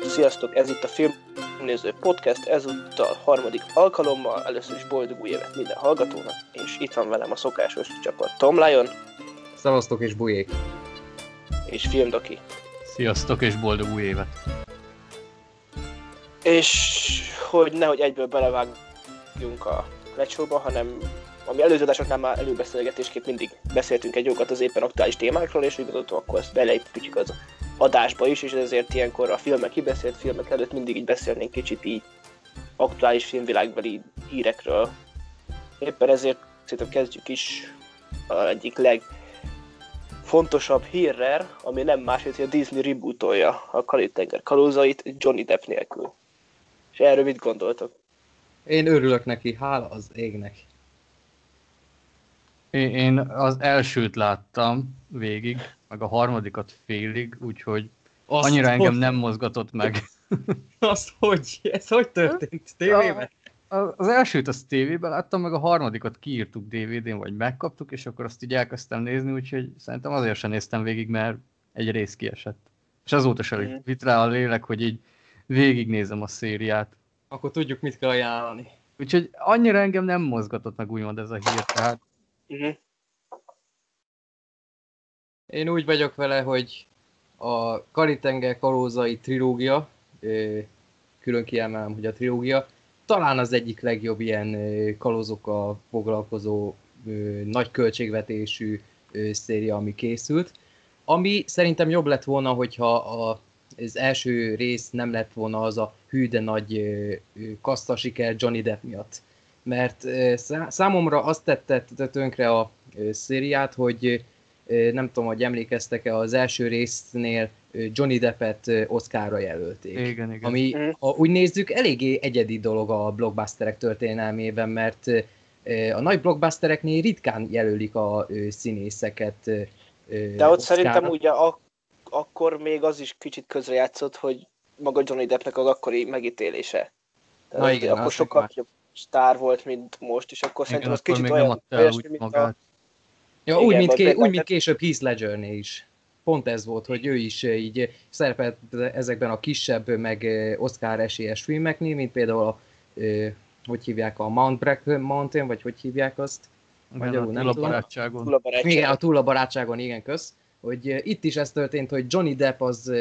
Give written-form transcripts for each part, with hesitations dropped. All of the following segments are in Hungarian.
Sziasztok, ez itt a Filmnéző Podcast, ezúttal harmadik alkalommal, először is boldog új évet minden hallgatónak, és itt van velem a szokásos csapat Tom Lion. Szevasztok és bujék! És Filmdoki. Sziasztok és boldog új évet! És hogy nehogy egyből belevágjunk a lecsóba, hanem ami előző adásoknál már előbeszélgetésképp mindig beszéltünk egy jókat az éppen aktuális témákról, és úgy gondoltam, akkor ezt beleépítjük az adásba is, és ezért ilyenkor a kibeszélt filmek előtt mindig így beszélnénk kicsit így aktuális filmvilágbeli hírekről. Éppen ezért szerintem kezdjük is az egyik legfontosabb hírrel, ami nem más, hogy a Disney rebootolja a Karib-tenger kalózait Johnny Depp nélkül. És erről mit gondoltok? Én örülök neki, hála az égnek. Én az elsőt láttam végig, meg a harmadikat félig, úgyhogy annyira engem nem mozgatott meg. Ez hogy történt? Tévében? Az elsőt azt tévében láttam, meg a harmadikat kiírtuk DVD-n, vagy megkaptuk, és akkor azt így elkezdtem nézni, úgyhogy szerintem azért sem néztem végig, mert egy rész kiesett. És azóta sem vitt rá a lélek, hogy így végignézem a szériát. Akkor tudjuk, mit kell ajánlani. Úgyhogy annyira engem nem mozgatott meg úgymond ez a hír, tehát... Én úgy vagyok vele, hogy a Karib-tenger kalózai trilógia, külön kiemelem, hogy a trilógia, talán az egyik legjobb ilyen kalózokkal foglalkozó nagy költségvetésű széria, ami készült. Ami szerintem jobb lett volna, hogyha az első rész nem lett volna az a hű de nagy kaszta siker Johnny Depp miatt. Mert számomra azt tette tönkre a szériát, hogy nem tudom, hogy emlékeztek-e, az első résznél Johnny Deppet Oscarra jelölték. Igen. Ami, ha úgy nézzük, eléggé egyedi dolog a blockbusterek történelmében, mert a nagy blockbustereknél ritkán jelölik a színészeket De ott Oscarra. Szerintem ugye akkor még az is kicsit közrejátszott, hogy maga Johnny Deppnek az akkori megítélése. Na igen, akkor sokkal jobb sztár volt, mint most, és akkor igen, szerintem az akkor kicsit még olyan, mint magát. Ja, igen, úgy, mint később Heath Ledgernél is. Pont ez volt, hogy ő is így szerepelt ezekben a kisebb, meg Oscar esélyes filmeknél, mint például hogy hívják, a Mount Black Mountain, vagy hogy hívják azt? Magyarul nem tudom. Igen, a Túl a barátságon, igen, kösz. Hogy itt is ez történt, hogy Johnny Depp az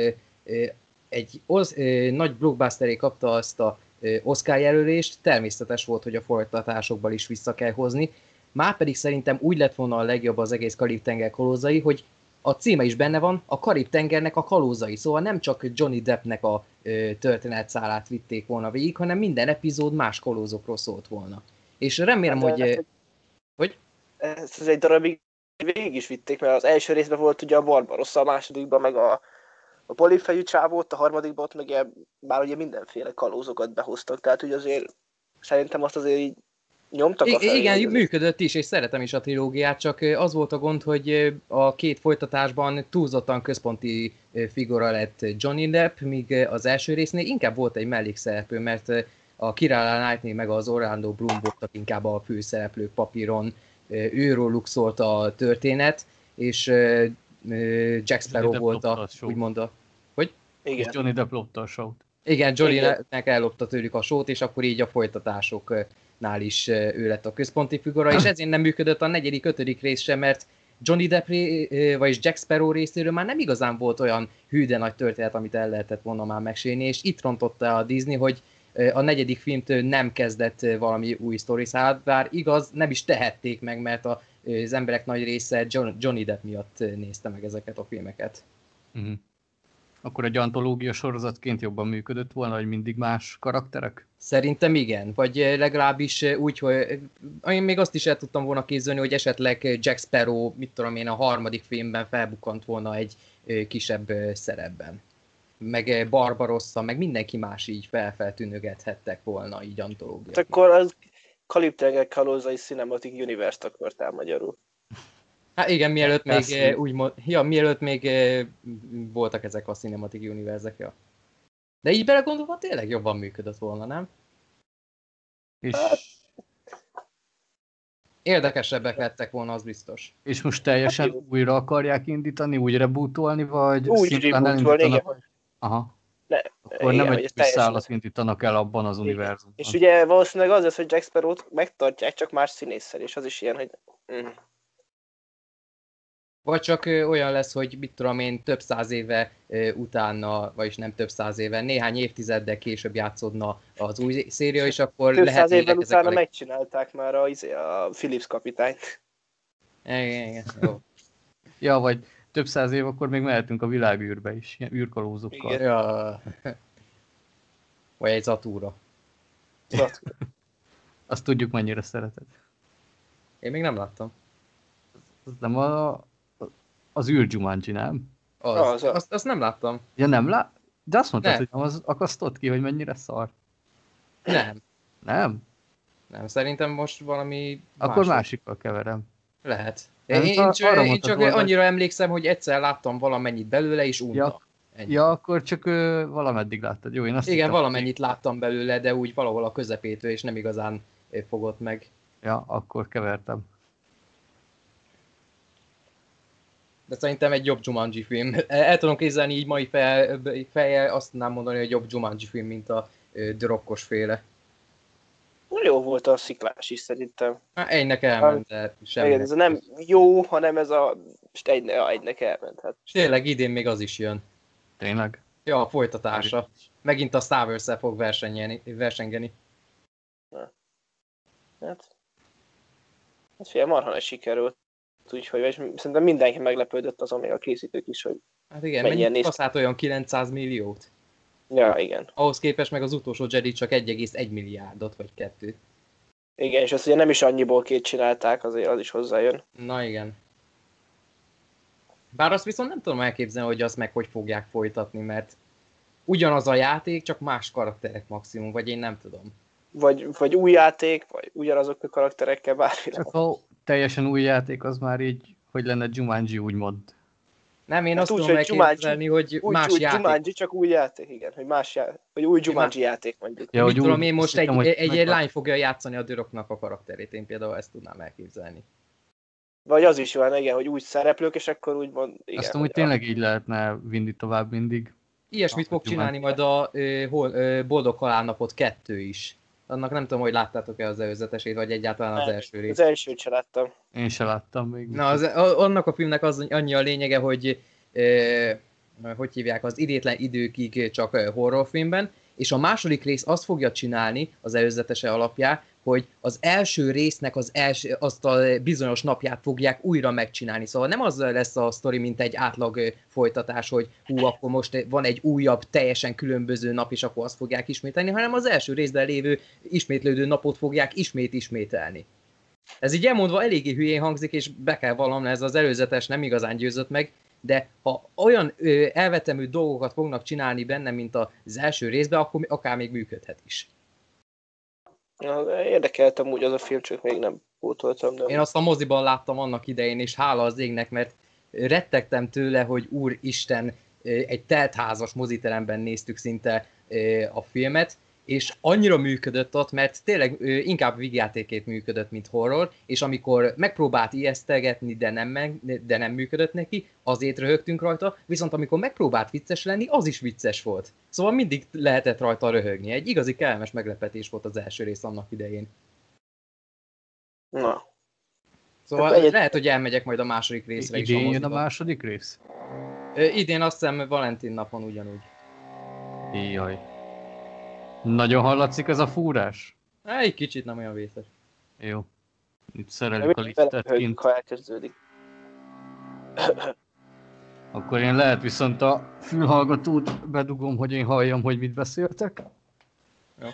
egy nagy blockbusteré kapta azt a Oscar jelölést, természetes volt, hogy a folytatásokban is vissza kell hozni. Márpedig szerintem úgy lett volna a legjobb az egész Karib-tenger kalózai, hogy a címe is benne van, a Karib-tengernek a kalózai. Szóval nem csak Johnny Deppnek a történetszálát vitték volna végig, hanem minden epizód más kalózokról szólt volna. És remélem, hogy... Hogy? Ez egy darabig végig is vitték, mert az első részben volt ugye a Barbarossa, a másodikban meg a polifejű csávót, a harmadikban ott meg bár ugye mindenféle kalózokat behoztak, tehát ugye azért szerintem azt azért így nyomtak a felé. Igen, működött is, és szeretem is a trilógiát, csak az volt a gond, hogy a két folytatásban túlzottan központi figura lett Johnny Depp, míg az első résznél inkább volt egy mellékszereplő, mert a Keira Knightley meg az Orlando Bloom voltak inkább a főszereplők papíron, őróluk szólt a történet, és Jack Sparrow volt a, úgymond a... Hogy? Igen. És Johnny Depp lopta a show-t. Igen, Johnny-nek ellopta tőlük a show-t, és akkor így a folytatásoknál is ő lett a központi figura, és ezért nem működött a 4., 5. rész sem, mert Johnny Depp vagyis Jack Sparrow részéről már nem igazán volt olyan hű de nagy történet, amit el lehetett volna már mesélni, és itt rontotta a Disney, hogy a 4. filmtől nem kezdett valami új sztoriszállat, bár igaz, nem is tehették meg, mert az emberek nagy része Johnny Depp miatt nézte meg ezeket a filmeket. Akkor egy antológia sorozatként jobban működött volna, hogy mindig más karakterek? Szerintem igen, vagy legalábbis úgy, hogy én még azt is el tudtam volna képzelni, hogy esetleg Jack Sparrow, mit tudom én, a 3. filmben felbukkant volna egy kisebb szerepben. Meg Barbarossa, meg mindenki más így feltűnögethettek volna így antológiát. Akkor az Karib-tenger kalózai Cinematic Universe-t akartál magyarul. Hát igen, mielőtt mielőtt még voltak ezek a Cinematic Universe-ek, ja. De így belegondolva tényleg jobban működött volna, nem? És... Érdekesebbek lettek volna, az biztos. És most teljesen újra akarják indítani, úgy rebootolni, vagy úgy rebootolni, igen. Aha. Akkor Igen, nem hogy egy ez kis teljesen szállat indítanak el abban az igen. univerzumban. És ugye valószínűleg az lesz, hogy Jack Sparrow-t megtartják, csak más színésszel, és az is ilyen, hogy... Vagy csak olyan lesz, hogy mit tudom én, több száz éve utána, vagyis nem több száz éve, néhány évtizeddel később játszódna az új széria, és akkor Több száz lehetnének évvel ezek utána megcsinálták már a Philips kapitányt. Igen, jó. Ja, vagy több száz év, akkor még mehetünk a világűrbe is, ilyen űrkalózokkal. Igen. Ja. Vagy egy Zatúra. Azt tudjuk, mennyire szereted. Én még nem láttam. Az nem az űr Jumanji, nem? Az. Azt nem láttam. Ja, nem de azt mondtad, Nem. hogy nem az akasztott ki, hogy mennyire szar. Nem. Nem? Nem, szerintem most valami Akkor másik. másikkal keverem. Lehet. Nem, Én arra csak mondtad volna, hogy- annyira emlékszem, hogy egyszer láttam valamennyit belőle, és untam. Ennyi. Ja, akkor csak valameddig láttad. Jó, én azt Igen, hittem, valamennyit láttam belőle, de úgy valahol a közepétől, és nem igazán fogott meg. Ja, akkor kevertem. De szerintem egy jobb Jumanji film. El tudom képzelni így mai fejjel, azt tudnám mondani, hogy jobb Jumanji film, mint a The Rockos féle. Jó volt a sziklás is szerintem. Hát egynek elment, de semmi. Igen, ez nem jó, hanem ez a... Most egynek elment. Hát. És tényleg idén még az is jön. Tényleg? Ja, a folytatása. Megint a Star Wars-szel fog versengeni. Hát fél marha nagy sikerült. Úgyhogy és szerintem mindenki meglepődött azon, még a készítők is, hogy Hát igen, mennyien mennyit néztek. kaszált olyan 900 milliót? Ja, igen. Ahhoz képest meg az utolsó Jedi csak 1,1 milliárdot, vagy 2. Igen, és azt ugye nem is annyiból csinálták, azért az is hozzájön. Na igen. Bár azt viszont nem tudom elképzelni, hogy azt meg hogy fogják folytatni, mert ugyanaz a játék, csak más karakterek maximum, vagy én nem tudom. Vagy új játék, vagy ugyanazok a karakterekkel, bármi. Csak a teljesen új játék az már így, hogy lenne Jumanji úgymond. Nem, én Hát azt úgy, tudom hogy elképzelni, hogy Úgy, más úgy játék. Jumanji, csak új játék, igen. Hogy új Jumanji játék mondjuk. Ja, Mit hogy tudom úgy- én, most azt hittem, hogy egy lány fogja játszani a Düroknak a karakterét, én például ezt tudnám elképzelni. Vagy az is van, igen, hogy új szereplők, és akkor úgymond, igen. Azt amúgy tényleg így lehetne vinni tovább mindig. Ilyesmit fog Jumanji. csinálni majd a Boldog Halálnapot 2 is. Annak nem tudom, hogy láttátok-e az előzetesét, vagy egyáltalán az Nem, első részt. Az elsőt sem láttam. Én se láttam még. Na, annak a filmnek az annyi a lényege, hogy hogy hívják, az idétlen időkig csak horrorfilmben, és a második rész azt fogja csinálni az előzetese alapján, hogy az első résznek azt a bizonyos napját fogják újra megcsinálni. Szóval nem az lesz a sztori, mint egy átlag folytatás, hogy akkor most van egy újabb, teljesen különböző nap, és akkor azt fogják ismételni, hanem az első részben lévő ismétlődő napot fogják ismételni. Ez így elmondva eléggé hülyén hangzik, és be kell vallanom, ez az előzetes nem igazán győzött meg, de ha olyan elvetemű dolgokat fognak csinálni benne, mint az első részben, akkor akár még működhet is. Érdekeltem úgy az a film, csak még nem pótoltam. De... Én azt a moziban láttam annak idején, és hála az égnek, mert rettegtem tőle, hogy úristen, egy teltházas moziteremben néztük szinte a filmet, és annyira működött ott, mert tényleg inkább vígjátékét működött, mint horror, és amikor megpróbált ijesztegetni, de nem működött neki, azért röhögtünk rajta, viszont amikor megpróbált vicces lenni, az is vicces volt. Szóval mindig lehetett rajta röhögni. Egy igazi kellemes meglepetés volt az első rész annak idején. Na. Szóval lehet, hogy elmegyek majd a második részre is. Idén jön a második rész? Idén azt hiszem Valentin napon ugyanúgy. Jaj. Nagyon hallatszik ez a fúrás? Egy kicsit nem olyan vészes. Jó. Itt szerelik a liftet kint. Ha elkezdődik. Akkor én lehet viszont a fülhallgatót bedugom, hogy én halljam, hogy mit beszéltek. Jó.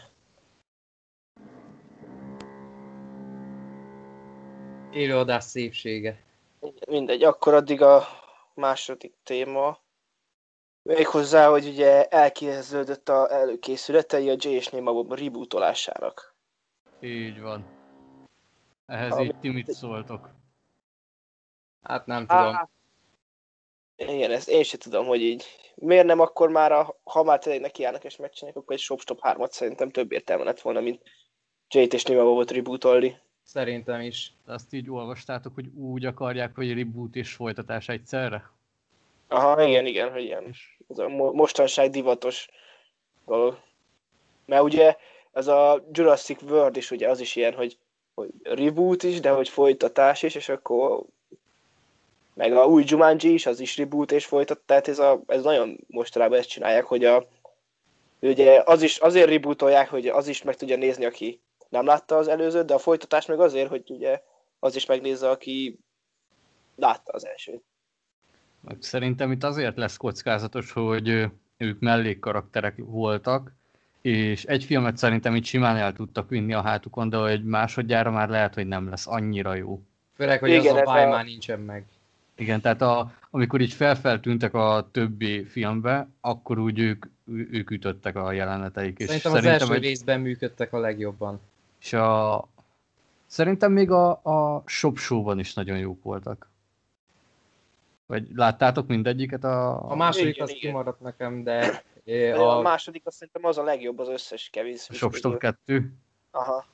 Élőadás szépsége. Mindegy, akkor addig a második téma. Méghozzá, hogy ugye elkezdődött a előkészületei a Jay és Néma rebootolásának. Így van. Ehhez így ti mit szóltok? Hát nem tudom. Igen, ezt én sem tudom, hogy így. Miért nem akkor már, ha már tényleg nekiállnak és megcsinálják, akkor egy Shop-Stop 3-at szerintem több értelme lett volna, mint Jay-t és Néma rebootolni. Szerintem is. Azt így olvastátok, hogy úgy akarják, hogy reboot és folytatás egyszerre? Aha, igen, hogy ilyen. Ez a mostanság divatos dolog. Mert ugye ez a Jurassic World is ugye az is ilyen, hogy reboot is, de hogy folytatás is, és akkor meg a új Jumanji is, az is reboot és folytat, tehát ez nagyon mostanában ezt csinálják, hogy ugye az is azért rebootolják, hogy az is meg tudja nézni, aki nem látta az előzőt, de a folytatás meg azért, hogy ugye az is megnézze, aki látta az elsőt. Szerintem itt azért lesz kockázatos, hogy ők mellékkarakterek voltak, és egy filmet szerintem itt simán el tudtak vinni a hátukon, de hogy másodjára már lehet, hogy nem lesz annyira jó. Főleg, hogy igen, az a báj már nincsen meg. Igen, tehát amikor így felfeltűntek a többi filmbe, akkor úgy ők ütöttek a jeleneteik. Szerintem az első részben működtek a legjobban. És szerintem még a Shop Show-ban is nagyon jók voltak. Vagy láttátok mindegyiket? A második az kimaradt nekem, de... A második azt szerintem az a legjobb az összes Kevin Smith. Shop Show 2. Aha.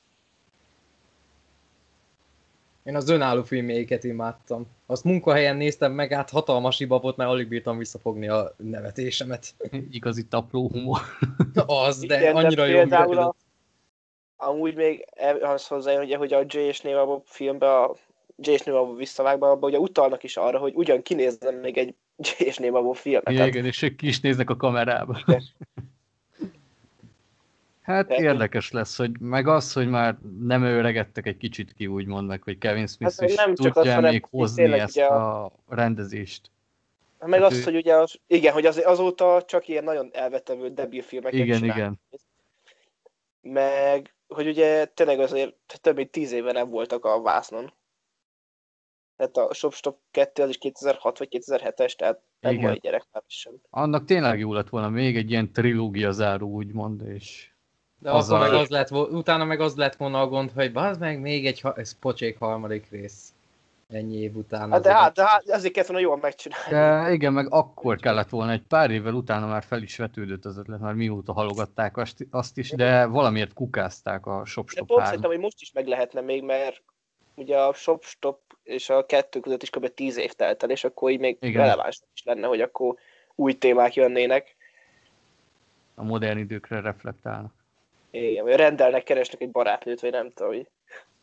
Én az önálló filmjeiket imádtam. Azt munkahelyen néztem meg, hát hatalmas hiba volt, mert alig bírtam visszafogni a nevetésemet. Igazi tapló humor. Az, de igen, annyira jó működött. Amúgy még az hozzájön, hogy a Jay és Neva Bob filmben, a Jay és Neva Bob visszavágban, abban ugye utalnak is arra, hogy ugyan kinézzen még egy Jay és Neva Bob filmet. Igen, és ők ki is néznek a kamerába. Hát érdekes lesz, hogy meg az, hogy már nem öregedtek egy kicsit ki, úgymond meg, hogy Kevin Smith hát, is tudja még hozni ezt a rendezést. Meg hát azt, hogy ugye, igen, hogy azóta csak ilyen nagyon elvetevő debilfilmeket csinál. Igen. Meg, hogy ugye tényleg azért több mint 10 éve nem voltak a vásznon. Tehát a Shop Stop 2 az is 2006 vagy 2007-es, tehát nem mai gyerek már sem. Annak tényleg jó lett volna még egy ilyen trilógia záró, úgymond, és... De akkor meg az lett, utána meg az lett volna a gond, hogy bazd meg még egy pocsék harmadik rész. Ennyi év után. Hát de azért kellett volna jól megcsinálni. De igen, meg akkor kellett volna, egy pár évvel utána már fel is vetődött az ötlet, már mióta halogatták azt is, de valamiért kukázták a Shop Stop 3. Szerintem, hogy most is meg lehetne még, mert ugye a Shop Stop és a 2 között is kb. 10 év telt el, és akkor így még releváns is lenne, hogy akkor új témák jönnének. A modern időkre reflektálnak. Igen, vagy rendelnek, keresnek egy barátnőt, vagy nem tudom, hogy...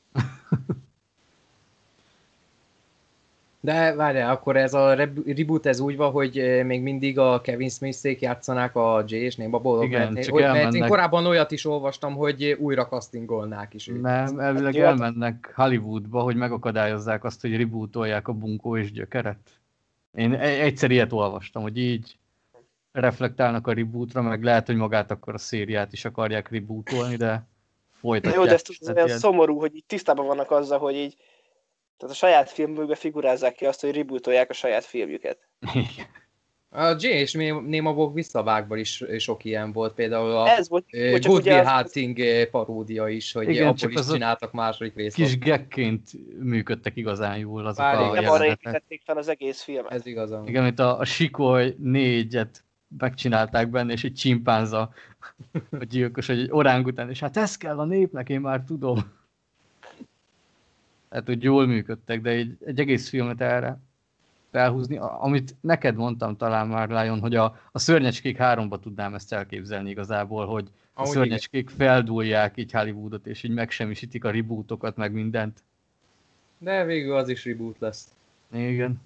De várjál, akkor ez a reboot ez úgy van, hogy még mindig a Kevin Smith-szék játszanák a Jay és Neva Bob. Igen, mert én korábban olyat is olvastam, hogy újra castingolnák is őt. Nem, elvileg elmennek Hollywoodba, hogy megakadályozzák azt, hogy rebootolják a Bunkó és Gyökeret. Én egyszer ilyet olvastam, hogy így reflektálnak a rebootra, meg lehet, hogy magát akkor a szériát is akarják rebootolni, de folytatják. Jó, de ez olyan szomorú, hogy így tisztában vannak azzal, hogy így tehát a saját filmükbe figurázzák ki azt, hogy rebootolják a saját filmjüket. A Jay és Neva Bob visszavágban is sok ilyen volt, például a Good Will Hunting paródia is, hogy igen, abból is csináltak második részt. Kis gekként működtek igazán jól azok a jelenetek. Nem arra építették fel az egész filmet. Ez igazán. Igen, mint a Sikoly 4-et megcsinálták benne, és egy csimpánza a gyilkos, hogy egy orángután, és hát ez kell a népnek, én már tudom. Tehát, hogy jól működtek, de egy egész filmet erre felhúzni, amit neked mondtam talán már, Lion, hogy a Szörnyecskék 3-ba tudnám ezt elképzelni igazából, hogy a Szörnyecskék feldúlják így Hollywoodot, és így megsemmisítik a rebootokat, meg mindent. De végül az is reboot lesz. Igen.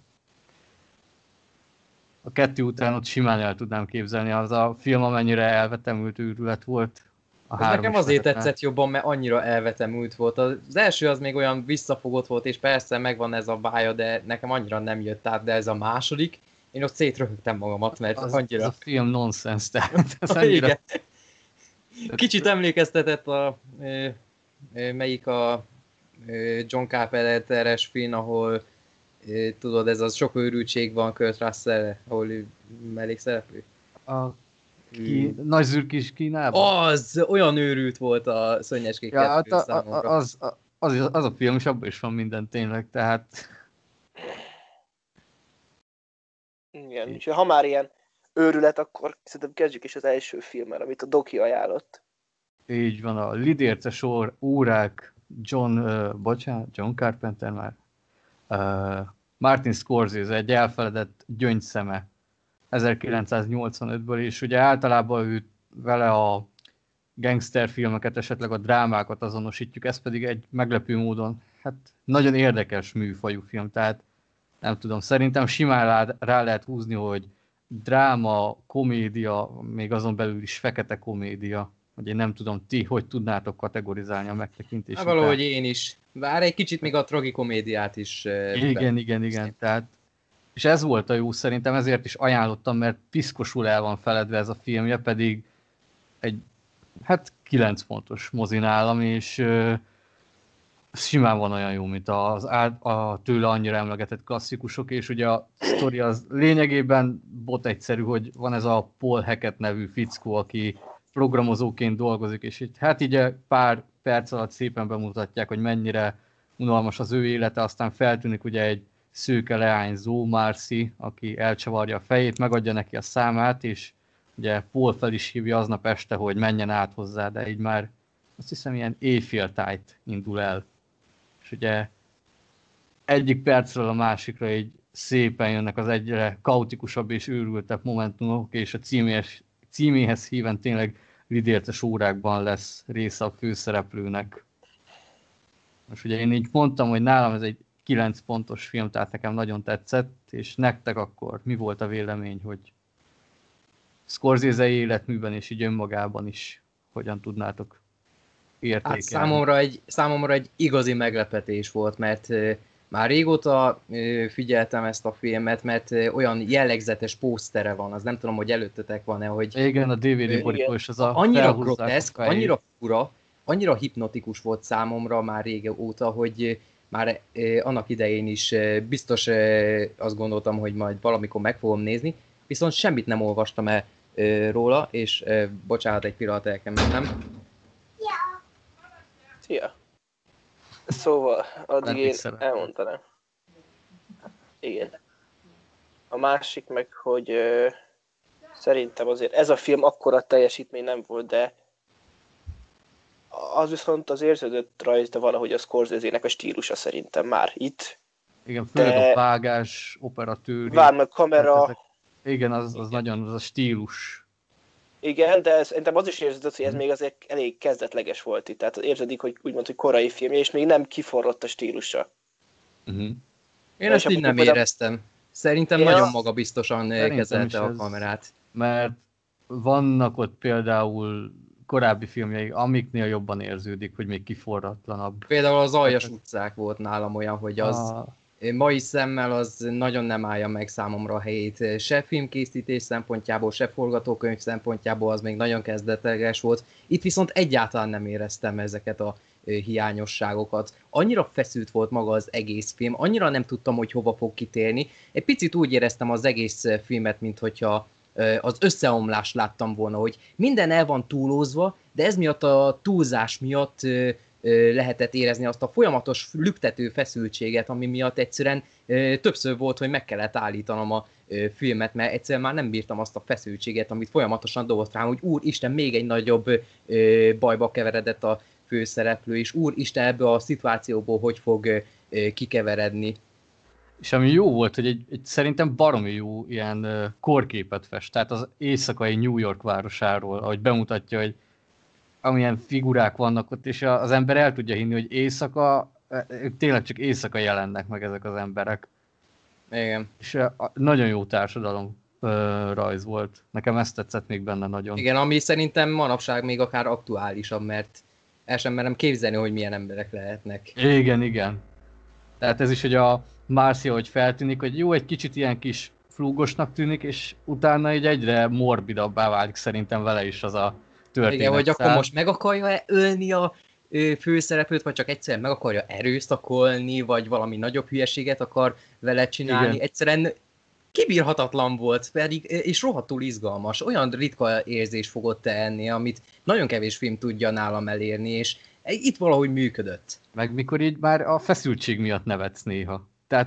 A 2 után ott simán el tudnám képzelni, az a film amennyire elvetemült őrület volt. Nekem azért tetszett jobban, mert annyira elvetemült volt. Az első az még olyan visszafogott volt, és persze megvan ez a bája, de nekem annyira nem jött át, de ez a második, én ott szétröhögtem magamat, mert annyira... Az a film nonsense, tehát ez annyira... Igen. Kicsit emlékeztetett melyik a John Carpenter-es film, ahol tudod, ez az sok őrültség van Kurt Russell, ahol ő mellékszereplő. Nagy zürkis Kínában? Az! Olyan őrült volt a Szörnyecskék 2 számomra. Az a film, és abban is van minden tényleg, tehát... Igen, úgyhogy ha már ilyen őrület, akkor szerintem kezdjük is az első filmmel, amit a Doki ajánlott. Így van, a Lidérces órák, John Carpenter már. Martin Scorsese, egy elfeledett gyöngyszeme 1985-ből, és ugye általában ő vele a gangsterfilmeket, esetleg a drámákat azonosítjuk, ez pedig egy meglepő módon, hát nagyon érdekes műfajú film, tehát nem tudom, szerintem simán rá lehet húzni, hogy dráma, komédia, még azon belül is fekete komédia, hogy én nem tudom, ti hogy tudnátok kategorizálni a megtekintés Hát valahogy én is. Bár egy kicsit még a tragikomédiát is... Igen. Tehát, és ez volt a jó szerintem, ezért is ajánlottam, mert piszkosul el van feledve ez a filmje, pedig egy, hát 9 pontos mozi nálam, és simán van olyan jó, mint a tőle annyira emlegetett klasszikusok, és ugye a sztori az lényegében bot egyszerű, hogy van ez a Paul Hackett nevű fickó, aki programozóként dolgozik, és hát így pár perc alatt szépen bemutatják, hogy mennyire unalmas az ő élete, aztán feltűnik ugye egy szőke leányzó, Marcy, aki elcsavarja a fejét, megadja neki a számát, és ugye Paul fel is hívja aznap este, hogy menjen át hozzá, de így már azt hiszem ilyen éjféltájt indul el. És ugye egyik percről a másikra így szépen jönnek az egyre kaotikusabb és őrültebb momentumok, és a címéhez híven tényleg lidértes órákban lesz része a főszereplőnek. Most ugye én így mondtam, hogy nálam ez egy 9 pontos film, tehát nekem nagyon tetszett, és nektek akkor mi volt a vélemény, hogy Scorsese életműben és így önmagában is hogyan tudnátok értékelni? Hát számomra egy igazi meglepetés volt, mert már régóta figyeltem ezt a filmet, mert olyan jellegzetes pósztere van, az nem tudom, hogy előttetek van-e, hogy... Igen, a DVD borító is az a annyira groteszk, annyira fura, annyira hipnotikus volt számomra már régóta, hogy már annak idején is biztos azt gondoltam, hogy majd valamikor meg fogom nézni, viszont semmit nem olvastam el róla, és bocsánat, egy pillanat, el kell mennem. Szia! Szóval, addig én elmondanám. Igen. A másik meg, hogy szerintem azért ez a film akkora teljesítmény nem volt, de az viszont az érződött rajta valahogy a Scorsese-nek a stílusa szerintem már itt. Igen, főleg a vágás, operatőri. Meg kamera. Igen, az nagyon, az a stílus. Igen, de szerintem az is érződött, hogy ez még azért elég kezdetleges volt itt. Tehát érződik, hogy úgymond, hogy korai filmje, és még nem kiforrott a stílusa. Én ezt így nem éreztem. Szerintem nagyon magabiztosan kezelte a kamerát. Mert vannak ott például korábbi filmjei, amiknél jobban érződik, hogy még kiforratlanabb. Például az Aljas utcák volt nálam olyan, hogy az mai szemmel az nagyon nem állja meg számomra a helyét. Se filmkészítés szempontjából, se forgatókönyv szempontjából az még nagyon kezdetleges volt. Itt viszont egyáltalán nem éreztem ezeket a hiányosságokat. Annyira feszült volt maga az egész film, annyira nem tudtam, hogy hova fog kitérni. Egy picit úgy éreztem az egész filmet, mint hogyha az összeomlást láttam volna, hogy minden el van túlózva, de ez miatt a túlzás miatt lehetett érezni azt a folyamatos lüktető feszültséget, ami miatt egyszerűen többször volt, hogy meg kellett állítanom a filmet, mert egyszerűen már nem bírtam azt a feszültséget, amit folyamatosan dobott rám, hogy úristen, még egy nagyobb bajba keveredett a főszereplő, és úristen, ebből a szituációból hogy fog kikeveredni. És ami jó volt, hogy egy szerintem baromi jó ilyen korképet fest, tehát az éjszakai New York városáról, ahogy bemutatja, hogy amilyen figurák vannak ott, és az ember el tudja hinni, hogy éjszaka, tényleg csak éjszaka jelennek meg ezek az emberek. Igen. És nagyon jó társadalom rajz volt. Nekem ezt tetszett még benne nagyon. Igen, ami szerintem manapság még akár aktuálisabb, mert el sem merem képzelni, hogy milyen emberek lehetnek. Igen. Tehát ez is, hogy a Marcia, hogy feltűnik, hogy jó, egy kicsit ilyen kis flúgosnak tűnik, és utána így egyre morbidabbá válik szerintem vele is az a történet. Igen, hogy akkor most meg akarja ölni a főszereplőt, vagy csak egyszerűen meg akarja erőszakolni, vagy valami nagyobb hülyeséget akar vele csinálni. Igen. Egyszerűen kibírhatatlan volt, pedig, és rohadtul izgalmas. Olyan ritka érzés fogott enni, amit nagyon kevés film tudja nálam elérni, és itt valahogy működött. Meg mikor így már a feszültség miatt nevetsz néha. Tehát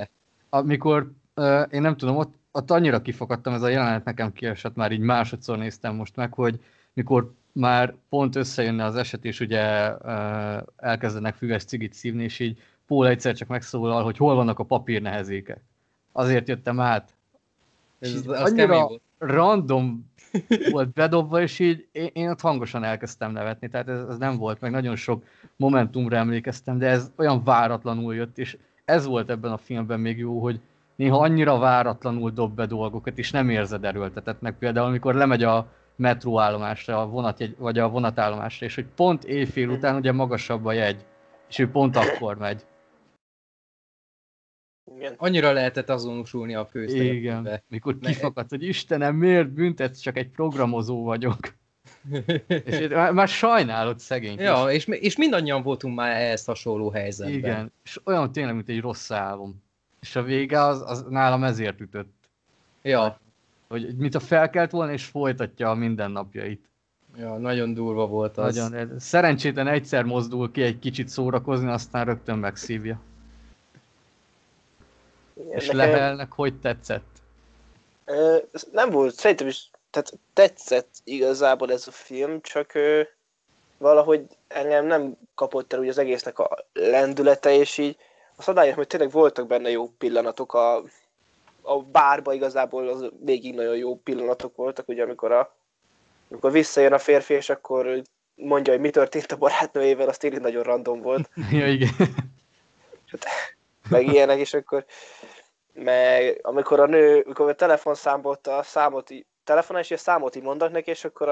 amikor én nem tudom, ott annyira kifakadtam, ez a jelenet nekem kiesett, már így másodszor néztem most meg, hogy mikor már pont összejönne az eset, és ugye elkezdenek füves cigit szívni, és így Paul egyszer csak megszólal, hogy hol vannak a papírnehezékek. Azért jöttem át. Ez annyira random volt bedobva, és így én ott hangosan elkezdtem nevetni, tehát ez nem volt, meg nagyon sok momentumra emlékeztem, de ez olyan váratlanul jött, és ez volt ebben a filmben még jó, hogy néha annyira váratlanul dob be dolgokat, és nem érzed erőltetetnek. Például, amikor lemegy a metróállomásra, vagy a vonatállomásra, és hogy pont éjfél után ugye magasabb a jegy, és ő pont akkor megy. Igen. Annyira lehetett azonosulni a főszereplőbe. Igen, mikor kifakadt, hogy Istenem, miért büntetsz, csak egy programozó vagyok. És már sajnálod szegény. Ja, és mindannyian voltunk már ehhez hasonló helyzetben. Igen, és olyan tényleg, mint egy rossz álom. És a vége az nálam ezért ütött. Ja. Hogy mint a felkelt volna, és folytatja a mindennapjait. Ja, nagyon durva volt az. Nagyon. Szerencsétlen egyszer mozdul ki egy kicsit szórakozni, aztán rögtön megszívja. Igen, és Lehelnek hogy tetszett? Nem volt, szerintem is tehát tetszett igazából ez a film, csak valahogy engem nem kapott el úgy az egésznek a lendülete, és így azt odáért, hogy tényleg voltak benne jó pillanatok, a bárba igazából az végig nagyon jó pillanatok voltak, ugye amikor visszajön a férfi, és akkor mondja, hogy mi történt a barátnőjével, az tényleg nagyon random volt. Ja, igen. Meg ilyenek, és akkor meg amikor a nő, amikor a telefonszámból a számot telefonál, és a számot így mondanak neki, és akkor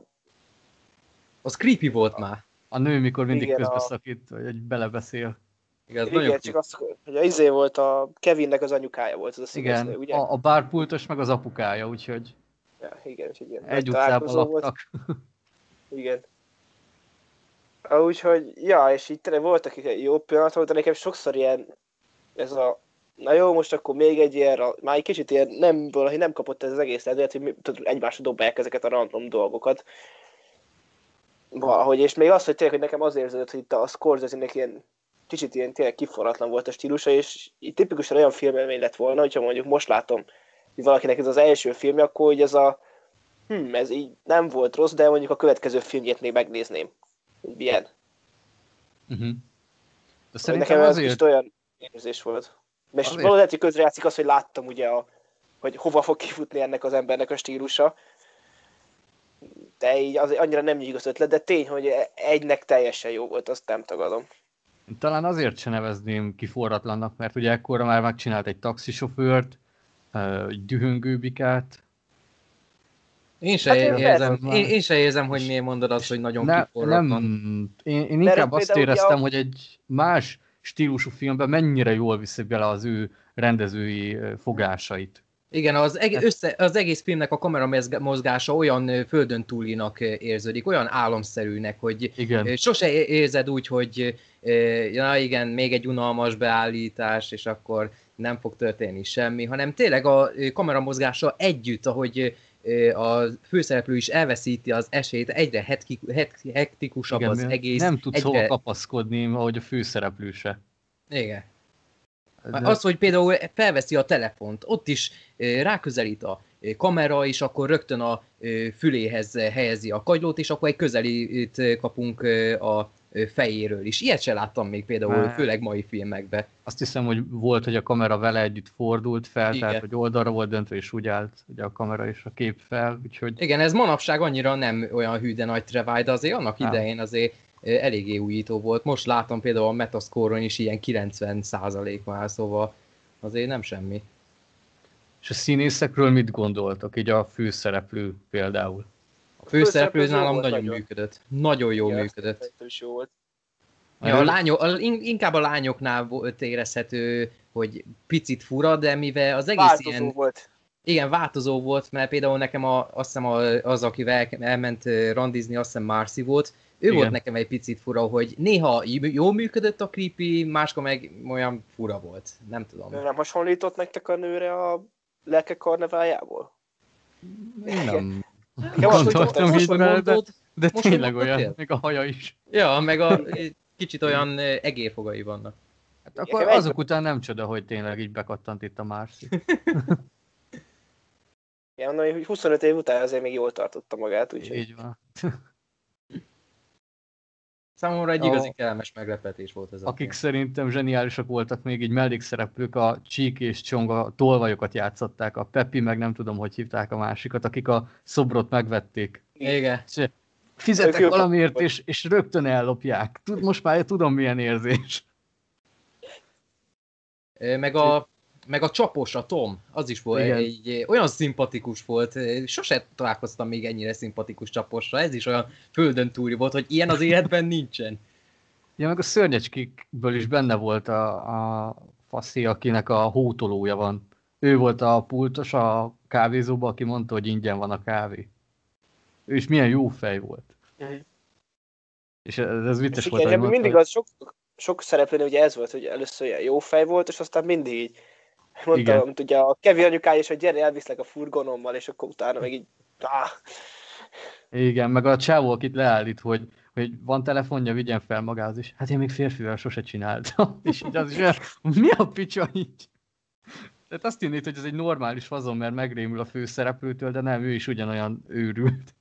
az creepy volt már. A nő, mikor mindig közbeszakít, vagy belebeszél. Igen, csak az, hogy a izé volt, a Kevinnek az anyukája volt, az a színésznő, ugye? A bárpultos meg az apukája, úgyhogy ja, igen, egy utcában laktak. Igen. Úgyhogy, ja, és így tényleg voltak jó pillanatok, de nekem sokszor ilyen, ez a na jó, most akkor még egy ilyen, már egy kicsit ilyen valahogy nem kapott ez az egész lehetőt, hogy egymásra dobálják ezeket a random dolgokat. Valahogy, és még az, hogy tényleg, hogy nekem az érződött, hogy itt a Scorsese-nek ilyen kicsit ilyen tényleg kiforratlan volt a stílusa, és így tipikusan olyan filmélmény lett volna, hogyha mondjuk most látom, hogy valakinek ez az első filmje, akkor hogy ez ez így nem volt rossz, de mondjuk a következő filmjét még megnézném. Ilyen. De szerintem nekem azért... ez olyan érzés volt. És valahogy lehet, hogy közrejátszik az, hogy láttam ugye, hogy hova fog kifutni ennek az embernek a stílusa. De így azért annyira nem nyílt ötlet, de tény, hogy egynek teljesen jó volt, azt nem tagadom. Talán azért se nevezném kiforratlannak, mert ugye ekkora már megcsinált egy taxisofőrt, egy dühöngőbikát. Én se érzem, hogy miért mondod azt, hogy nagyon kiforratlan. Én inkább azt éreztem, hogy egy más stílusú filmben mennyire jól viszi bele az ő rendezői fogásait. Igen, az egész filmnek a kameramozgása olyan földön túlinak érződik, olyan álomszerűnek, hogy igen. Sose érzed úgy, hogy ja igen, még egy unalmas beállítás, és akkor nem fog történni semmi, hanem tényleg a kameramozgása együtt, ahogy a főszereplő is elveszíti az esélyt, egyre hektikusabb igen, az egész. Nem tudsz hova kapaszkodni, ahogy a főszereplő se. Igen. Az, hogy például felveszi a telefont, ott is ráközelít a kamera, és akkor rögtön a füléhez helyezi a kagylót, és akkor egy közelít kapunk a fejéről is. Ilyet se láttam még például, főleg mai filmekben. Azt hiszem, hogy volt, hogy a kamera vele együtt fordult fel, igen. Tehát hogy oldalra volt döntve, és úgy állt ugye a kamera és a kép fel. Úgyhogy... Igen, ez manapság annyira nem olyan hű, de nagy treváj, de azért annak idején azért eléggé újító volt. Most látom például a Metascore-on is ilyen 90% már, szóval azért nem semmi. És a színészekről mit gondoltak, így a főszereplő például? A főszereplő nálam nagyon működött. Nagyon jól működött. Is jó volt. Ja, inkább a lányoknál volt érezhető, hogy picit fura, de mivel az egész változó ilyen... volt. Igen, változó volt, mert például nekem azt hiszem az, akivel elment randizni, azt hiszem Marcy volt, ő igen. Volt nekem egy picit fura, hogy néha jól működött a creepy, máskor meg olyan fura volt. Nem tudom. Nem hasonlított nektek a nőre a Lelkek karneváljából? Nem. Gondoltam így vele, de tényleg olyan, még a haja is. Ja, meg a kicsit olyan egérfogai vannak. Hát akkor azok után nem csoda, hogy tényleg így bekattant itt a Marcy. Ja, mondom, hogy 25 év után azért még jól tartotta magát, úgyhogy... Így van. Számomra egy igazi kellemes meglepetés volt ez a Akik film. szerintem zseniálisak voltak még így mellékszereplők, a Csík és Csong a tolvajokat játszották, a Peppi meg nem tudom, hogy hívták a másikat, akik a szobrot megvették. Igen. És fizetek valamiért, és rögtön ellopják. Most már tudom, milyen érzés. Meg a csapos, a Tom, az is volt olyan szimpatikus volt. Sose találkoztam még ennyire szimpatikus csaposra. Ez is olyan földön túli volt, hogy ilyen az életben nincsen. Ja, meg a szörnyecskékből is benne volt a faszi, akinek a hótolója van. Ő volt a pultos a kávézóban, aki mondta, hogy ingyen van a kávé. Ő is milyen jó fej volt. És ez vicces volt, hogy mindig az sok szereplőnél ugye ez volt, hogy először ilyen jó fej volt, és aztán mindig így mondta, mint ugye a Kevin anyukája is, hogy gyere, elviszlek a furgonommal, és akkor utána meg így... Igen, meg a csávó, akit leállít, hogy van telefonja, vigyen fel magához is. Hát én még férfivel sose csináltam. És így az is, mi a picsa így? Tehát azt hinnéd, hogy ez egy normális fazon, mert megrémül a főszereplőtől, de nem, ő is ugyanolyan őrült.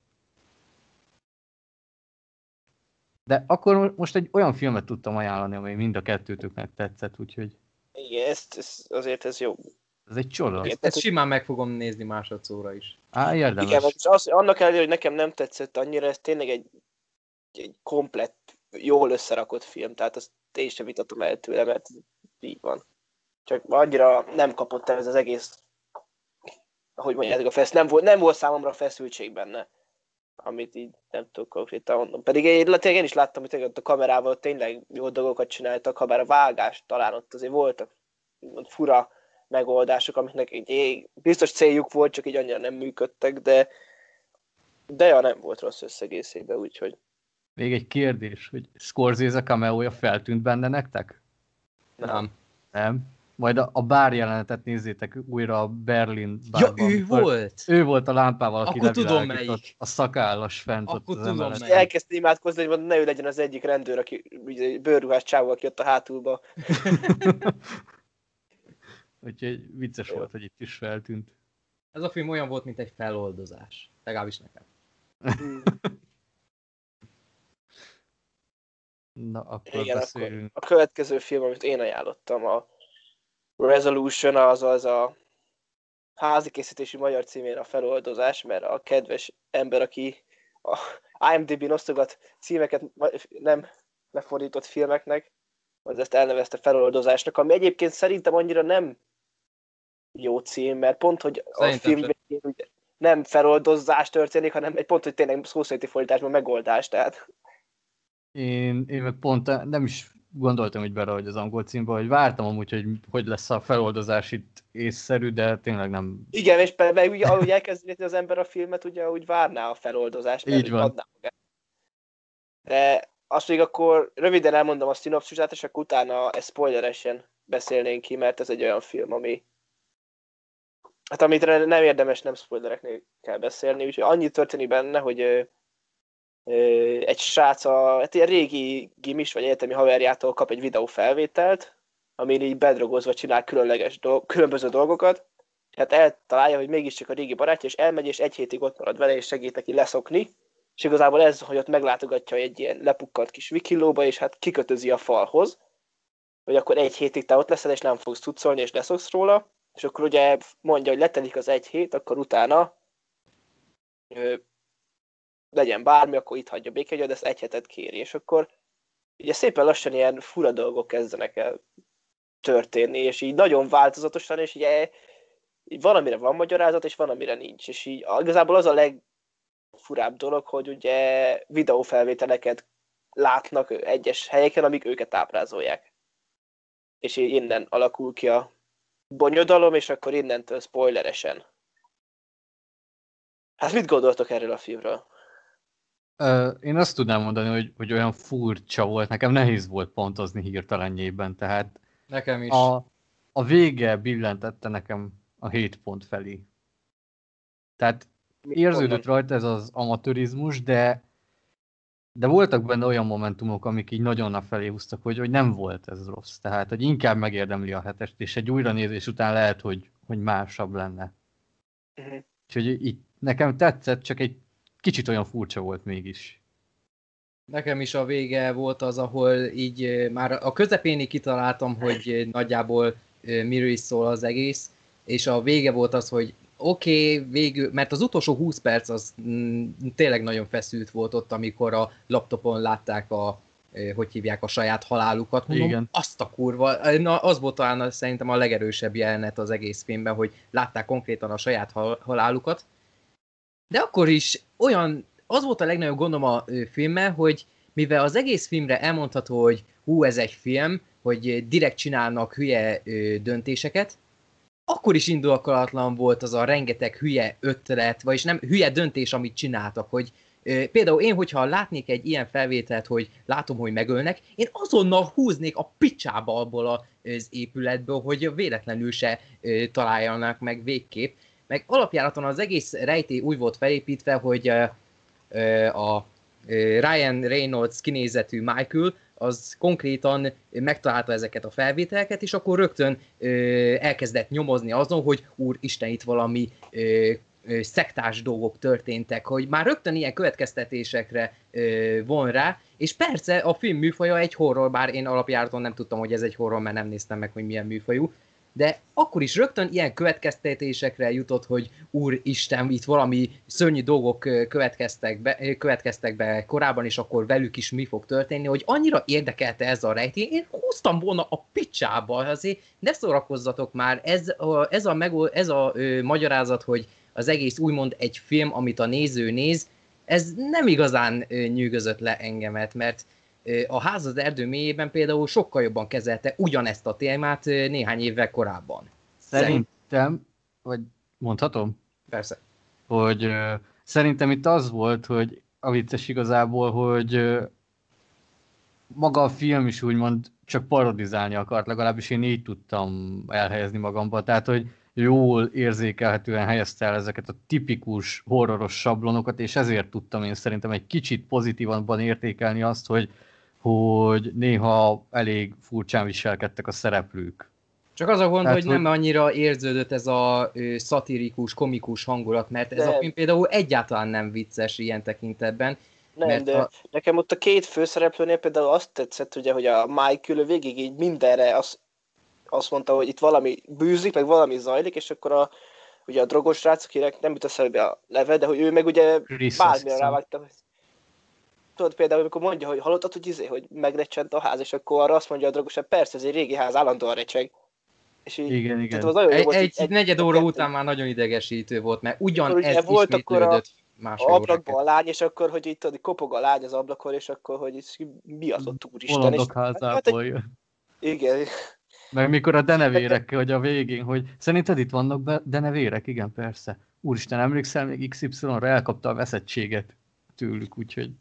De akkor most egy olyan filmet tudtam ajánlani, amely mind a kettőtöknek tetszett, úgyhogy... Igen, azért ez jó. Ez egy csoda. Ezt simán meg fogom nézni másodszorra is. Érdemes. Igen, annak ellenére, hogy nekem nem tetszett annyira, ez tényleg egy komplett, jól összerakott film, tehát azt én sem vitatom el tőle, mert így van. Csak annyira nem kapott el ez az egész, ahogy mondjátok, nem volt számomra feszültség benne, amit így nem tudok konkrétan mondani. Pedig én is láttam, hogy a kamerával tényleg jó dolgokat csináltak, ha bár a vágás talán ott azért voltak fura megoldások, amiknek biztos céljuk volt, csak így annyira nem működtek, de ja, nem volt rossz összegészében, úgyhogy. Még egy kérdés, hogy Scorsese cameója feltűnt benne nektek? Nem? Majd a bár jelenetet nézzétek újra a Berlin bárban. Ja, ő volt! Ő volt a lámpával, aki levilágított, a szakállas fent ott az emelet. Elkezdte imádkozni, hogy ne ő legyen az egyik rendőr, aki bőrruhás csávó, aki jött a hátulba. Úgyhogy vicces volt, hogy itt is feltűnt. Ez a film olyan volt, mint egy feloldozás. Legalábbis nekem. Na, akkor igen, beszéljünk. Akkor a következő film, amit én ajánlottam, a Resolution, azaz a házi készítésű magyar címén a feloldozás, mert a kedves ember, aki a IMDb-n osztogat címeket nem lefordított filmeknek, az ezt elnevezte feloldozásnak, ami egyébként szerintem annyira nem jó cím, mert pont, hogy szerintem a film végén nem feloldozás történik, hanem egy pont, hogy tényleg szó szerinti fordításban megoldás, tehát... Én meg pont nem is gondoltam, hogy bele, hogy az angol címbe, hogy vártam amúgy, hogy lesz a feloldozás itt észszerű, de tényleg nem... Igen, és meg ahogy elkezdi az ember a filmet, ugye úgy várná a feloldozást, mert így van. Adná magát. De azt még akkor röviden elmondom a szinopszisát, és akkor utána spoileresen beszélnénk ki, mert ez egy olyan film, ami... Hát amit nem érdemes nem spoilereknél kell beszélni, úgyhogy annyit történik benne, hogy egy srác hát ilyen régi gimis vagy egyetemi haverjától kap egy videófelvételt, amin így bedrogozva csinál különböző dolgokat, és hát eltalálja, hogy mégiscsak a régi barátja, és elmegy, és egy hétig ott marad vele, és segít neki leszokni, és igazából ez, hogy ott meglátogatja egy ilyen lepukkant kis vikillóba, és hát kikötözi a falhoz, hogy akkor egy hétig te ott leszel, és nem fogsz cuccolni, és leszoksz róla, és akkor ugye mondja, hogy letelik az egy hét, akkor utána legyen bármi, akkor itt hagyja békén, de ezt egy hetet kéri, és akkor ugye szépen lassan ilyen fura dolgok kezdenek el történni, és így nagyon változatosan, és így van, amire van magyarázat, és van, amire nincs, és így igazából az a legfurább dolog, hogy ugye videófelvételeket látnak egyes helyeken, amik őket ábrázolják. És így innen alakul ki a bonyodalom, és akkor innentől spoileresen. Hát mit gondoltok erről a filmről? Én azt tudnám mondani, hogy olyan furcsa volt, nekem nehéz volt pontozni hirtelenjében, tehát nekem is. A vége billentette nekem a 7 pont felé. Tehát érződött rajta ez az amatőrizmus, de voltak benne olyan momentumok, amik így nagyon afelé húztak, hogy nem volt ez rossz. Tehát, hogy inkább megérdemli a 7-est, és egy újranézés után lehet, hogy másabb lenne. Úgyhogy így nekem tetszett, csak egy kicsit olyan furcsa volt mégis. Nekem is a vége volt az, ahol így már a közepénig kitaláltam, hogy nagyjából miről is szól az egész, és a vége volt az, hogy oké, végül, mert az utolsó 20 perc az tényleg nagyon feszült volt ott, amikor a laptopon látták hogy hívják, a saját halálukat. Mondom, igen. Azt a kurva, na, az volt talán szerintem a legerősebb jelenet az egész filmben, hogy látták konkrétan a saját halálukat. De akkor is az volt a legnagyobb gondom a filmmel, hogy mivel az egész filmre elmondható, hogy ez egy film, hogy direkt csinálnak hülye döntéseket, akkor is indokolatlan volt az a rengeteg hülye ötlet, vagyis nem hülye döntés, amit csináltak, hogy például én, hogyha látnék egy ilyen felvételt, hogy látom, hogy megölnek, én azonnal húznék a picsába abból az épületből, hogy véletlenül se találjanak meg végképp. Meg alapjáraton az egész rejtély úgy volt felépítve, hogy a Ryan Reynolds kinézetű Michael, az konkrétan megtalálta ezeket a felvételeket, és akkor rögtön elkezdett nyomozni azon, hogy úristen, itt valami szektás dolgok történtek, hogy már rögtön ilyen következtetésekre von rá, és persze a film műfaja egy horror, bár én alapjáraton nem tudtam, hogy ez egy horror, mert nem néztem meg, hogy milyen műfajú, de akkor is rögtön ilyen következtetésekre jutott, hogy úristen, itt valami szörnyű dolgok következtek be korábban, és akkor velük is mi fog történni, hogy annyira érdekelte ez a rejtély, én húztam volna a picsába, azért ne szórakozzatok már, ez a magyarázat, hogy az egész úgymond egy film, amit a néző néz, ez nem igazán nyűgözött le engemet, mert a Ház az erdő mélyében például sokkal jobban kezelte ugyanezt a témát néhány évvel korábban. Szerintem, vagy mondhatom? Persze. Hogy szerintem itt az volt, hogy a vicces igazából, hogy maga a film is úgymond csak parodizálni akart, legalábbis én így tudtam elhelyezni magamba. Tehát, hogy jól érzékelhetően helyezte el ezeket a tipikus horroros sablonokat, és ezért tudtam én szerintem egy kicsit pozitívanban értékelni azt, hogy néha elég furcsán viselkedtek a szereplők. Csak az a gond, hogy nem annyira érződött ez a szatirikus, komikus hangulat, mert ez a film például egyáltalán nem vicces ilyen tekintetben. Nem, de nekem ott a két főszereplőnél például azt tetszett, ugye, hogy a Michael végig így mindenre azt mondta, hogy itt valami bűzik, meg valami zajlik, és akkor ugye a drogos srác, akinek nem jut eszembe a neve, de hogy ő meg ugye bármilyen rávágta. Tudod például, amikor mondja, hogy hallottad, hogy megrecsent a ház, és akkor arra azt mondja a drogos, hogy persze, ez egy régi ház, állandóan recseg. És így, igen. Egy negyed óra után már nagyon idegesítő volt, mert ugyanez volt ismétlődött másfél ablakban a lány, és akkor, hogy itt kopog a lány az ablakon, és akkor, hogy mi az ott, úristen. Bolondok házából jön. Igen. Meg mikor a denevérek, hogy a végén, hogy szerinted itt vannak denevérek? Igen, persze. Úristen, emlékszel, még XY-ra elkapta a veszettséget tőlük, úgyhogy...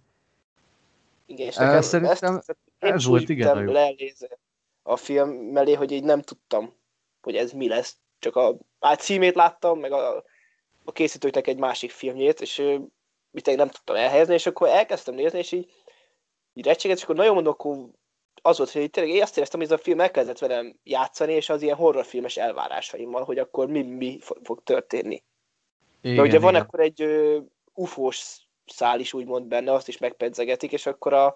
Igen, és nekem szerintem ez volt igen a jó. A film mellé, hogy így nem tudtam, hogy ez mi lesz. Csak a címét láttam, meg a készítőknek egy másik filmjét, és nem tudtam elhelyezni, és akkor elkezdtem nézni, és így recseget, és akkor nagyon mondom, akkor az volt, hogy tényleg én azt éreztem, hogy ez a film elkezdett velem játszani, és az ilyen horrorfilmes elvárásaimmal, hogy akkor mi fog történni. Igen, de ugye van akkor egy ufós szál is úgymond benne, azt is megpedzegetik, és akkor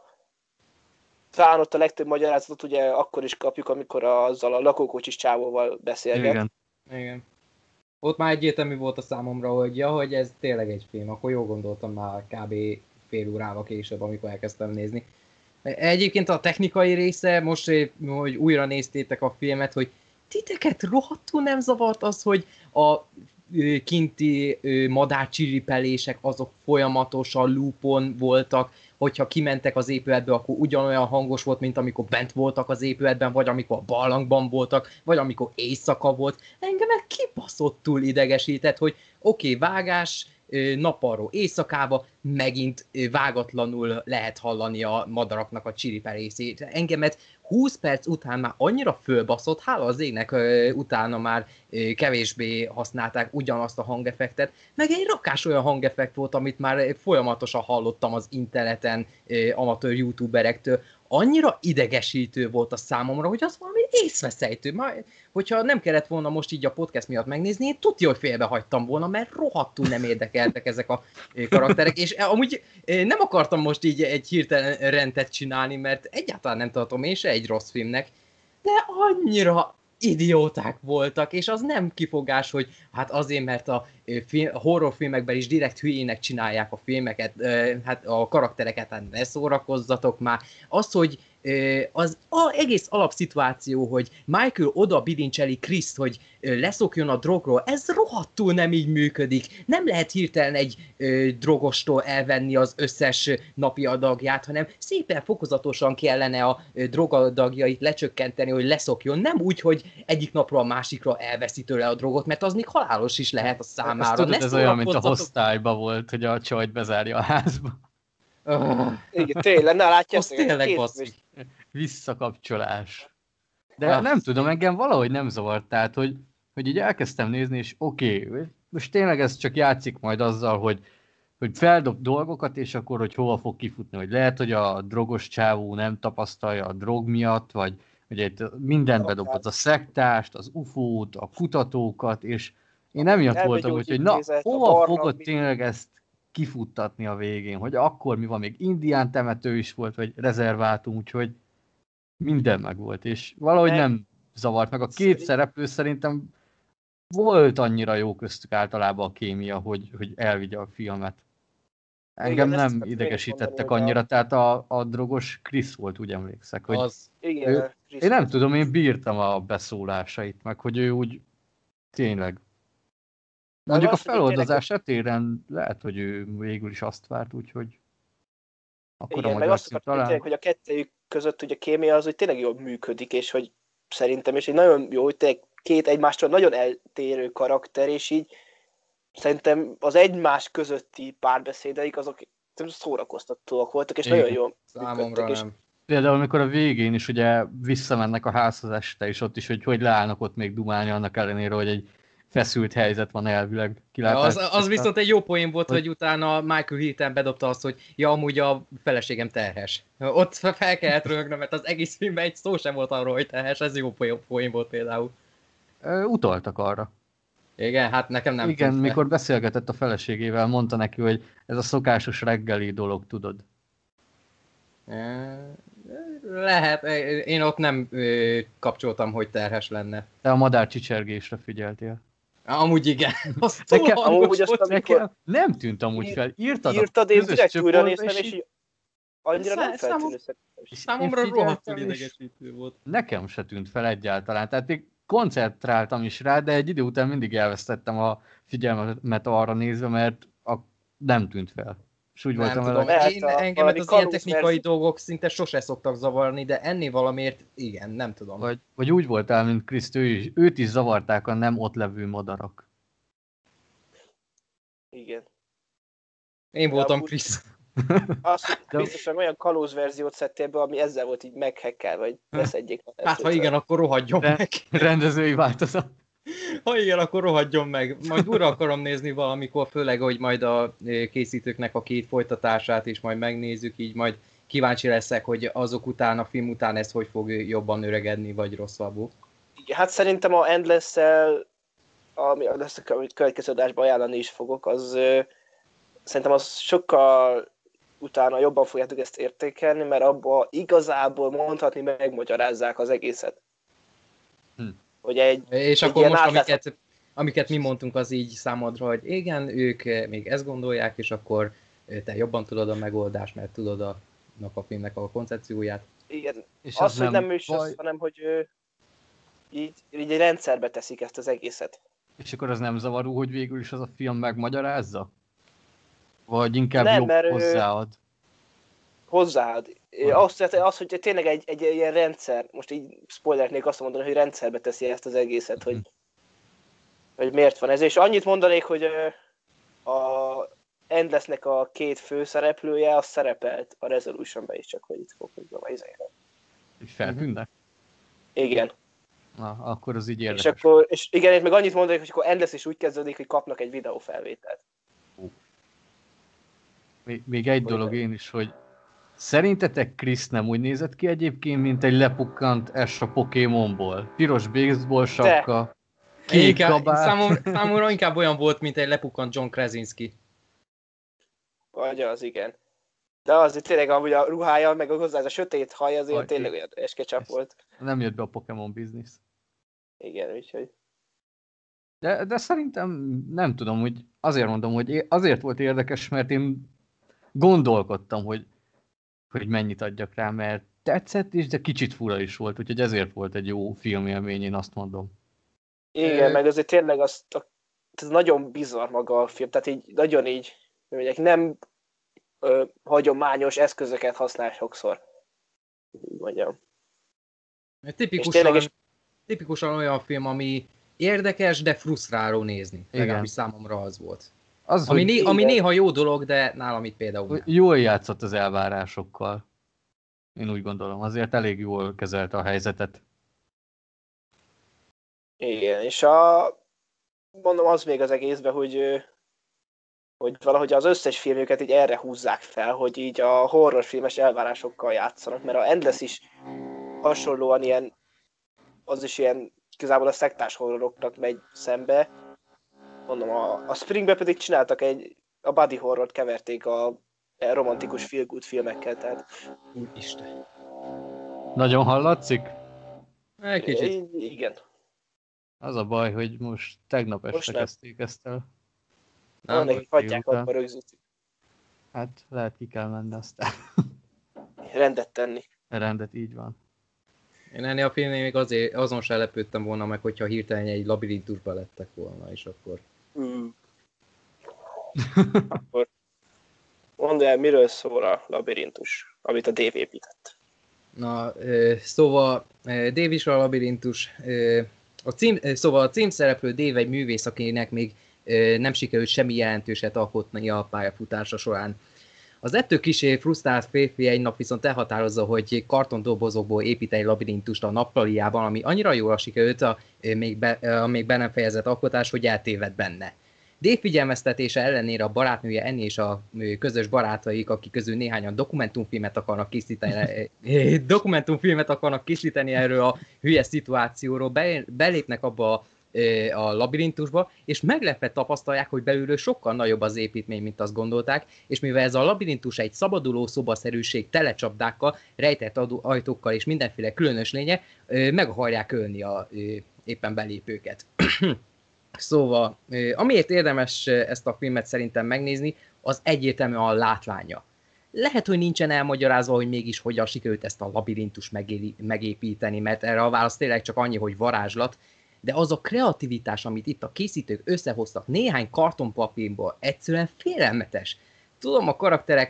talán ott a legtöbb magyarázatot ugye akkor is kapjuk, amikor azzal a lakókocsis csávóval beszélget. Igen. Ott már egyértelmű volt a számomra, hogy ez tényleg egy film, akkor jól gondoltam már kb. Fél órával később, amikor elkezdtem nézni. Egyébként a technikai része, most, hogy újra néztétek a filmet, hogy titeket rohadtul nem zavart az, hogy a kinti madárcsiripelések azok folyamatosan loopon voltak, hogyha kimentek az épületbe, akkor ugyanolyan hangos volt, mint amikor bent voltak az épületben, vagy amikor a barlangban voltak, vagy amikor éjszaka volt. Engem kibaszottul idegesített, hogy oké, vágás, nappalról éjszakába megint vágatlanul lehet hallani a madaraknak a csiripelészét. Engemet 20 perc után már annyira fölbaszott, hála az égnek, utána már kevésbé használták ugyanazt a hangeffektet, meg egy rakás olyan hangeffekt volt, amit már folyamatosan hallottam az interneten amatőr youtuberektől, annyira idegesítő volt a számomra, hogy az valami észveszejtő. Hogyha nem kellett volna most így a podcast miatt megnézni, én tudja, hogy félbehagytam volna, mert rohadtul nem érdekeltek ezek a karakterek, és amúgy nem akartam most így egy hirtelen rendet csinálni, mert egyáltalán nem tartom én se egy rossz filmnek, de annyira idióták voltak, és az nem kifogás, hogy hát azért, mert a horrorfilmekben is direkt hülyének csinálják a filmeket, hát a karaktereket, hát ne szórakozzatok már. Az, hogy az egész alapszituáció, hogy Michael oda bilincseli Christ, hogy leszokjon a drogról, ez rohadtul nem így működik. Nem lehet hirtelen egy drogostól elvenni az összes napi adagját, hanem szépen fokozatosan kellene a drogadagjait lecsökkenteni, hogy leszokjon. Nem úgy, hogy egyik napról a másikra elveszi tőle a drogot, mert az még halálos is lehet a számára. Ezt tudod, ez olyan, mint a Hostile-ba volt, hogy a csajt bezárja a házba. Igen, tényleg, na látja, az tényleg basszik. Visszakapcsolás. De nem tudom, engem valahogy nem zavart, tehát, hogy így elkezdtem nézni, és oké, most tényleg ez csak játszik majd azzal, hogy feldob dolgokat, és akkor, hogy hova fog kifutni, hogy lehet, hogy a drogos csávó nem tapasztalja a drog miatt, vagy mindent bedobott, a szektást, az ufót, a kutatókat, és én emiatt voltam, hogy na, hova fogod tényleg ezt kifuttatni a végén, hogy akkor mi van, még indián temető is volt, vagy rezervátum, úgyhogy minden meg volt, és valahogy nem zavart meg. A két szereplő szerintem volt annyira jó köztük általában a kémia, hogy elvigye a filmet. Engem nem idegesítettek annyira, tehát a drogos Chris volt, úgy emlékszek, hogy igen, én nem tudom, én bírtam a beszólásait, meg hogy ő úgy tényleg. Mondjuk a feloldozás etéren lehet, hogy ő végül is azt várt, úgyhogy akkor igen, a meg magyar azt szint akartam, talán. hogy a kettőjük között ugye a kémia az, hogy tényleg jól működik, és hogy szerintem is egy nagyon jó, hogy tényleg két egymástól nagyon eltérő karakter, és így szerintem az egymás közötti párbeszédeik azok szórakoztatóak voltak, és nagyon jól működtek. És például, amikor a végén is ugye visszamennek a házhoz este, és ott is, hogy leállnak ott még dumálni, annak ellenére, hogy egy feszült helyzet van elvileg. Az viszont egy jó poén volt, hogy utána Michael hirtelen bedobta azt, hogy ja, amúgy a feleségem terhes. Ott fel kellett röhögnöm, mert az egész filmben egy szó sem volt arról, hogy terhes, ez jó poén volt például. Utaltak arra. Igen, hát nekem nem. Igen, mikor beszélgetett a feleségével, mondta neki, hogy ez a szokásos reggeli dolog, tudod. Lehet, én ott nem kapcsoltam, hogy terhes lenne. Te a madár csicsergésre figyeltél. Amúgy igen. Nem tűnt amúgy fel. Írtad, én direkt újra néztem, és így annyira nem feltűnő. Számomra rohadtul idegesítő volt. Nekem se tűnt fel egyáltalán. Tehát én koncentráltam is rá, de egy idő után mindig elvesztettem a figyelmet arra nézve, mert nem tűnt fel. És úgy voltam vele. Engemet az ilyen technikai dolgok szinte sose szoktak zavarni, de ennél valamiért igen, nem tudom. Vagy úgy voltál, mint Kriszt, őt is zavarták a nem ott levő madarak. Igen. Én voltam Krisz. Azt, hogy biztosan olyan kalóz verziót szedtél be, ami ezzel volt így meghekkel, vagy leszedjék. Hát ha igen, akkor rohadjon meg. Rendezői változat. Ha igen, akkor rohadjon meg. Majd újra akarom nézni valamikor, főleg, hogy majd a készítőknek a két folytatását is majd megnézzük, így majd kíváncsi leszek, hogy azok után, a film után ez hogy fog jobban öregedni, vagy rosszabbul. Igen, hát szerintem a Endless-szel, amit következő adásban ajánlani is fogok, az szerintem az sokkal utána jobban fogjátok ezt értékelni, mert abban igazából mondhatni megmagyarázzák az egészet. Hogy és akkor most, amiket mi mondtunk, az így számodra, hogy igen, ők még ezt gondolják, és akkor te jobban tudod a megoldást, mert tudod a filmnek a koncepcióját. Igen, és az, hogy nem is az, hanem hogy így egy rendszerbe teszik ezt az egészet. És akkor az nem zavaró, hogy végül is az a film megmagyarázza? Vagy inkább nem, jobb hozzáad? Hozzáad. Az, hogy tényleg egy ilyen rendszer, most így spoilernék azt mondani, hogy rendszerbe teszi ezt az egészet, hogy miért van ez. És annyit mondanék, hogy a Endlessnek a két főszereplője, az szerepelt a Resolutionben is, csak hogy itt fog, hogy van izére. Feltűnnek? Igen. Na, akkor az így érdekes. És igen, és meg annyit mondanék, hogy akkor Endless is úgy kezdődik, hogy kapnak egy videófelvételt. Még egy dolog én is, hogy Szerintetek Chris nem úgy nézett ki egyébként, mint egy lepukkant Ash a Pokémonból? Piros baseball sapka, kék kabát. Számomra inkább olyan volt, mint egy lepukkant John Krasinski. Vagy az, igen. De azért tényleg amúgy a ruhája, meg hozzá ez a sötét haj azért tényleg olyan eskecsap volt. Nem jött be a Pokémon biznisz. Igen, úgyhogy... De szerintem nem tudom, hogy azért mondom, hogy azért volt érdekes, mert én gondolkodtam, hogy mennyit adjak rá, mert tetszett is, de kicsit fura is volt, úgyhogy ezért volt egy jó filmélmény, én azt mondom. Igen, meg azért tényleg ez nagyon bizarr maga a film, tehát így nagyon így, mondják, nem hagyományos eszközöket használ sokszor. Úgy mondjam. Tipikusan olyan film, ami érdekes, de frusztráló nézni. Legalábbis számomra az volt. Ami néha jó dolog, de nálam itt például nem. Jól játszott az elvárásokkal. Én úgy gondolom, azért elég jól kezelte a helyzetet. Igen, és mondom az még az egészben, hogy valahogy az összes filmjüket így erre húzzák fel, hogy így a horrorfilmes elvárásokkal játszanak, mert a Endless is hasonlóan ilyen, az is ilyen igazából a szektás horroroknak megy szembe. Mondom, a Springbe pedig csináltak a body horrort keverték a romantikus feel good filmekkel, tehát... Úristen. Nagyon hallatszik? Egy kicsit. Igen. Az a baj, hogy most tegnap este kezdték ezt el. Nem, nekik hagyják abba rögzítik. Hát lehet ki kell menni aztán. Rendet tenni. Rendet, így van. Én ennél a filmnél még azon se lepődtem volna meg, hogyha hirtelen egy labirintusba lettek volna, és akkor... Akkor mondd el, miről szól a labirintus, amit a Dave épített. Na, szóval Dave is a labirintus. Szóval a címszereplő Dave egy művész, akinek még nem sikerült semmi jelentőset alkotni a pályafutása során. Az ettől kissé frusztrált férfi egy nap viszont elhatározza, hogy kartondobozokból épít egy labirintust a nappaliában, ami annyira jól sikerült a még be nem fejezett alkotás, hogy eltéved benne. Dave figyelmeztetése ellenére a barátnője Annie és a közös barátaik, akik közül néhányan dokumentumfilmet akarnak készíteni erről a hülye szituációról, belépnek abba a labirintusba, és meglepve tapasztalják, hogy belülről sokkal nagyobb az építmény, mint azt gondolták, és mivel ez a labirintus egy szabaduló szobaszerűség telecsapdákkal, rejtett ajtókkal és mindenféle különös lénye, meg akarják ölni a éppen belépőket. Szóval, amiért érdemes ezt a filmet szerintem megnézni, az egyértelműen a látványa. Lehet, hogy nincsen elmagyarázva, hogy mégis hogyan sikerült ezt a labirintus megépíteni, mert erre a válasz tényleg csak annyi, hogy varázslat, de az a kreativitás, amit itt a készítők összehoztak néhány kartonpapírból, egyszerűen félelmetes. Tudom, a karakterek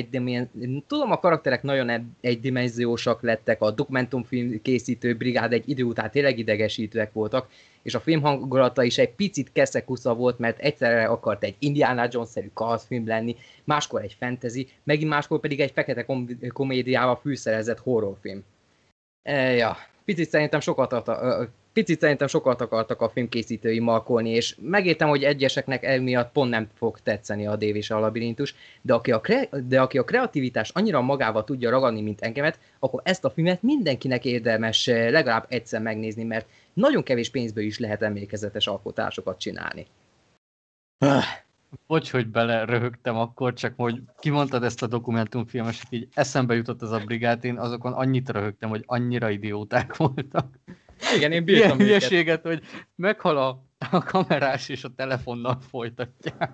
nagyon egydimenziósak lettek, a dokumentumfilm készítő brigád egy idő után tényleg idegesítőek voltak, és a film hangulata is egy picit keszekusza volt, mert egyszerre akart egy Indiana Jones-szerű kalandfilm lenni, máskor egy fantasy, megint máskor pedig egy fekete komédiával fűszerezett horrorfilm. Picit szerintem sokat akartak a filmkészítői markolni, és megértem, hogy egyeseknek emiatt pont nem fog tetszeni a Dave és a labirintus, de aki a kreativitás annyira magával tudja ragadni, mint engemet, akkor ezt a filmet mindenkinek érdemes legalább egyszer megnézni, mert nagyon kevés pénzből is lehet emlékezetes alkotásokat csinálni. Bocs, hogy beleröhögtem akkor, csak hogy kimondtad ezt a dokumentumfilmeset, így eszembe jutott az a brigád, én azokon annyit röhögtem, hogy annyira idióták voltak. Igen, én bírtam ilyen hülyeséget, hogy meghal a kamerás és a telefonnal folytatják.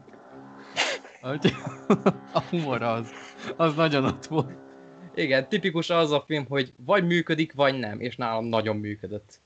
A humor az nagyon ott volt. Igen, tipikus az a film, hogy vagy működik, vagy nem, és nálam nagyon működött.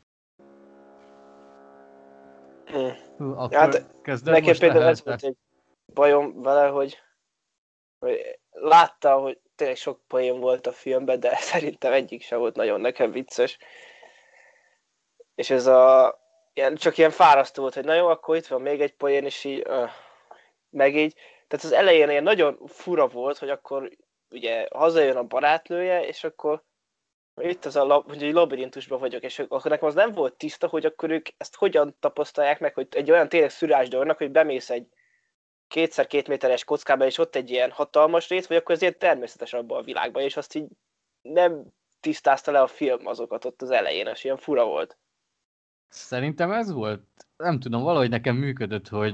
Hát nekem például ez volt egy bajom vele, hogy látta, hogy tényleg sok poén volt a filmben, de szerintem egyik sem volt nagyon nekem vicces. És ez csak ilyen fárasztó volt, hogy na jó, akkor itt van még egy poén, és így meg így. Tehát az elején ilyen nagyon fura volt, hogy akkor ugye hazajön a barátnője, és akkor itt az hogy egy labirintusban vagyok, és akkor nekem az nem volt tiszta, hogy akkor ők ezt hogyan tapasztalják meg, hogy egy olyan tényleg szürreális dolognak, hogy bemész egy 2x2 méteres kockában, és ott egy ilyen hatalmas rész, vagy akkor ez ilyen természetes abban a világban, és azt így nem tisztázta le a film azokat ott az elején, és ilyen fura volt. Szerintem ez volt, nem tudom, valahogy nekem működött, hogy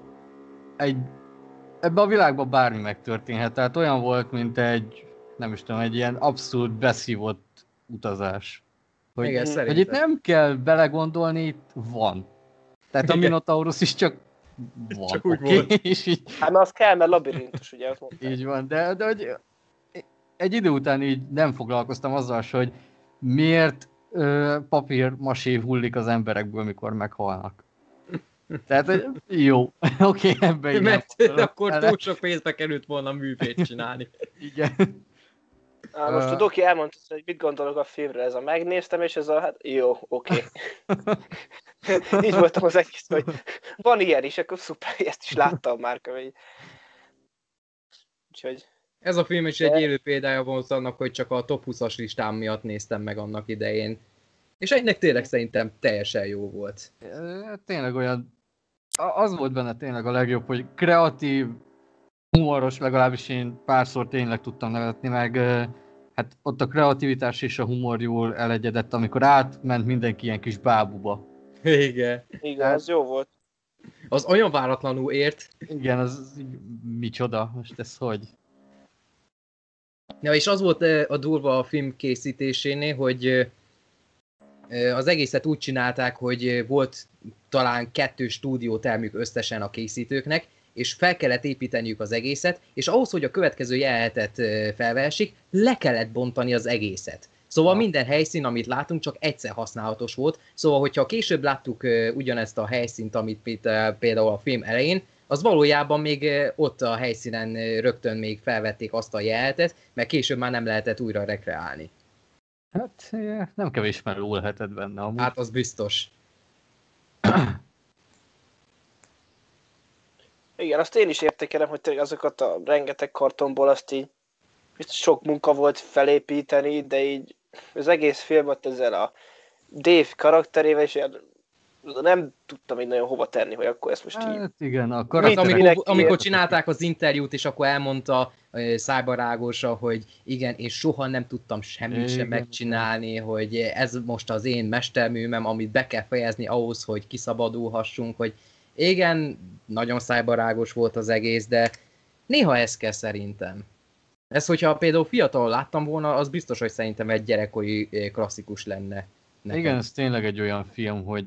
ebben a világban bármi megtörténhet, tehát olyan volt, mint nem is tudom, egy ilyen abszolút beszívott utazás. Hogy itt nem kell belegondolni, itt van. Tehát a Minotaurus is csak van. Csak úgy volt. És így, Hát mert az kell, mert labirintus, ugye, azt mondták. így van, de hogy egy idő után így nem foglalkoztam azzal, hogy miért papírmasé hullik az emberekből, mikor meghalnak. Tehát, hogy jó, oké, ebben így Mert akkor túl sok pénzbe került volna művét csinálni. Igen. Most a Doki elmondta, hogy mit gondolok a filmről, ez a megnéztem, és ez a, hát jó, oké. Így voltam az egész, hogy van ilyen is, akkor szuper, ezt is láttam már kövény. Úgyhogy... Ez a film is egy élő példája volt annak, hogy csak a top 20-as listám miatt néztem meg annak idején. És egynek tényleg szerintem teljesen jó volt. Tényleg olyan, az volt benne tényleg a legjobb, hogy kreatív, humoros, legalábbis én párszor tényleg tudtam nevetni, meg hát ott a kreativitás és a humor jól elegyedett, amikor átment mindenki ilyen kis bábuba. Igen. Igen, az jó volt. Az olyan váratlanul ért. Igen, az micsoda, most ez hogy? Ja, és az volt a durva a film készítésénél, hogy az egészet úgy csinálták, hogy volt talán 2 stúdiótermük összesen a készítőknek, és fel kellett építeniük az egészet, és ahhoz, hogy a következő jelenetet felvehessék, le kellett bontani az egészet. Szóval minden helyszín, amit látunk, csak egyszer használatos volt. Szóval, hogyha később láttuk ugyanezt a helyszínt, amit például a film elején, az valójában még ott a helyszínen rögtön még felvették azt a jelenetet, mert később már nem lehetett újra rekreálni. Hát nem kevés meló lehetett benne amúgy. Hát az biztos. Igen, azt én is értékelem, hogy tényleg azokat a rengeteg kartonból azt így sok munka volt felépíteni, de így az egész filmet ezzel a Dave karakterével, és nem tudtam így nagyon hova tenni, hogy akkor ezt most így... Hát igen, a karakterek... Amikor csinálták az interjút, és akkor elmondta Szájbarágosa, hogy igen, és soha nem tudtam semmit sem megcsinálni, hogy ez most az én mesterművem, amit be kell fejezni ahhoz, hogy kiszabadulhassunk, hogy igen, nagyon szájbarágos volt az egész, de néha ez kell szerintem. Ez, hogyha például fiatal láttam volna, az biztos, hogy szerintem egy gyerekkori klasszikus lenne. Nekem. Igen, ez tényleg egy olyan film, hogy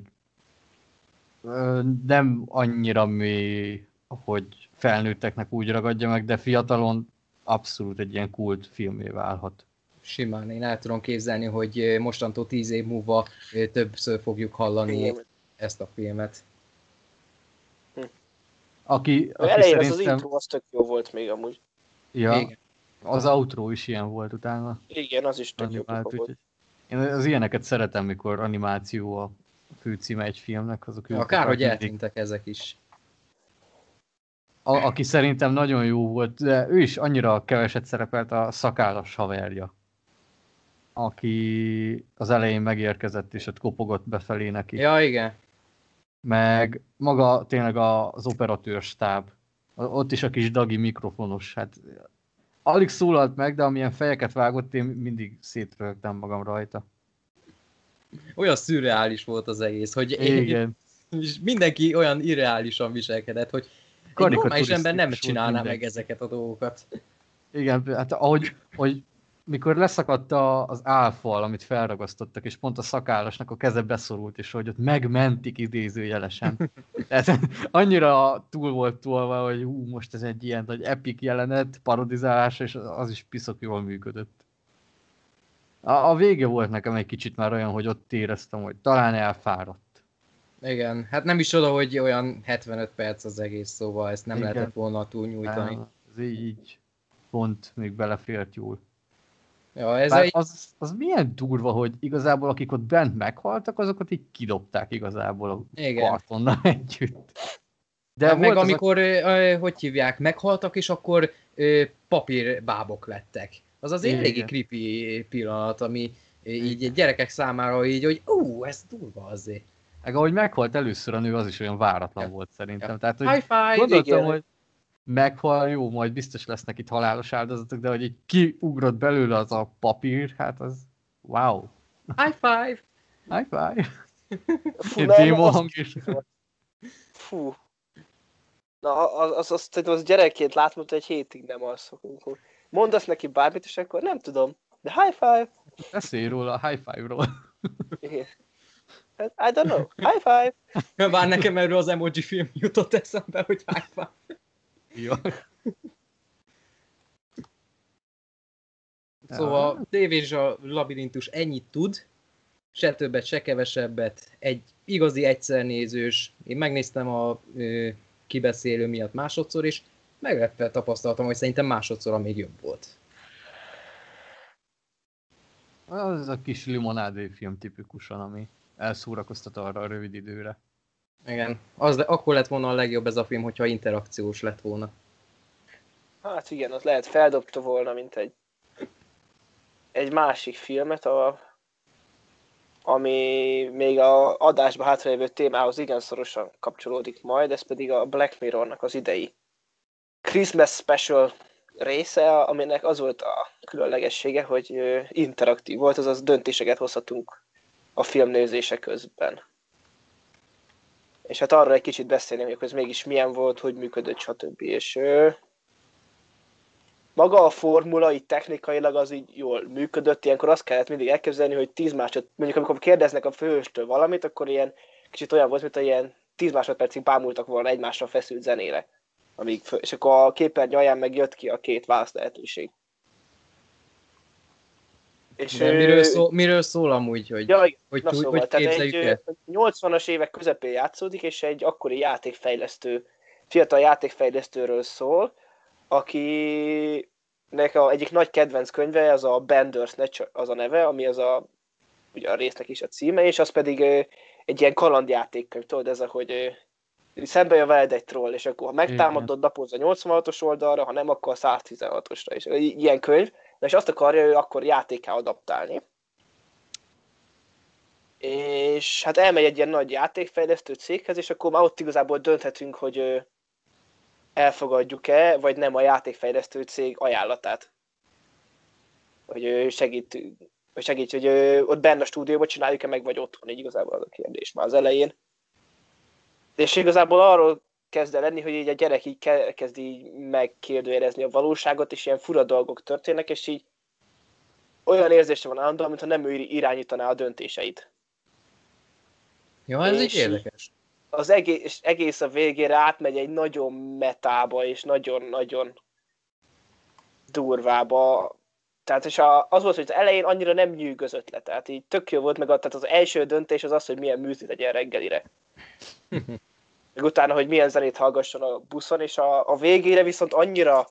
nem annyira mély, hogy felnőtteknek úgy ragadja meg, de fiatalon abszolút egy ilyen kult filmé válhat. Simán, én el tudom képzelni, hogy mostantól 10 év múlva többször fogjuk hallani ezt a filmet. Aki elején szerintem... az intro, az tök jó volt még amúgy. Ja, igen. Az outro is ilyen volt utána. Igen, az is tök jó volt. Én az ilyeneket szeretem, mikor animáció a főcíme egy filmnek. Azok akár, hogy eltűntek ezek is. Aki szerintem nagyon jó volt, de ő is annyira keveset szerepelt, a szakállas haverja. Aki az elején megérkezett, és ott kopogott befelé neki. Ja, igen. Meg maga tényleg az operatőr stáb. Ott is a kis Dagi mikrofonos. Hát alig szólalt meg, de amilyen fejeket vágott, én mindig szétrögtem magam rajta. Olyan szürreális volt az egész, hogy igen. És mindenki olyan irreálisan viselkedett, hogy egy normális ember nem csinálná meg ezeket a dolgokat. Igen, hát ahogy mikor leszakadt az álfal, amit felragasztottak, és pont a szakállasnak a keze beszorult, és hogy ott megmentik idézőjelesen. Tehát annyira túl volt tolva, hogy most ez egy ilyen nagy epic jelenet, parodizálás, és az is piszok jól működött. A vége volt nekem egy kicsit már olyan, hogy ott éreztem, hogy talán elfáradt. Igen, hát nem is oda, hogy olyan 75 perc az egész, szóval ezt nem lehetett volna túl nyújtani. Ez így pont még belefért jól. Ja, ez az milyen durva, hogy igazából akik ott bent meghaltak, azokat így kidobták igazából a kartonnal együtt. De hát meg amikor, hogy hívják, meghaltak, és akkor papírbábok lettek. Az azért eléggé creepy pillanat, ami így gyerekek számára így, hogy ez durva azért. Meg ahogy meghalt először a nő, az is olyan váratlan volt szerintem. Tehát, hogy high five! gondoltam, hogy meghal, jó, majd biztos lesznek itt halálos áldozatok, de hogy így kiugrott belőle az a papír, hát az wow. High five! High five! Fú, Egy na, démon az hang is. Fú. Na, az gyerekként látom, hogy egy hétig nem alszok. Mondasz neki bármit, és akkor nem tudom. De high five! Beszélj róla, a high five-ról. Igen. I don't know. High five! Bár nekem erről az emoji film jutott eszembe, hogy high five. Jó. Szóval a tévés a labirintus ennyit tud, se többet, se kevesebbet, egy igazi egyszernézős. Én megnéztem a kibeszélő miatt másodszor, és meglepve tapasztaltam, hogy szerintem másodszor még jobb volt. Az a kis limonádé film tipikusan, ami elszórakoztat arra a rövid időre. Igen, akkor lett volna a legjobb ez a film, hogyha interakciós lett volna. Hát igen, az lehet feldobta volna, mint egy másik filmet, ami még a adásba hátralévő témához igen szorosan kapcsolódik majd, ez pedig a Black Mirrornak az idei Christmas Special része, aminek az volt a különlegessége, hogy interaktív volt, azaz döntéseket hozhatunk a filmnézése közben. És hát arra egy kicsit beszélni, hogy ez mégis milyen volt, hogy működött, stb. És maga a formula így technikailag az így jól működött, ilyenkor azt kellett mindig elképzelni, hogy 10 másodperc, mondjuk amikor kérdeznek a főhőstől valamit, akkor ilyen kicsit olyan volt, mint ilyen 10 másodpercig bámultak volna egymásra feszült zenére. És akkor a képernyő alján meg jött ki a két válasz lehetőség. És miről szól amúgy, hogy, ja, hogy képzeljük el? 80-as évek közepén játszódik, és egy akkori fiatal játékfejlesztőről szól, akinek egyik nagy kedvenc könyve, az a Bandersnatch az a neve, ami ugye a résznek is a címe, és az pedig egy ilyen kalandjátékkönyv, tudod, ez hogy szembe jön veled egy troll, és akkor ha megtámadod, napozz a 86-os oldalra, ha nem, akkor a 116-osra is. Ilyen könyv, és azt akarja ő akkor játékká adaptálni. És hát elmegy egy ilyen nagy játékfejlesztő céghez, és akkor már ott igazából dönthetünk, hogy elfogadjuk-e, vagy nem a játékfejlesztő cég ajánlatát. Hogy segít, hogy ott benne a stúdióban csináljuk-e meg, vagy otthon, így igazából az a kérdés már az elején. És igazából arról kezd el lenni, hogy így a gyerek így kezd így megkérdőjelezni a valóságot, és ilyen fura dolgok történnek, és így olyan érzése van állandóan, mintha nem ő irányítaná a döntéseit. Jó, ez így érdekes. Az egész a végére átmegy egy nagyon metába, és nagyon-nagyon durvába. Tehát és az volt, hogy az elején annyira nem nyűgözött le, tehát így tök jó volt, tehát az első döntés az, hogy milyen műzli legyen reggelire. Meg utána, hogy milyen zenét hallgasson a buszon, és a végére viszont annyira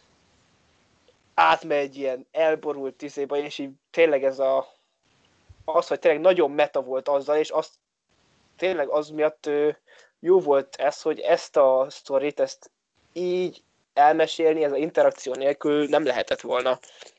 átmegy ilyen elborult tiszéba, és így tényleg az, hogy tényleg nagyon meta volt azzal, és azt tényleg az miatt jó volt ez, hogy ezt a sztorit, ezt így elmesélni, ez az interakció nélkül nem lehetett volna.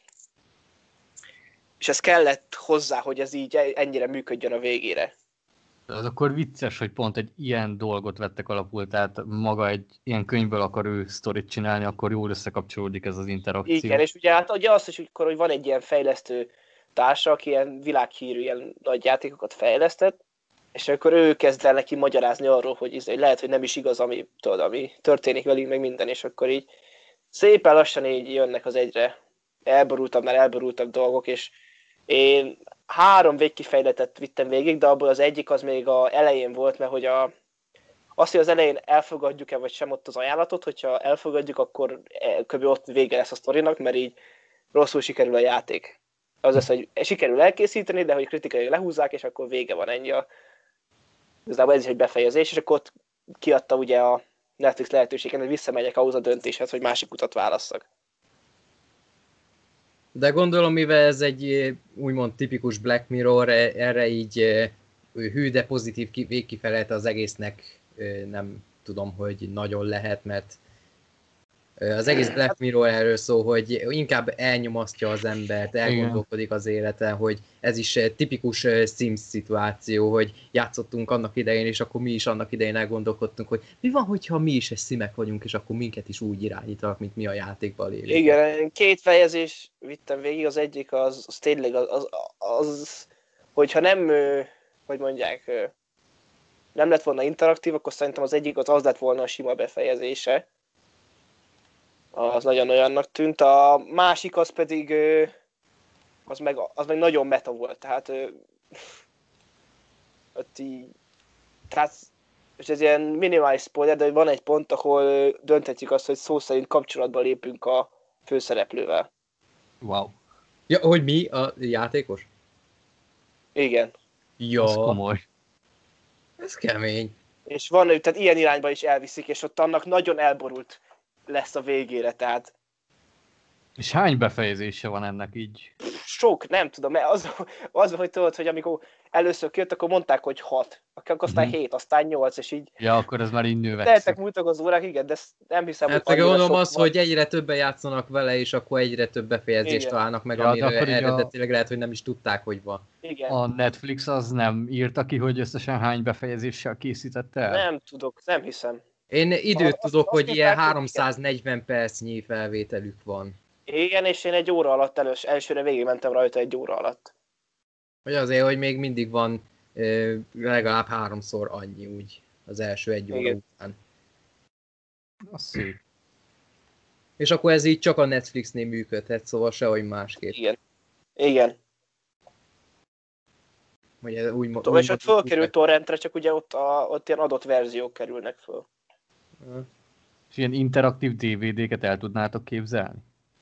És ez kellett hozzá, hogy ez így ennyire működjön a végére. Az akkor vicces, hogy pont egy ilyen dolgot vettek alapul, tehát maga egy ilyen könyvből akar ő sztorit csinálni, akkor jól összekapcsolódik ez az interakció. Igen, és ugye hát ugye az is, hogy van egy ilyen fejlesztő társa, aki ilyen világhírű, ilyen nagy játékokat fejlesztett, és akkor ő kezd el neki magyarázni arról, hogy lehet, hogy nem is igaz, ami történik velünk, meg minden, és akkor így szépen lassan így jönnek az egyre elborultabb dolgok, és én 3 végkifejletet vittem végig, de abból az egyik az még az elején volt, mert hogy azt, hogy az elején elfogadjuk-e vagy sem ott az ajánlatot, hogyha elfogadjuk, akkor kb. Ott vége lesz a sztorinak, mert így rosszul sikerül a játék. Az lesz, hogy sikerül elkészíteni, de hogy kritikai lehúzzák, és akkor vége van, ennyi igazából ez is egy befejezés, és akkor ott kiadta ugye a Netflix lehetőségen, hogy visszamegyek ahhoz a döntéshez, hogy másik utat válasszak. De gondolom, mivel ez egy úgymond tipikus Black Mirror, erre így hű, de pozitív végkifelete az egésznek nem tudom, hogy nagyon lehet, mert Az egész Black Mirror erről szól, hogy inkább elnyomasztja az embert, elgondolkodik az életen, hogy ez is tipikus Sims szituáció, hogy játszottunk annak idején, és akkor mi is annak idején elgondolkodtunk, hogy mi van, hogyha mi is Simek vagyunk, és akkor minket is úgy irányítanak, mint mi a játékban élünk. Igen, 2 fejezés vittem végig, az egyik az tényleg az, hogyha nem, hogy mondják, nem lett volna interaktív, akkor szerintem az egyik az lett volna a sima befejezése. Az nagyon olyannak tűnt. A másik az pedig, az meg nagyon meta volt. Tehát, tehát és ez ilyen minimális spoiler, de van egy pont, ahol dönthetjük azt, hogy szó szerint kapcsolatba lépünk a főszereplővel. Wow. Ja, hogy mi? A játékos? Igen. Ja. Ez komoly. Ez kemény. És van, tehát ilyen irányba is elviszik, és ott annak nagyon elborult lesz a végére, tehát... És hány befejezése van ennek így? Sok, nem tudom, mert az hogy tudod, hogy amikor először kijött, akkor mondták, hogy 6, akkor aztán 7, aztán 8, és így... Ja, akkor ez már így növekszik. Teltek múltak az órák, igen, de nem hiszem, hát hogy gondolom az, hogy egyre többen játszanak vele, és akkor egyre több befejezést találnak meg, amire eredetileg lehet, hogy nem is tudták, hogy van. Igen. A Netflix az nem írta ki, hogy összesen hány befejezéssel készítette el? Nem tudok, nem hiszem. Én időt tudok, hogy ilyen 340 percnyi felvételük van. Igen, és én egy óra alatt elsőre végigmentem rajta egy óra alatt. Vagy azért, hogy még mindig van legalább 3-szor annyi úgy az első egy óra után. Az szép. És akkor ez így csak a Netflixnél működhet, szóval sehogy másképp. Igen. Igen. És ott fölkerült torrentre, csak ugye ott ilyen adott verziók kerülnek föl. És ilyen interaktív DVD-ket el tudnátok képzelni?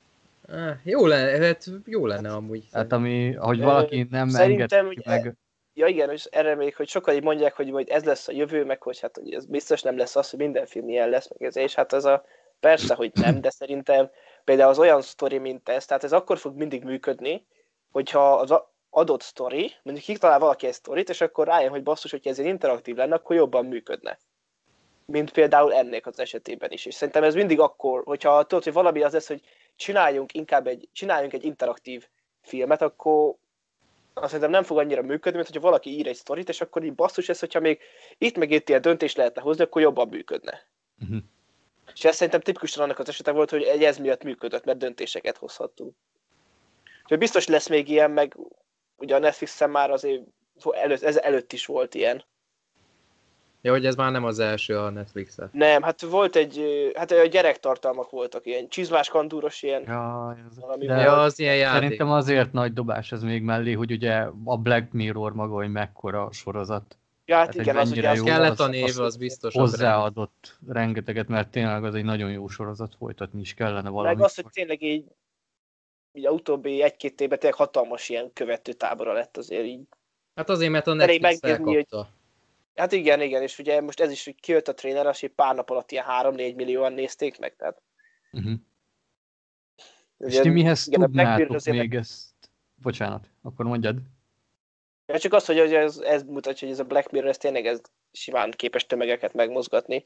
Jó lenne amúgy. Hát ahogy valaki nem szerintem, meg... Ja igen, és erre még, hogy sokan így mondják, hogy majd ez lesz a jövő, meg hogy hát hogy ez biztos nem lesz az, hogy minden film ilyen lesz, meg ez, és hát persze, hogy nem, de szerintem például az olyan sztori, mint ez, tehát ez akkor fog mindig működni, hogyha az adott sztori, mondjuk kitalál valaki egy sztorit, és akkor rájön, hogy basszus, hogyha ez interaktív lenne, akkor jobban működne. Mint például ennek az esetében is. És szerintem ez mindig akkor, hogyha tudod, hogy valami az lesz, hogy csináljunk egy interaktív filmet, akkor azt szerintem nem fog annyira működni, mint hogyha valaki ír egy sztorit, és akkor így basszus ez, hogyha még itt meg itt ilyen döntést lehetne hozni, akkor jobban működne. Uh-huh. És ez szerintem tipikusan annak az esete volt, hogy ez miatt működött, mert döntéseket hozhattunk. Úgyhogy biztos lesz még ilyen, meg ugye a Netflixen már azért ez előtt is volt ilyen. Ja, hogy ez már nem az első a Netflixen. Nem, hát volt a gyerektartalmak voltak, ilyen csizmás kandúros ilyen. Az ilyen játék. Szerintem azért nagy dobás ez még mellé, hogy ugye a Black Mirror maga, hogy mekkora sorozat. Ja, hát igen, az ugye jó, kellett a név, az biztos. Hozzáadott rengeteget, mert tényleg az egy nagyon jó sorozat, folytatni is kellene valami. Meg az, hogy tényleg így a utóbbi 1-2 évben tényleg hatalmas ilyen követő tábora lett azért így. Hát azért, mert a Netflix elkapta. Hát igen, és ugye most ez is, hogy kijött a tréner, az, hogy pár nap alatt ilyen 3-4 millióan nézték meg, tehát. Uh-huh. És ti mihez tudnátok még ezt? Bocsánat, akkor mondjad. Ja, csak az, hogy ez mutatja, hogy ez a Black Mirror, ez tényleg ez simán képes tömegeket megmozgatni.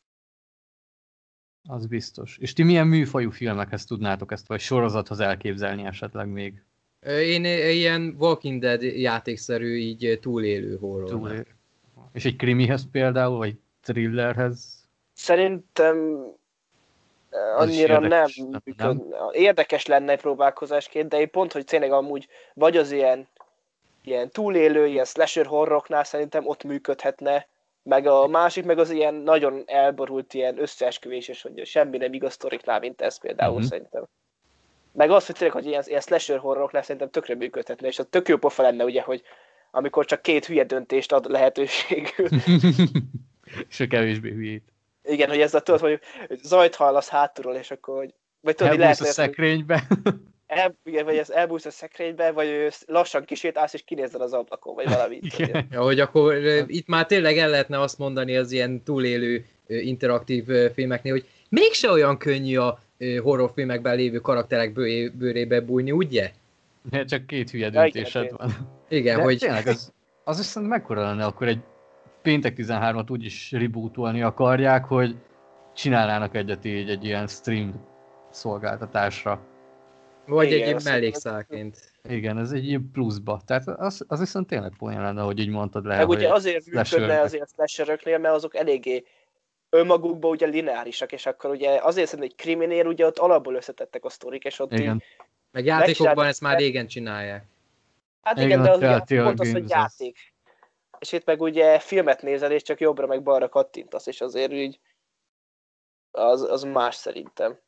Az biztos. És ti milyen műfajú filmekhez tudnátok ezt, vagy sorozathoz elképzelni esetleg még? Én ilyen Walking Dead játékszerű, így túlélő horror. És egy krimihez például, vagy thrillerhez? Szerintem annyira nem működne. Érdekes lenne egy próbálkozásként, de én pont, hogy tényleg amúgy vagy az ilyen túlélő, ilyen slasher horroroknál szerintem ott működhetne, meg a másik, meg az ilyen nagyon elborult ilyen összeesküvéses, hogy semmi nem igaz sztoriknál, mint ez például szerintem. Meg az, hogy tényleg, hogy ilyen slasher horroroknál szerintem tökre működhetne, és az tök jó pofa lenne, ugye, hogy amikor csak 2 hülye döntést ad lehetőségül. És a kevésbé hülyét. Igen, hogy ezzel tudod, hogy zajt hallasz hátulról, és akkor, hogy... Vagy tudod, elbújsz a szekrénybe. Igen, vagy elbújsz a szekrénybe, vagy lassan kisétálsz, és kinézzel az ablakon, vagy valami. Ja, hogy akkor itt már tényleg el lehetne azt mondani az ilyen túlélő interaktív filmeknél, hogy mégse olyan könnyű a horrorfilmekben lévő karakterek bőrébe bújni, ugye? Csak 2 hülye döntésed van. Igen, de hogy... tényleg, az viszont mekkora lenne akkor egy péntek 13-at úgyis rebootolni akarják, hogy csinálnának egyet így egy ilyen stream szolgáltatásra. Vagy Igen, egy azt mellékszálként. Igen, ez egy ilyen pluszba. Tehát az viszont tényleg poén lenne, ahogy így mondtad le, meg ugye hogy azért működne azért slasheröknél, mert azok eléggé önmagukban ugye lineárisak, és akkor ugye azért szerintem egy kriminél ugye ott alapból összetettek a sztorik, és ott igen. így Meg játékokban megcsináltak- ezt már régen csinálják. Hát Igen, igen, de a az ugye Telltale pont az, Games hogy az. játék. És itt meg ugye filmet nézel, és csak jobbra meg balra kattintasz, és azért így az más szerintem.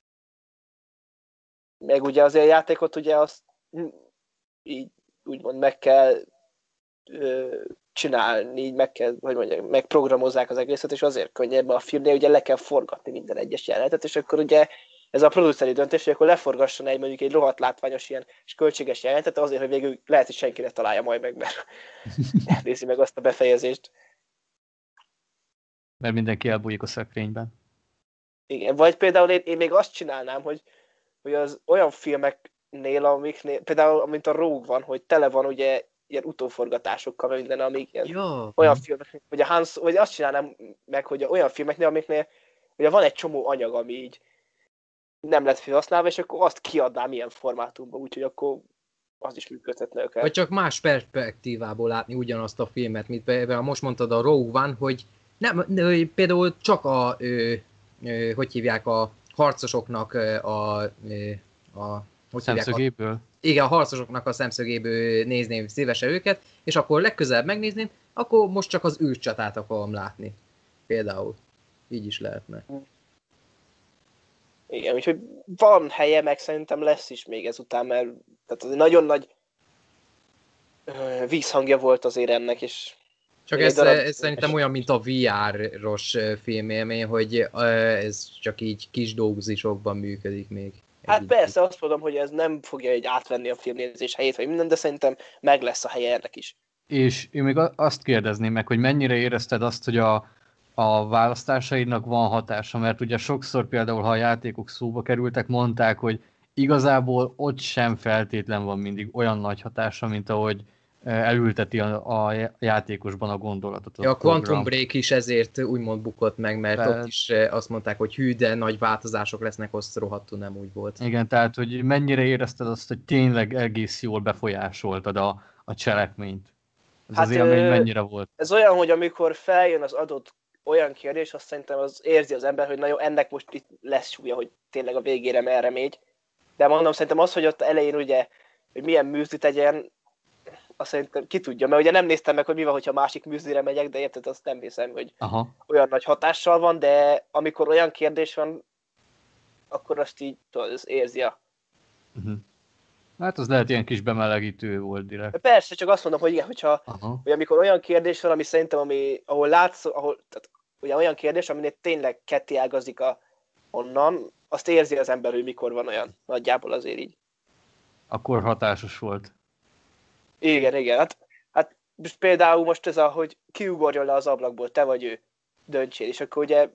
Meg ugye azért a játékot ugye azt így úgymond meg kell csinálni, így meg kell, hogy mondjam, megprogramozzák az egészet, és azért könnyebb a filmnél, ugye le kell forgatni minden egyes jelenetet, és akkor ugye ez a produceri döntés, hogy akkor leforgasson mondjuk egy rohadt látványos ilyen és költséges jelenetet, azért, hogy végül lehet, hogy senki ne találja majd meg, mert nézi meg azt a befejezést. Mert mindenki elbújik a szekrényben. Igen, vagy például én még azt csinálnám, hogy az olyan filmeknél, amiknél, például mint a Rogue van, hogy tele van ugye ilyen utóforgatásokkal, meg minden, amik ilyen Ja. olyan filmek, vagy, vagy azt csinálnám meg, hogy olyan filmeknél, amiknél ugye van egy csomó anyag, ami így nem lett felhasználva, és akkor azt kiadnám ilyen formátumban, úgyhogy akkor az is működhetne őket. Vagy csak más perspektívából látni ugyanazt a filmet, mint például most mondtad a Rogue One, hogy nem, például csak hogy hívják a harcosoknak hogy Szemszögéből? Igen, a harcosoknak a szemszögéből nézném szívesen őket, és akkor legközelebb megnézném, akkor most csak az űrcsatát akarom látni. Például. Így is lehetne. Igen, úgyhogy van helye, meg szerintem lesz is még ezután, mert tehát az nagyon nagy vízhangja volt azért ennek, és csak ez szerintem olyan, mint a VR-os filmélmény, hogy ez csak így kis dózisokban működik még. Hát persze, azt mondom, hogy ez nem fogja egy átvenni a filmnézés helyét, vagy minden, de szerintem meg lesz a helye ennek is. És én még azt kérdezném meg, hogy mennyire érezted azt, hogy a választásaidnak van hatása, mert ugye sokszor például, ha a játékok szóba kerültek, mondták, hogy igazából ott sem feltétlen van mindig olyan nagy hatása, mint ahogy elülteti a játékosban a gondolatot. Ja, a Quantum Break is ezért úgymond bukott meg, mert ott is azt mondták, hogy hű, de nagy változások lesznek, azt rohadtul nem úgy volt. Igen, tehát hogy mennyire érezted azt, hogy tényleg egész jól befolyásoltad a cselekményt? Ez hát, az élmény mennyire volt? Ez olyan, hogy amikor feljön az adott olyan kérdés, azt szerintem az érzi az ember, hogy na jó, ennek most itt lesz súlya, hogy tényleg a végére merre megy. De mondom, szerintem az, hogy ott elején ugye, hogy milyen műzlit tegyen, azt szerintem ki tudja, mert ugye nem néztem meg, hogy mi van, hogyha másik műzlire megyek, de érted, azt nem hiszem, hogy olyan nagy hatással van, de amikor olyan kérdés van, akkor azt így az érzi a... Hát az lehet ilyen kis bemelegítő volt direkt. Persze, csak azt mondom, hogy igen, hogy amikor olyan kérdés van, ami szerintem, ahol látsz, tehát ugye olyan kérdés, aminél tényleg ketté ágazik onnan, azt érzi az ember, hogy mikor van olyan. Nagyjából azért így. Akkor hatásos volt. Igen. Hát például most ez hogy kiugorjon le az ablakból, te vagy ő, döntsél, és akkor ugye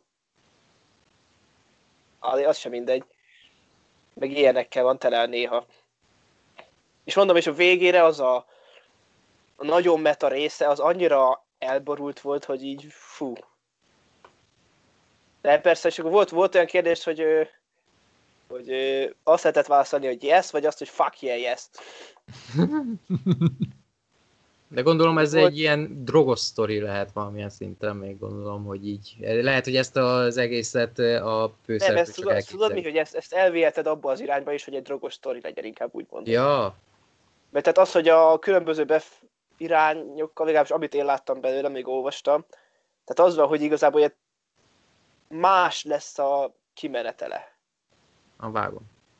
az sem mindegy. Meg ilyenekkel van tele néha. És mondom, és a végére az a nagyon meta része, az annyira elborult volt, hogy így fú. De persze, és akkor volt olyan kérdés, hogy azt lehetett válaszolni, hogy yes, vagy azt, hogy fuck yeah, yes. De gondolom ez egy ilyen drogos sztori lehet valamilyen szinten, még gondolom, hogy így. Lehet, hogy ezt az egészet a főszereplő csak elképzeli. Tudod mi, hogy ezt elviheted abba az irányba is, hogy egy drogos sztori legyen, inkább úgy mondom. Ja. Mert tehát az, hogy a különböző irányokkal, legalábbis amit én láttam belőle, még olvastam, tehát az van, hogy igazából más lesz a kimenetele. Vágom.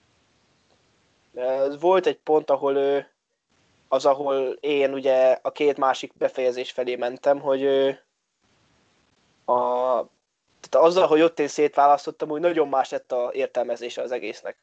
Volt egy pont, ahol én ugye a két másik befejezés felé mentem, hogy tehát azzal, hogy ott én szétválasztottam, úgy nagyon más lett a értelmezése az egésznek.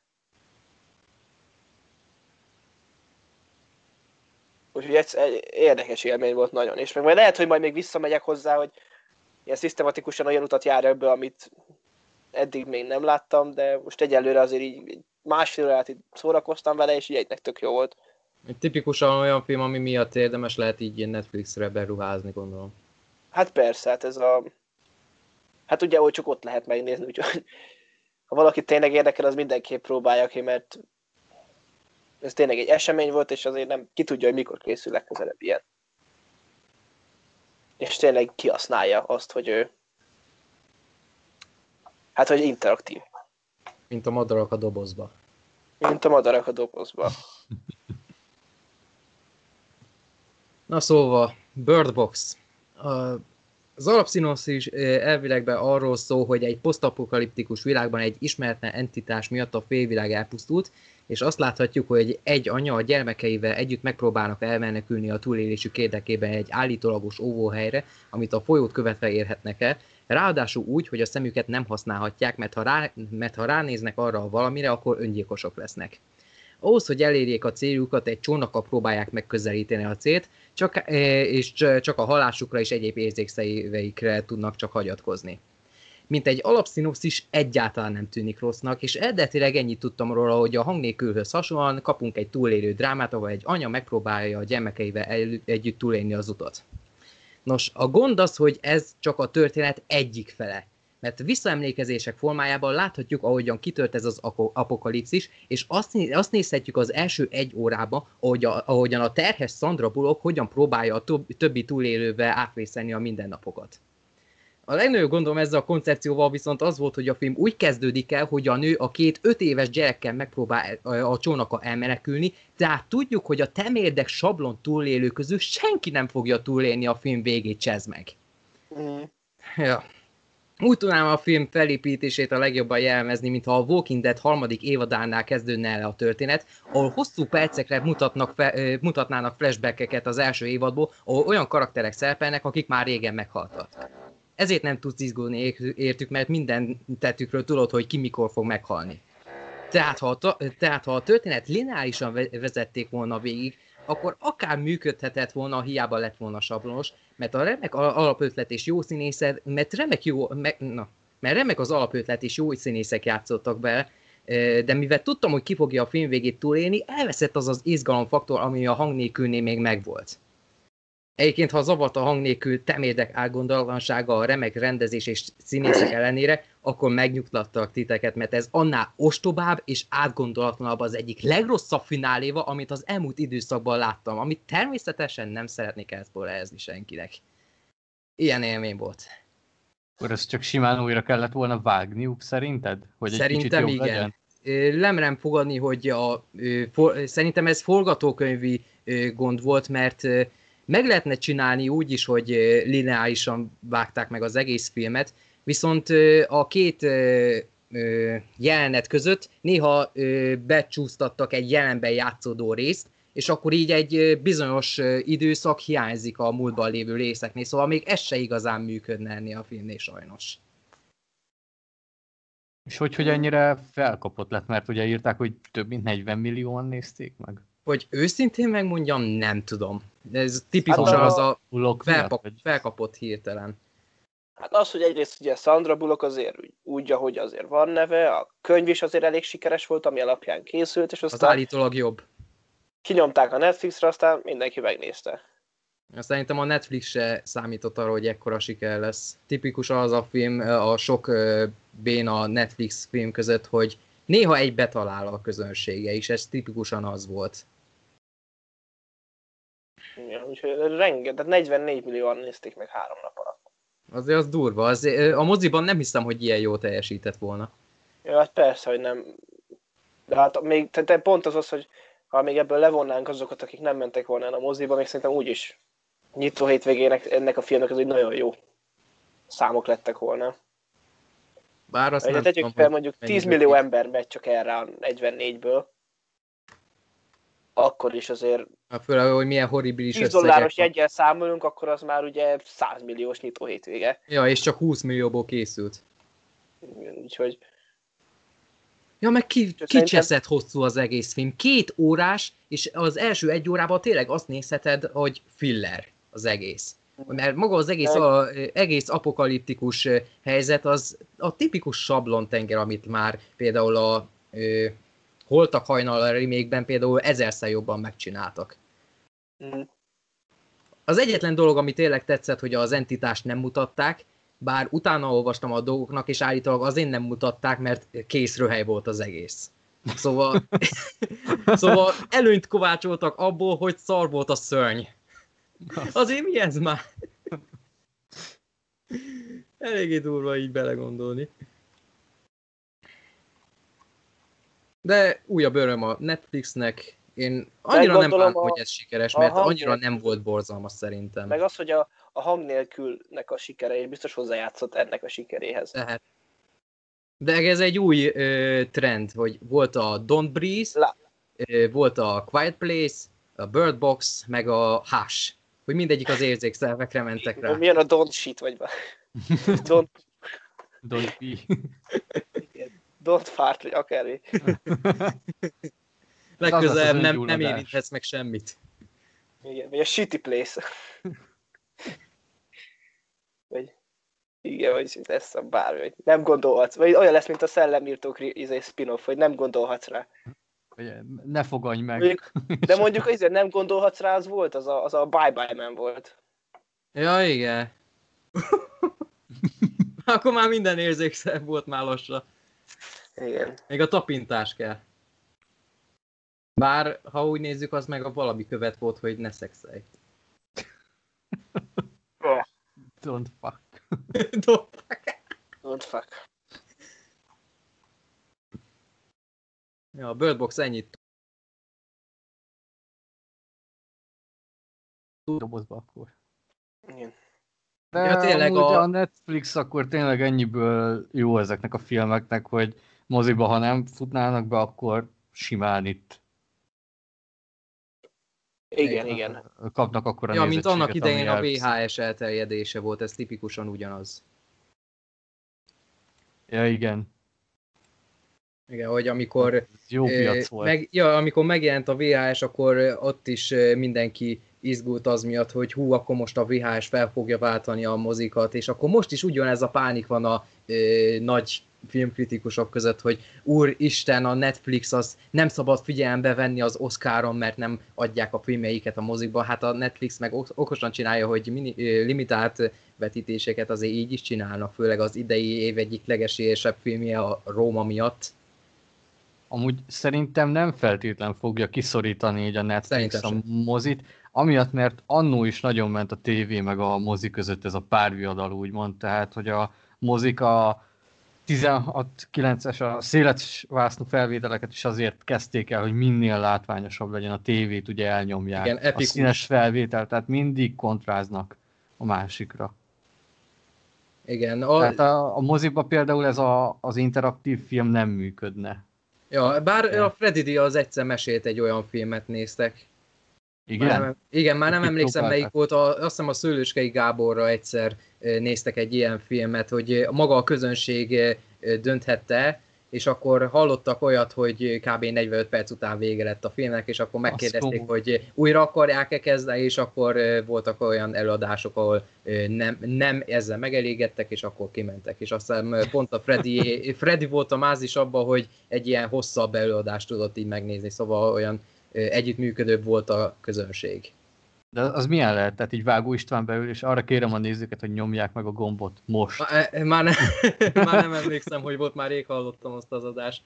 Úgyhogy egy érdekes élmény volt nagyon. És meg majd lehet, hogy majd még visszamegyek hozzá, hogy ilyen szisztematikusan olyan utat jár ebből, amit eddig még nem láttam, de most egyelőre azért így másfél órát így szórakoztam vele, és így egynek tök jó volt. Egy tipikusan olyan film, ami miatt érdemes lehet így ilyen Netflixre beruházni, gondolom. Hát persze, hát Hát ugye, hogy csak ott lehet megnézni, úgyhogy ha valaki tényleg érdekel, az mindenképp próbálja ki, mert ez tényleg egy esemény volt, és azért nem ki tudja, hogy mikor készül legközelebb ilyen. És tényleg kihasználja azt, hogy ő hogy interaktív. Mint a madarak a dobozba. Mint a madarak a dobozba. Na szóval, Bird Box. Az alapszinopszis elvilegben arról szól, hogy egy posztapokaliptikus világban egy ismeretlen entitás miatt a félvilág elpusztult, és azt láthatjuk, hogy egy anya a gyermekeivel együtt megpróbálnak elmenekülni a túlélésük érdekében egy állítólagos óvóhelyre, amit a folyót követve érhetnek el, ráadásul úgy, hogy a szemüket nem használhatják, mert ha ránéznek arra a valamire, akkor öngyilkosok lesznek. Ahhoz, hogy elérjék a céljukat, egy csónakkal próbálják megközelíteni a célt, és csak a halásukra és egyéb érzékszerveikre tudnak csak hagyatkozni. Mint egy alapszinopszis egyáltalán nem tűnik rossznak, és eredetileg ennyit tudtam róla, hogy a Hang nélkülhöz hasonlóan kapunk egy túlélő drámát, ahol egy anya megpróbálja a gyermekeivel együtt túlélni az utat. Nos, a gond az, hogy ez csak a történet egyik fele. Mert visszaemlékezések formájában láthatjuk, ahogyan kitört ez az apokalipszis, és azt nézhetjük az első 1 órában, ahogyan a terhes Sandra Bullock hogyan próbálja a többi túlélővel átvészelni a mindennapokat. A legnagyobb gondom ezzel a koncepcióval viszont az volt, hogy a film úgy kezdődik el, hogy a nő a 2 5 éves gyerekkel megpróbál a csónaka elmenekülni, tehát tudjuk, hogy a temérdek sablon túlélő közül senki nem fogja túlélni a film végét, csezd meg. Ja. Úgy tudnám a film felépítését a legjobban jellemezni, mintha a Walking Dead 3. évadánál kezdődne el a történet, ahol hosszú percekre mutatnának flashbackeket az első évadból, ahol olyan karakterek szerepelnek, akik már régen meghaltak. Ezért nem tudsz izgulni értük, mert minden tettükről tudod, hogy ki mikor fog meghalni. Tehát ha a történet lineárisan vezették volna végig, akkor akár működhetett volna, hiába lett volna sablonos, mert a remek alapötlet és jó színészek, mert remek az alapötlet és jó színészek játszottak be, de mivel tudtam, hogy ki fogja a film végét túlélni, elveszett az az izgalomfaktor, ami a Hang nélkülnél még megvolt. Egyébként, ha zavart a Hang nélkül temérdek átgondolatlansága, a remek rendezés és színészek ellenére, akkor megnyugtattak titeket, mert ez annál ostobább és átgondolatlanabb az egyik legrosszabb fináléva, amit az elmúlt időszakban láttam, amit természetesen nem szeretnék elszpoilerezni senkinek. Ilyen élmény volt. Akkor ezt csak simán újra kellett volna vágniuk, szerinted? Hogy Szerintem egy kicsit jobb igen. Legyen? Nem merem fogadni, hogy szerintem ez forgatókönyvi gond volt, mert meg lehetne csinálni úgy is, hogy lineárisan vágták meg az egész filmet, viszont a 2 jelenet között néha becsúsztattak egy jelenben játszódó részt, és akkor így egy bizonyos időszak hiányzik a múltban lévő részeknél, szóval még ez se igazán működne ennél a filmnél sajnos. És hogy ennyire felkapott lett, mert ugye írták, hogy több mint 40 millióan nézték meg. Hogy őszintén megmondjam, nem tudom. Ez tipikusan az a felkapott hirtelen. Hát az, hogy egyrészt ugye Sandra Bullock azért úgy, ahogy azért van neve, a könyv is azért elég sikeres volt, ami alapján készült, és aztán az állítólag jobb. Kinyomták a Netflixre, aztán mindenki megnézte. Szerintem a Netflix se számított arra, hogy ekkora siker lesz. Tipikus az a film, a sok béna Netflix film között, hogy néha egybe talál a közönsége is, ez tipikusan az volt. Ja, úgyhogy rengeteg, 44 millióan nézték meg 3 nap alatt. Azért az durva, a moziban nem hiszem, hogy ilyen jól teljesített volna. Ja, hát persze, hogy nem. De hát még pont az, hogy ha még ebből levonnánk azokat, akik nem mentek volna el a moziba, még szerintem úgyis nyitó hétvégének ennek a filmnek az egy nagyon jó számok lettek volna. Bár azt nem tegyük fel, mondjuk 10 millió ember megy csak erre a 44-ből. Akkor is azért... Főleg, hogy milyen horribilis $10 jeggyel számolunk, akkor az már ugye 100 milliós nyitó hétvége. Ja, és csak 20 millióból készült. Úgyhogy... Ja, meg kicseszett hosszú az egész film. 2 órás, és az első 1 órában tényleg azt nézheted, hogy filler az egész. Mert maga az egész apokaliptikus helyzet az a tipikus sablontenger, amit már például a Holtak hajnal remake-ben például 1000-szer jobban megcsináltak. Az egyetlen dolog, ami tényleg tetszett, hogy az entitást nem mutatták, bár utána olvastam a dolgoknak, és állítólag azért nem mutatták, mert készröhely volt az egész. Szóval, szóval előnyt kovácsoltak abból, hogy szar volt a szörny. Azért mi ez már? Eléggé durva így belegondolni. De újabb öröm a Netflixnek. Én annyira nem bánom, hogy ez sikeres, mert annyira nem volt borzalmas szerintem. Meg az, hogy a hang nélkülnek a sikere, és biztos hozzájátszott ennek a sikeréhez. Tehát. De ez egy új trend, hogy volt a Don't Breathe, volt a Quiet Place, a Bird Box, meg a Hush. Hogy mindegyik az érzékszervekre mentek rá. Milyen a Don't Shit, vagy Don't Pee. Don't Fart, vagy akármi. Legközelebb nem érinthetsz meg semmit. Igen, vagy a Shitty Place. Vagy igen, vagy lesz a bármi, hogy nem gondolhatsz. Vagy olyan lesz, mint a Szellemírtók spin-off, hogy nem gondolhatsz rá. Ne fogadj meg. De mondjuk azért nem gondolhatsz rá, az volt, az a Bye Bye Man volt. Ja, igen. Akkor már minden érzékszer volt már lassan. Igen. Még a tapintás kell. Bár, ha úgy nézzük, az meg a valami követ volt, hogy ne szexelj. Don't fuck. Don't fuck. Don't fuck. Ja, a Bird Box ennyit. Dobozba akkor. Igen. De ja, tényleg a Netflix akkor tényleg ennyiből jó ezeknek a filmeknek, hogy moziba, ha nem futnának be, akkor simán itt. Igen. Kapnak akkor a ja, mint annak idején a elvisz. VHS elterjedése volt, ez tipikusan ugyanaz. Ja, igen. Igen, hogy amikor, jó piac volt. Amikor megjelent a VHS, akkor ott is mindenki izgult az miatt, hogy hú, akkor most a VHS fel fogja váltani a mozikat, és akkor most is ugyanez a pánik van a nagy filmkritikusok között, hogy úristen, a Netflix az nem szabad figyelembe venni az Oscaron, mert nem adják a filmjeiket a mozikba. Hát a Netflix meg okosan csinálja, hogy limitált vetítéseket azért így is csinálnak, főleg az idei év egyik legesélyesebb filmje a Róma miatt. Amúgy szerintem nem feltétlen fogja kiszorítani így a Netflix a mozit, amiatt, mert annó is nagyon ment a tévé meg a mozi között ez a párviadal, úgymond, tehát, hogy a mozik a 16-9-es a széles vásznú felvételeket is azért kezdték el, hogy minél látványosabb legyen, a tévét ugye elnyomják. Igen, a színes felvétel, tehát mindig kontráznak a másikra. Igen. Tehát a moziba például ez az interaktív film nem működne. Ja, bár a Freddy az egyszer mesélt egy olyan filmet néztek. Igen? Már nem emlékszem melyik volt, azt hiszem a Szőlőskei Gáborra egyszer néztek egy ilyen filmet, hogy maga a közönség dönthette, és akkor hallottak olyat, hogy kb. 45 perc után vége lett a filmnek, és akkor megkérdezték, hogy újra akarják-e kezdeni, és akkor voltak olyan előadások, ahol nem ezzel megelégedtek, és akkor kimentek. És aztán pont a Freddy volt a mázis abban, hogy egy ilyen hosszabb előadást tudott így megnézni, szóval olyan együttműködőbb volt a közönség. De az milyen lehet? Tehát így Vágó István beül, és arra kérem a nézőket, hogy nyomják meg a gombot most. Már nem emlékszem, hogy volt, már rég hallottam azt az adást.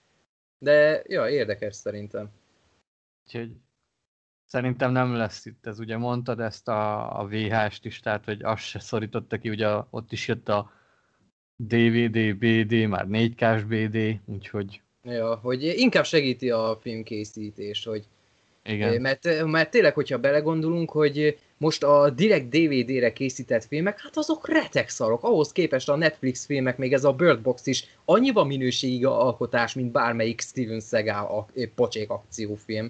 De ja, érdekes szerintem. Úgyhogy szerintem nem lesz itt ez. Ugye mondtad ezt a VHS-t is, tehát hogy azt se szorította ki, ugye ott is jött a DVD, BD, már 4K-s BD, úgyhogy... Ja, hogy inkább segíti a filmkészítést, hogy igen. Mert tényleg, hogyha belegondolunk, hogy most a direkt DVD-re készített filmek, hát azok retek szarok. Ahhoz képest a Netflix filmek, még ez a Bird Box is annyival minőségi alkotás, mint bármelyik Steven Seagal pocsék akciófilm.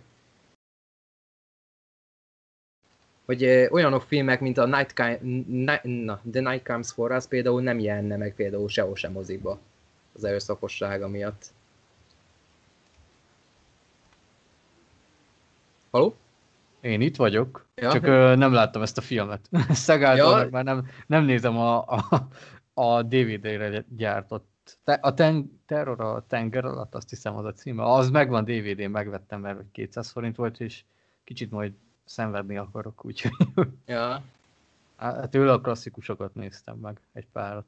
Hogy olyanok filmek, mint a The Night Comes For Us például nem jelenne meg például sehol sem mozikba az erőszakossága miatt. Haló? Én itt vagyok, ja. Csak nem láttam ezt a filmet. Szegáltól már nem nézem a DVD-re gyártott. A Terror a tenger alatt, azt hiszem az a címe. Az megvan DVD-n, megvettem, mert 200 forint volt, és kicsit majd szenvedni akarok, úgyhogy... Ja. Hát tőle a klasszikusokat néztem meg, egy párat.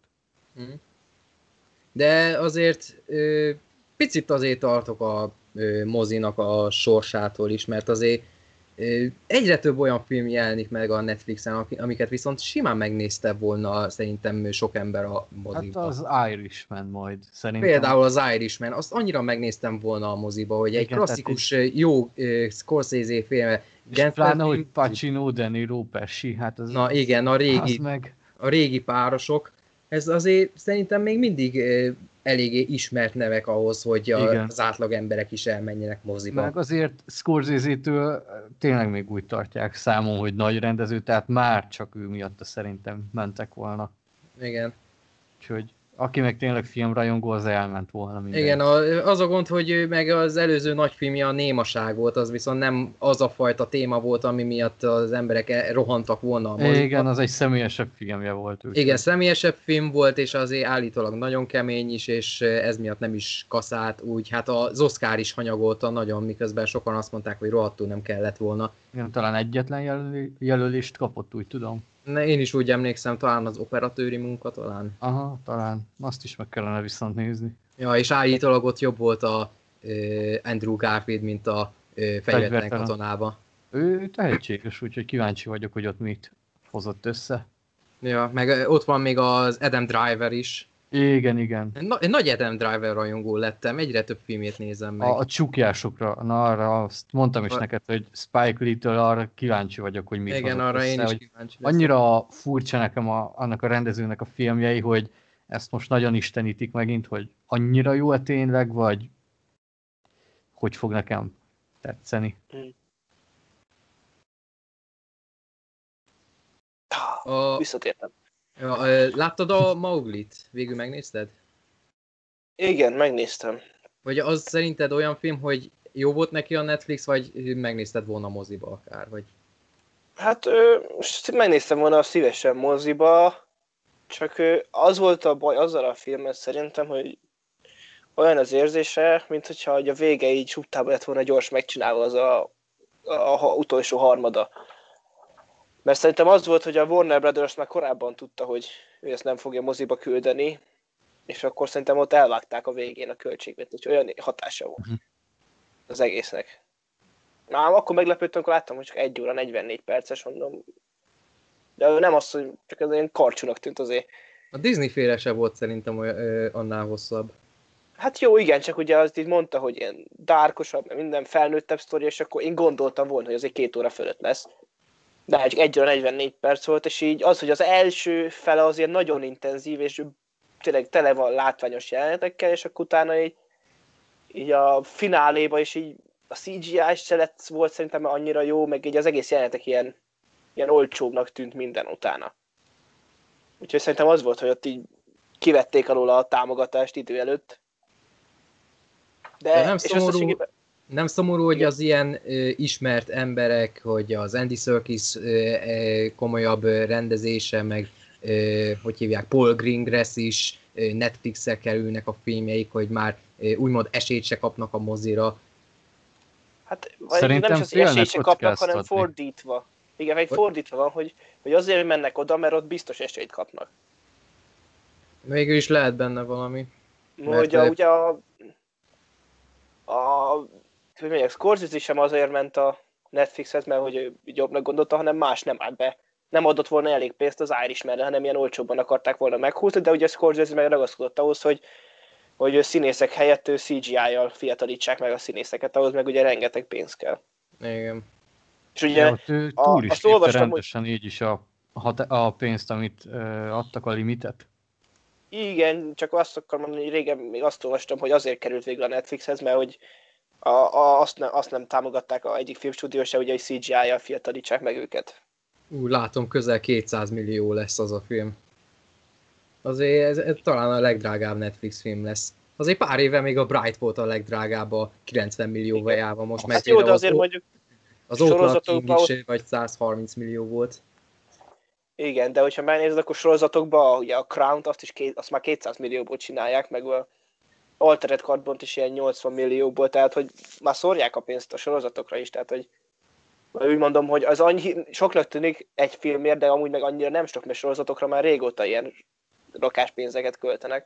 De azért picit azért tartok a mozinak a sorsától is, mert azért egyre több olyan film jelenik meg a Netflixen, amiket viszont simán megnézte volna szerintem sok ember a moziba. Hát az Irishman majd szerintem. Például az Irishman, azt annyira megnéztem volna a moziba, hogy egy klasszikus, jó Scorsese film. És pláne, hogy Pacino, De Niro, Pesci, hát az... Na igen, a régi párosok. Ez azért szerintem még mindig eléggé ismert nevek ahhoz, hogy az átlag emberek is elmenjenek moziba. Meg azért Scorsese-től tényleg még úgy tartják számon, hogy nagy rendező, tehát már csak ő miatt szerintem mentek volna. Igen. Úgyhogy aki meg tényleg filmrajongó, az elment volna minden. Igen, az a gond, hogy meg az előző nagyfilmje a Némaság volt, az viszont nem az a fajta téma volt, ami miatt az emberek rohantak volna a moziba. Igen, az egy személyesebb filmje volt. Igen, személyesebb film volt, és azért állítólag nagyon kemény is, és ez miatt nem is kaszált úgy. Hát az Oscar is hanyagolta nagyon, miközben sokan azt mondták, hogy rohadtul nem kellett volna. Igen, talán egyetlen jelölést kapott, úgy tudom. Én is úgy emlékszem, talán az operatőri munka talán. Aha, talán. Azt is meg kellene viszont nézni. Ja, és állítólag ott jobb volt a Andrew Garfield, mint a Fegyvertelen katonába. Ő tehetséges, úgyhogy kíváncsi vagyok, hogy ott mit hozott össze. Ja, meg ott van még az Adam Driver is. Igen. Nagy Adam Driver rajongó lettem, egyre több filmét nézem meg. A csukjásokra, na arra azt mondtam is neked, hogy Spike Lee-től arra kíváncsi vagyok, hogy mit igen, hozott arra össze, én is kíváncsi leszek. Annyira furcsa nekem annak a rendezőnek a filmjei, hogy ezt most nagyon istenítik megint, hogy annyira jó-e tényleg, vagy hogy fog nekem tetszeni. Visszatértem. Láttad a Mowglit? Végül megnézted? Igen, megnéztem. Vagy az szerinted olyan film, hogy jó volt neki a Netflix, vagy megnézted volna a moziba akár? Vagy... Hát megnéztem volna szívesen moziba, csak az volt a baj azzal a filmmel szerintem, hogy olyan az érzése, mint hogyha a vége így subtában lett volna gyors megcsinálva az a utolsó harmada. Mert szerintem az volt, hogy a Warner Brothers már korábban tudta, hogy ő ezt nem fogja moziba küldeni, és akkor szerintem ott elvágták a végén a költségvetést, hogy olyan hatása volt az egésznek. Már akkor meglepődtem, amikor láttam, hogy csak 1 óra 44 perces, mondom. De nem az, hogy csak ez ilyen karcsúnak tűnt azért. A Disney-féle se volt szerintem annál hosszabb. Hát jó, igen, csak ugye azt így mondta, hogy ilyen dárkosabb, minden felnőttebb sztori, és akkor én gondoltam volna, hogy azért 2 óra fölött lesz. De csak 1 óra 44 perc volt, és így az, hogy az első fele azért nagyon intenzív, és tényleg tele van látványos jelenetekkel, és akkor utána így a fináléba is így a CGI se lett volt szerintem annyira jó, meg így az egész jelenetek ilyen olcsóbbnak tűnt minden utána. Úgyhogy szerintem az volt, hogy ott így kivették alól a támogatást idő előtt. De nem szomorú, hogy az ilyen ismert emberek, hogy az Andy Serkis komolyabb rendezése, meg hogy hívják, Paul Greengrass is Netflixre kerülnek a filmjeik, hogy már úgymond esélyt se kapnak a mozira. Hát szerintem nem is az esélyt se kapnak, hanem fordítva. Igen, meg fordítva van, hogy azért mennek oda, mert ott biztos esélyt kapnak. Végül is lehet benne valami. Hogy ugye hogy mondják, Scorsese sem azért ment a Netflixhez, mert hogy ő jobbnak gondolta, hanem más nem állt be. Nem adott volna elég pénzt az Irishmanre, hanem ilyen olcsóbban akarták volna meghúzni, de ugye Scorsese meg ragaszkodott ahhoz, hogy színészek helyett ő CGI-jal fiatalítsák meg a színészeket, ahhoz meg ugye rengeteg pénz kell. Igen. És ugye túl is lépte rendesen így is a pénzt, amit adtak a limitet. Igen, csak azt akarom mondani, hogy régen még azt olvastam, hogy azért került végül a Netflixhez, mert hogy azt nem támogatták egyik filmstúdió se, ugye, hogy CGI-jal fiatalítsák meg őket. Látom, közel 200 millió lesz az a film. Azért ez talán a legdrágább Netflix film lesz. Azért pár éve még a Bright volt a legdrágább a 90 millióval járva most. Hát jó, de azért mondjuk az Oklahoma King is vagy 130 millió volt. Igen, de hogyha megnézed, akkor sorozatokban ugye a Crown-t azt már 200 millióból csinálják, meg a Altered Carbont is ilyen 80 millióból, tehát hogy már szórják a pénzt a sorozatokra is, tehát hogy Úgy mondom, hogy az annyi soknak tűnik egy filmért, de amúgy meg annyira nem sok, mert sorozatokra már régóta ilyen rakáspénzeket költenek.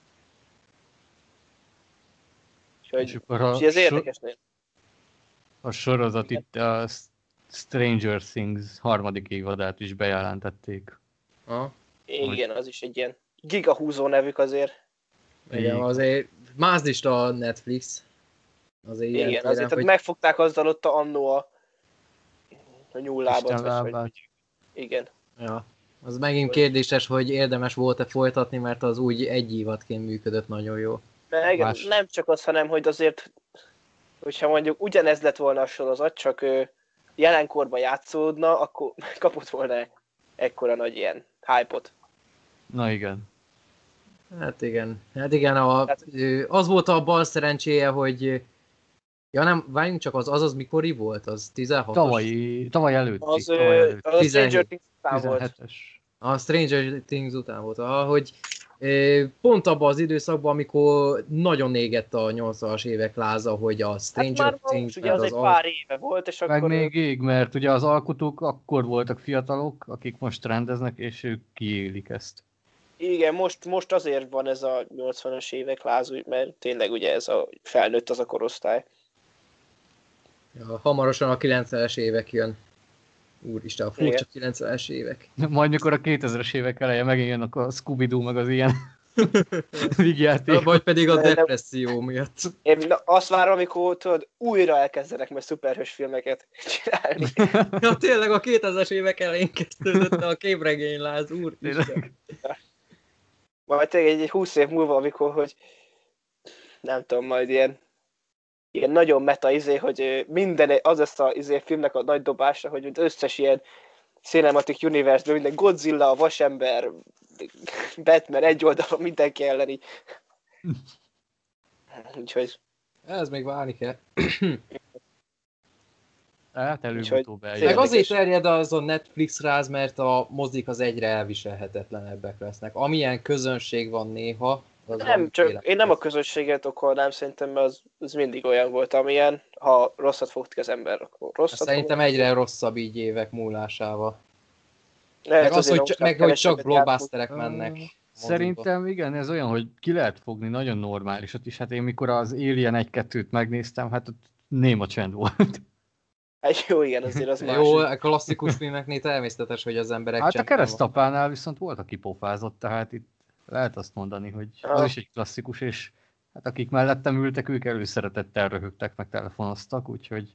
És akkor és ez érdekes nagyon. A sorozat itt a Stranger Things harmadik évadát is bejelentették. Igen, az is egy ilyen gigahúzó nevük azért. Igen, azért mázlist a Netflix. Azért igen, azért hogy... megfogták azzal ott annó a nyúllábat. Vagy... Igen. Ja. Az megint kérdéses, hogy érdemes volt-e folytatni, mert az úgy egy évadként működött nagyon jó. Igen, nem csak az, hanem hogy azért, hogyha mondjuk ugyanez lett volna a sorozat, csak jelenkorban játszódna, akkor kapott volna ekkora nagy ilyen hype-ot. Na igen. Hát igen, az volt a bal szerencséje, hogy... Ja nem, várjunk csak, az mikori volt? Az 16-os? Tavaly előtti. Az Stranger Things után volt. A Stranger Things után volt, hogy pont abban az időszakban, amikor nagyon égett a 80-as évek láza, hogy a Stranger Things... ugye az egy pár éve volt, és akkor... Meg még ég, mert ugye az alkotók akkor voltak fiatalok, akik most rendeznek, és ők kiélik ezt. Igen, most azért van ez a 80-as évek láz, mert tényleg ugye ez a felnőtt az a korosztály. Ja, hamarosan a 90-es évek jön. Úristen, a furcsa 90-es évek. Majd mikor a 2000-es évek eleje megint jönnek a Scooby-Doo meg az ilyen vígjáték. Vagy pedig a depresszió miatt. Én azt várom, amikor tudod, újra elkezdenek majd szuperhős filmeket csinálni. Ja tényleg a 2000-es évek elején kezdődött a képregényláz, úristen. Majd tényleg egy 20 év múlva, amikor, hogy nem tudom, majd ilyen nagyon meta hogy minden az lesz a filmnek a nagy dobása, hogy összes ilyen Cinematic Universe-ből minden Godzilla, a Vasember, Batman egy oldalon mindenki ellen így. Úgyhogy... Ez még válni kell. Hát előbb-utóbb eljön. Meg azért terjed az a Netflix ráz, mert a mozik az egyre elviselhetetlenebbek lesznek. Amilyen közönség van néha... Nem, csak én nem a közösséget okolnám, szerintem, mert az mindig olyan volt, amilyen, ha rosszat fog az ember, akkor rosszat szerintem egyre rosszabb így évek múlásával. Meg az, hogy csak blockbusterek mennek. Szerintem igen, ez olyan, hogy ki lehet fogni nagyon normálisat is. Hát én mikor az Alien 1-2-t megnéztem, hát ott néma csend volt. Hát jó, igen, azért az más. Jó, a klasszikus filmeknél természetes, hogy az emberek hát a Keresztapánál viszont volt, aki pofázott, tehát itt lehet azt mondani, hogy az is egy klasszikus, és hát akik mellettem ültek, ők előszeretettel röhögtek, meg telefonoztak, úgyhogy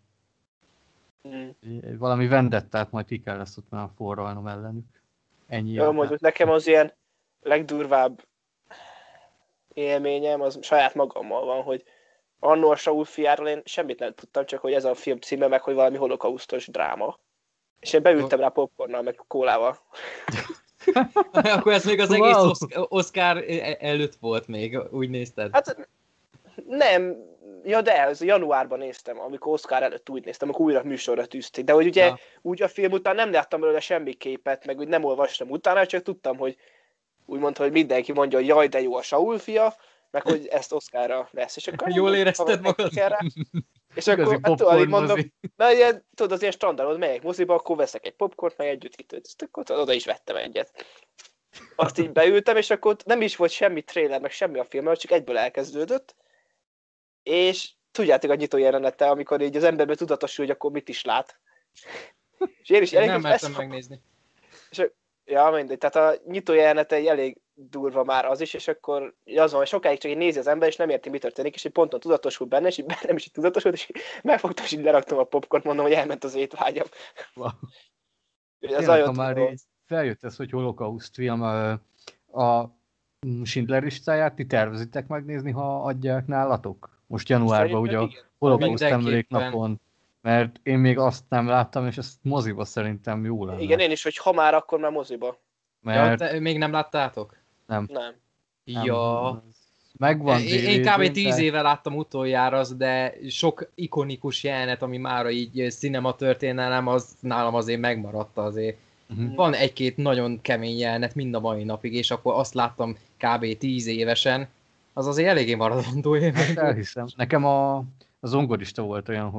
valami vendettát majd ki kell ezt ott már forralnom ellenük. Ennyi. Jó, mondjuk nekem az ilyen legdurvább élményem, az saját magammal van, hogy annó a Saul fiáról én semmit nem tudtam, csak hogy ez a film címe, meg hogy valami holokausztos dráma. És én beültem rá popcornnal, meg kólával. Akkor ez még az egész Oscar előtt volt még, úgy nézted? Hát nem, ja de ez januárban néztem, amikor Oscar előtt úgy néztem, amikor újra műsorra tűzték. De hogy ugye úgy a film után nem láttam belőle semmi képet, meg úgy nem olvastam utána, csak tudtam, hogy úgymond, hogy mindenki mondja, hogy jaj, de jó a Saul fia, meg hogy ezt Oscarra lesz. És akkor jól érezted magad? És akkor hát, tudod, mondom, na ilyen, tudod, az ilyen standardod, megyek moziba, akkor veszek egy popcornt, meg együtt kitöltöztük, akkor oda is vettem egyet. Azt így beültem, és akkor nem is volt semmi trailer, meg semmi a film, csak egyből elkezdődött. És tudjátok a nyitó jelenete, amikor így az emberben tudatosul, hogy akkor mit is lát. És én is nem mertem megnézni. És, ja, mindegy, tehát a nyitó jelenete elég durva már az is, és akkor az van, hogy sokáig csak így nézi az ember, és nem érti, mi történik, és egy ponton tudatosul benne, és így bennem is így tudatosult, és megfogtam, és így leraktam a popcornt, mondom, hogy elment az étvágyam. Wow. Tényleg, ha már így feljött ez, hogy holokauszt film, a Schindler listáját ti tervezitek megnézni, ha adják nálatok? Most januárban ugye a holokauszt emléknapon. Mert én még azt nem láttam, és ezt moziba szerintem jó lenne. Igen, én is, hogy ha már, akkor már moziba. Mert... Ja, még nem láttátok? Nem. Ja. Megvan. Én kb. 10 éve láttam utoljára, de sok ikonikus jelenet, ami mára így cinema történelem, az nálam azért megmaradt azért. Van egy-két nagyon kemény jelenet mind a mai napig, és akkor azt láttam kb. 10 évesen. Az azért eléggé maradandó élmény. Hát elhiszem. Nekem a zongorista volt olyan, hogy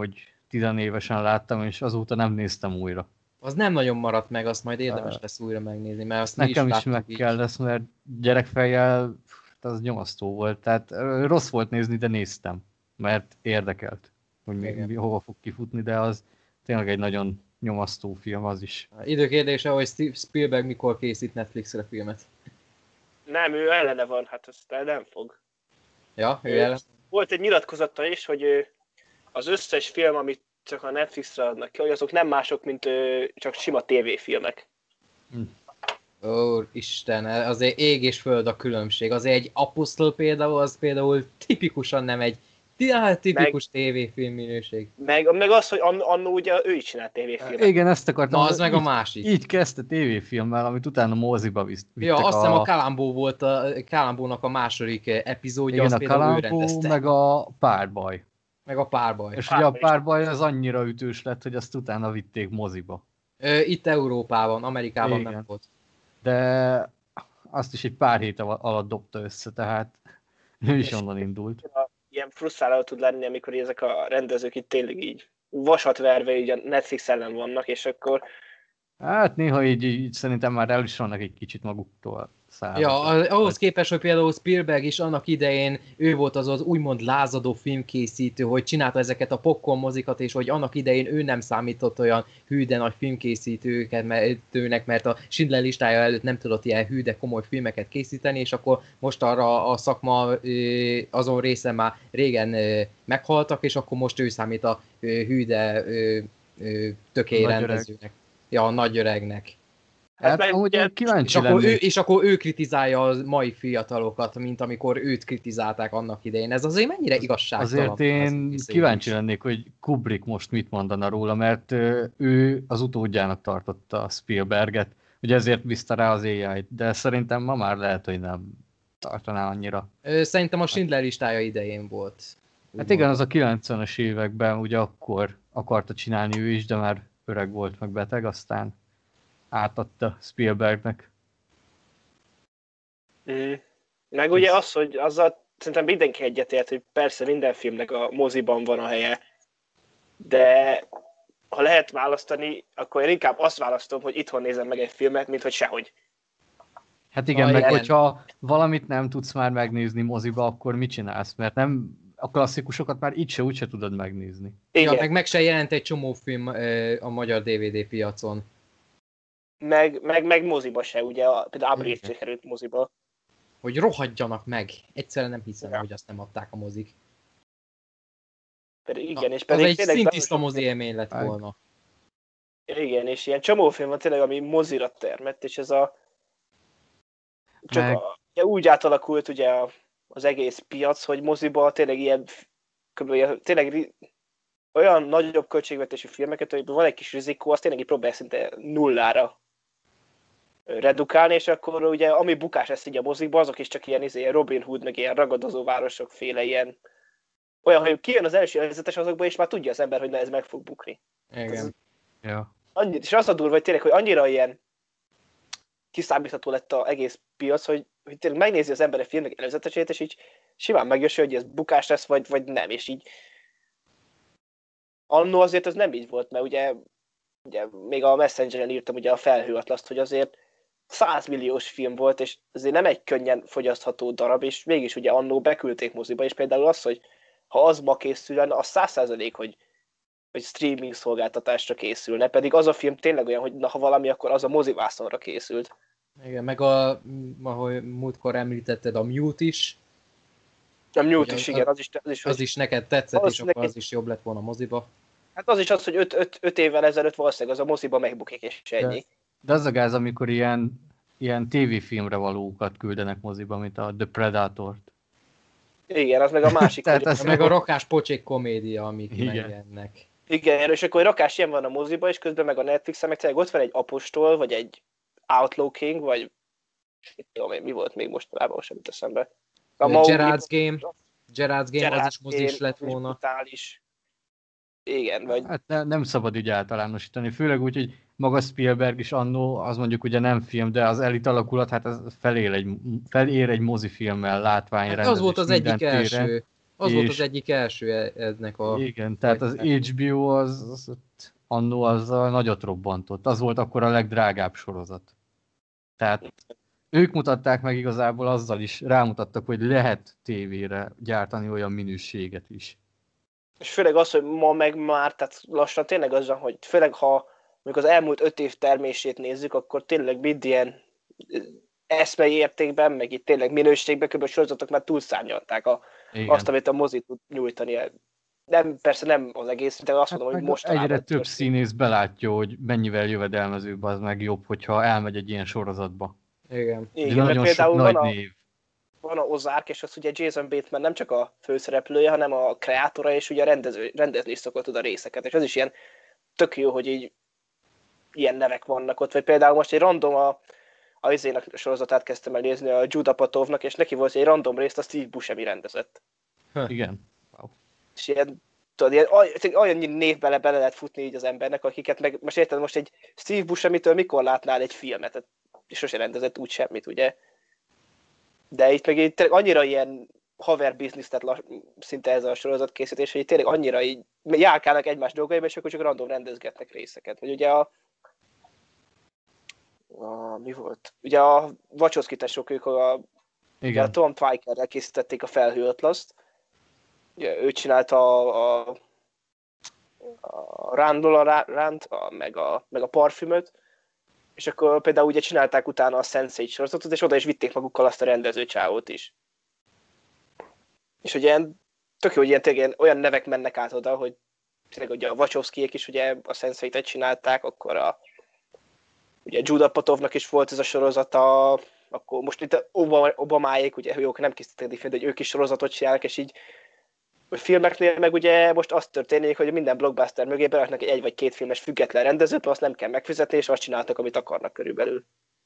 tizenévesen láttam, és azóta nem néztem újra. Az nem nagyon maradt meg, azt majd érdemes lesz újra megnézni, mert azt mi Nekem is láttuk meg így. kell lesz, mert gyerekfejjel az nyomasztó volt. Tehát rossz volt nézni, de néztem, mert érdekelt, hogy hova fog kifutni, de az tényleg egy nagyon nyomasztó film az is. Időkérdése, hogy Spielberg mikor készít Netflixre filmet. Nem, ő ellene van, hát azt nem fog. Ja, ő ellen. Volt egy nyilatkozata is, hogy az összes film, amit csak a Netflixre adnak ki, hogy azok nem mások, mint csak sima tévéfilmek. Ó, Isten, azért ég és föld a különbség. Azért egy Apostle például, az például tipikusan nem egy tipikus tévéfilm minőség. Meg az, hogy annó ugye ő is csinált tévéfilmet. Igen, ezt akartam. Na, az meg a másik. Így kezdte tévéfilmmel, amit utána moziba vittek. Ja, azt hiszem a Columbo volt, a Columbónak a második epizódja, igen, az például ő rendezte. meg a Párbaj. Meg a Párbaj. És ugye a Párbaj az annyira ütős lett, hogy azt utána vitték moziba. Itt Európában, Amerikában igen. nem volt. De azt is egy pár hét alatt dobta össze, tehát ő is onnan indult. Ilyen frusztráló tud lenni, amikor ezek a rendezők itt tényleg így vasat verve így a Netflix ellen vannak, és akkor... Hát néha így szerintem már el is vannak egy kicsit maguktól szállva. Ja, ahhoz képest, hogy például Spielberg is annak idején ő volt az úgymond lázadó filmkészítő, hogy csinálta ezeket a popcorn mozikat, és hogy annak idején ő nem számított olyan hű de nagy filmkészítőnek, mert a Schindler listája előtt nem tudott ilyen hű de komoly filmeket készíteni, és akkor most arra a szakma azon része már régen meghaltak, és akkor most ő számít a hű de tökély rendezőnek. Ja, a nagy öregnek. Hát amúgy kíváncsi és akkor ő kritizálja a mai fiatalokat, mint amikor őt kritizálták annak idején. Ez azért mennyire igazságtalan? Azért én kíváncsi lennék, hogy Kubrick most mit mondana róla, mert ő az utódjának tartotta Spielberget, ugye ezért bízta rá az AI-t, de szerintem ma már lehet, hogy nem tartaná annyira. Szerintem a Schindler listája idején volt. Hát igen, az a 90-es években ugye akkor akarta csinálni ő is, de már öreg volt, meg beteg, aztán átadta Spielbergnek. Meg ugye az, hogy azzal szerintem mindenki egyetért, hogy persze minden filmnek a moziban van a helye, de ha lehet választani, akkor én inkább azt választom, hogy itthon nézem meg egy filmet, mint hogy sehogy. Hát igen, meg hogyha valamit nem tudsz már megnézni moziba, akkor mit csinálsz? Mert nem a klasszikusokat már így se úgyse tudod megnézni. Ja, meg se jelent egy csomó film a magyar DVD piacon. Meg moziba se, ugye, például Áprilisra került moziba. Hogy rohadjanak meg. Egyszerűen nem hiszem, hogy azt nem adták a mozik. Igen, és pedig az egy szintiszta mozi élmény lett volna. Igen, és ilyen csomó film van tényleg, ami mozira termett, és ez a... Csak úgy átalakult ugye az egész piac, hogy moziba tényleg ilyen... Tényleg olyan nagyobb költségvetésű filmeket, hogy van egy kis rizikó, azt tényleg így próbálják szinte nullára redukálni, és akkor ugye ami bukás lesz így a mozikba, azok is csak ilyen Robin Hood, meg ilyen ragadozó városok féle ilyen... Olyan, hogy kijön az első előzetes azokból, és már tudja az ember, hogy ez meg fog bukni. Igen. Ja. És az a durva, hogy tényleg, hogy annyira ilyen kiszámítható lett az egész piac, hogy tényleg megnézi az ember a filmnek előzetesét, és így simán megjössi, hogy ez bukás lesz, vagy nem, és így annó azért ez nem így volt, mert ugye még a Messengeren írtam ugye a Felhőatlaszt, hogy azért 100 milliós film volt, és azért nem egy könnyen fogyasztható darab, és mégis ugye annó beküldték moziba, és például az, hogy ha az ma készülne, az 100%, hogy streaming szolgáltatásra készülne, pedig az a film tényleg olyan, hogy ha valami, akkor az a mozivászonra készült. Igen, meg ahogy múltkor említetted, a Mute is. A Mute is, igen, az is neked tetszett, és akkor az is jobb lett volna moziba. Hát az is az, hogy 5 évvel ezelőtt valószínűleg az a moziba megbukik, és ennyi. De az a gáz, amikor ilyen tévéfilmre valókat küldenek moziba, mint a The Predator-t. Igen, az meg a másik. meg a rakás pocsék komédia, amik megjelennek. Igen, és akkor rakás ilyen van a moziba, és közben meg a Netflixen, meg tényleg ott van egy Apostol, vagy egy Outlaw King, vagy mi volt még mostanában, sem jut eszembe. Gerard's Game, az is mozis lett volna. Brutális. Igen, vagy... Hát nem szabad így általánosítani, főleg úgy, hogy maga Spielberg is annó, az mondjuk ugye nem film, de az elit alakulat, hát ez felér egy mozifilmmel, látványrendezés. Hát az volt az egyik első. Az volt az egyik első ennek a... Igen, tehát az HBO az annó azzal nagyot robbantott. Az volt akkor a legdrágább sorozat. Tehát ők mutatták meg igazából, azzal is rámutattak, hogy lehet tévére gyártani olyan minőséget is. És főleg az, hogy ma meg már, tehát lassan tényleg az, hogy főleg ha mondjuk az elmúlt 5 év termését nézzük, akkor tényleg mind ilyen eszmei értékben, meg itt tényleg minőségben kb. A sorozatok már túlszárnyalták azt, amit a mozi tud nyújtani. Nem, persze nem az egész, de azt mondom, hogy most egyre több színész belátja, hogy mennyivel jövedelmezőbb az meg jobb, hogyha elmegy egy ilyen sorozatba. Igen. Nagyon sok nagy név. Van a Ozark, és az ugye Jason Bateman nem csak a főszereplője, hanem a kreátora, és ugye rendezni is szokott oda részeket, és az is ilyen tök jó, hogy így ilyen nevek vannak ott, vagy például most egy random a izének sorozatát kezdtem el nézni, a Judd Apatownak, és neki volt egy random részt, a Steve Buscemi rendezett. Igen. Wow. És ilyen, tudod, olyan név bele lehet futni így az embernek, akiket meg, most érted, most egy Steve Buscemitől mikor látnál egy filmet? És sose rendezett úgy semmit, ugye? De itt meg így annyira ilyen haver business, tehát szinte ez a sorozat készítés, hogy tényleg annyira így járkálnak egymás dolgaiba, és akkor csak random rendezgetnek részeket. Vagy ugye mi volt? Ugye a Wachowski tesók, ők a Tom Twykerrel készítették a Felhő Atlaszt. Ugye, ő csinálta a Rand, meg a Parfümöt, és akkor például ugye csinálták utána a Sense8 sorozatot, és oda is vitték magukkal azt a rendezőcsávót is. És ugye tök jó, hogy tényleg olyan nevek mennek át oda, hogy tényleg ugye a Wachowskiék is ugye a Sense8-et csinálták, akkor ugye Judd Apatownak is volt ez a sorozata, akkor most itt Obamáék, ugye ők nem készítették, de ők is sorozatot csinálnak, és így a filmeknél meg ugye most az történik, hogy minden blockbuster mögé beraknak egy vagy két filmes független rendezőt, mert azt nem kell megfizetni, és azt csináltak, amit akarnak körülbelül.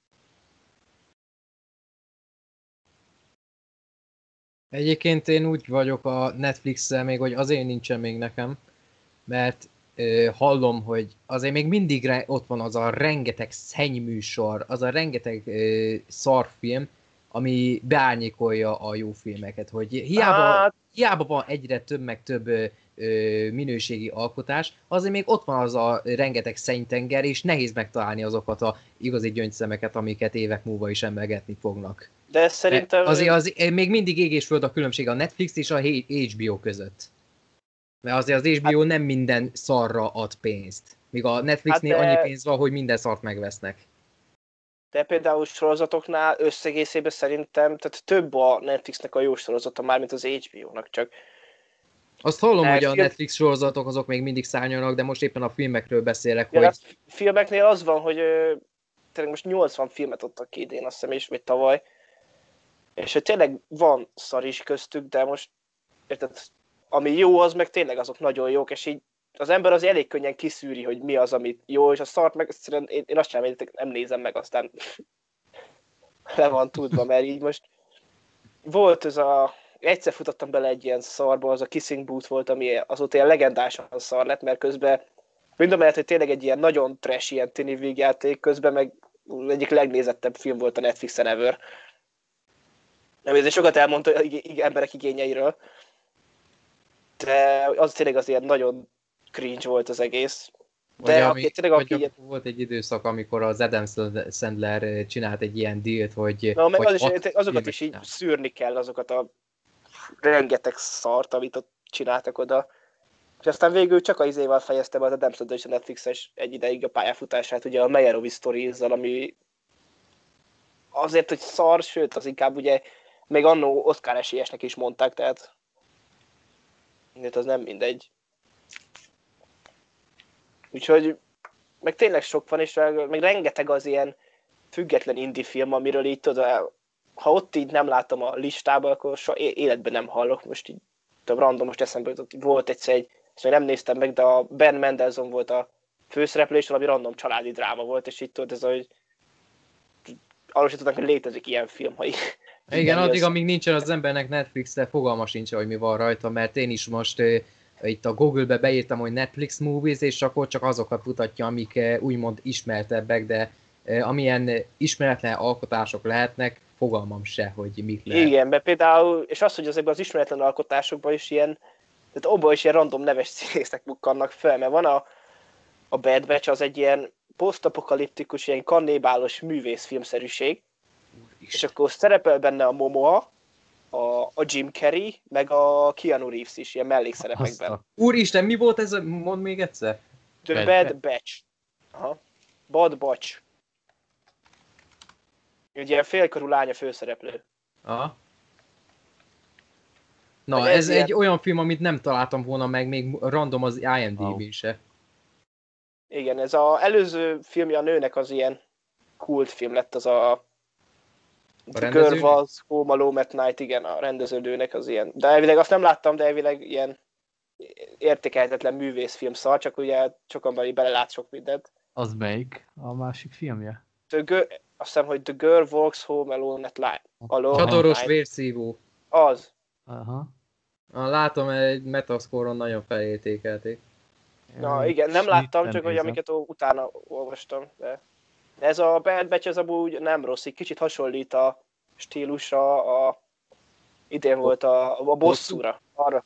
Egyébként én úgy vagyok a Netflix-szel még, hogy azért nincsen még nekem, mert hallom, hogy azért még mindig ott van az a rengeteg szennyműsor, az a rengeteg szarfilm, ami beárnyékolja a jó filmeket, hogy hiába van egyre több meg több minőségi alkotás, azért még ott van az a rengeteg szennytenger, és nehéz megtalálni azokat a igazi gyöngyszemeket, amiket évek múlva is emlegetni fognak. De szerintem... Azért még mindig ég és föld a különbség a Netflix és a HBO között. Mert azért az HBO nem minden szarra ad pénzt. Míg a Netflixnél annyi pénz van, hogy minden szart megvesznek. De például sorozatoknál összegészében szerintem, tehát több a Netflixnek a jó sorozata már, mint az HBO-nak, csak... Azt hallom, hogy a Netflix sorozatok azok még mindig szárnyalnak, de most éppen a filmekről beszélek, ja, hogy... A filmeknél az van, hogy tényleg most 80 filmet adtak ki idén, azt hiszem is, vagy tavaly. És hogy tényleg van szar is köztük, de most, érted, ami jó, az meg tényleg azok nagyon jók, és így az ember az elég könnyen kiszűri, hogy mi az, ami jó, és a szart meg én azt sem nem nézem meg, aztán le van tudva, mert így most volt ez egyszer futottam bele egy ilyen szarba, az a Kissing Booth volt, ami azóta ilyen legendásan szar lett, mert közben mindamellett, hogy tényleg egy ilyen nagyon trash, ilyen tini vígjáték, közben meg egyik legnézettebb film volt a Netflixen ever. Nem, ez sokat elmondta emberek igényeiről, de az tényleg az ilyen nagyon cringe volt az egész. De volt egy időszak, amikor az Adam Sandler csinált egy ilyen dealt, hogy... Na, meg azokat is így szűrni kell, azokat a rengeteg szart, amit ott csináltak oda. És aztán végül csak az izével fejezte be az Adam Sandler és a Netflixes egy ideig a pályafutását, ugye a Meyerowitz Stories-zal, ami azért, hogy szar, sőt, az inkább ugye még annó Oscar esélyesnek is mondták, tehát az nem mindegy. Úgyhogy meg tényleg sok van, és meg rengeteg az ilyen független indie film, amiről így tudod, ha ott így nem látom a listában, akkor életben nem hallok. Most így random, most eszembe volt egyszer ezt még nem néztem meg, de a Ben Mendelsohn volt a főszereplő, és valami random családi dráma volt, és így tudod, ez hogy arról sem tudnak, hogy létezik ilyen film, ha így... Igen, addig, amíg nincsen az embernek Netflix-re, fogalma sincs, hogy mi van rajta, mert én is most itt a Google-be beírtam, hogy Netflix Movies, és akkor csak azokat mutatja, amik úgymond ismertebbek, de amilyen ismeretlen alkotások lehetnek, fogalmam se, hogy mit lehet. Igen, mert például, és az, hogy ezekben az ismeretlen alkotásokban is ilyen, tehát abban is ilyen random neves színészek bukkannak fel, mert van a Bad Batch, az egy ilyen posztapokaliptikus, ilyen kannibálos művészfilmszerűség, és akkor szerepel benne a Momoa, a Jim Carrey, meg a Keanu Reeves is ilyen mellékszerepekben. Úristen, mi volt ez? Mondd még egyszer. The Bad Batch. Aha. Bad Batch. Egy ilyen félkorú lánya főszereplő. Aha. Na, ez egy olyan film, amit nem találtam volna meg, még random az IMDb-n se. Igen, ez az előző filmje a nőnek az ilyen kultfilm lett, az a The Girl Was Home Alone at Night, igen, a rendezőnőnek az ilyen. De elvileg azt nem láttam, de elvileg ilyen értékelhetetlen művészfilm szar, csak ugye sokan belelát sok mindent. Az melyik a másik filmje? Azt hiszem, hogy The Girl Walks Home Alone at Night. Csatoros vérszívó. Az. Aha. Látom, egy Metascore-on nagyon felértékelték. Na igen, nem láttam, csak hogy amiket utána olvastam. De ez a Bad Batch az amúgy nem rossz, egy kicsit hasonlít a stílusra, idén volt a bosszúra.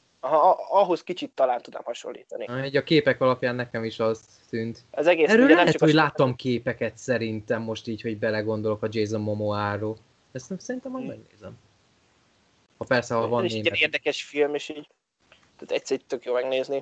Ahhoz kicsit talán tudnám hasonlítani. Egy a képek alapján nekem is az tűnt. Az egész, erről lehet, hogy láttam képeket szerintem most így, hogy belegondolok a Jason Momoáról. Ezt szerintem majd megnézem. Ha persze, ha van német. Egy érdekes film, és így tehát egyszer tök jó megnézni.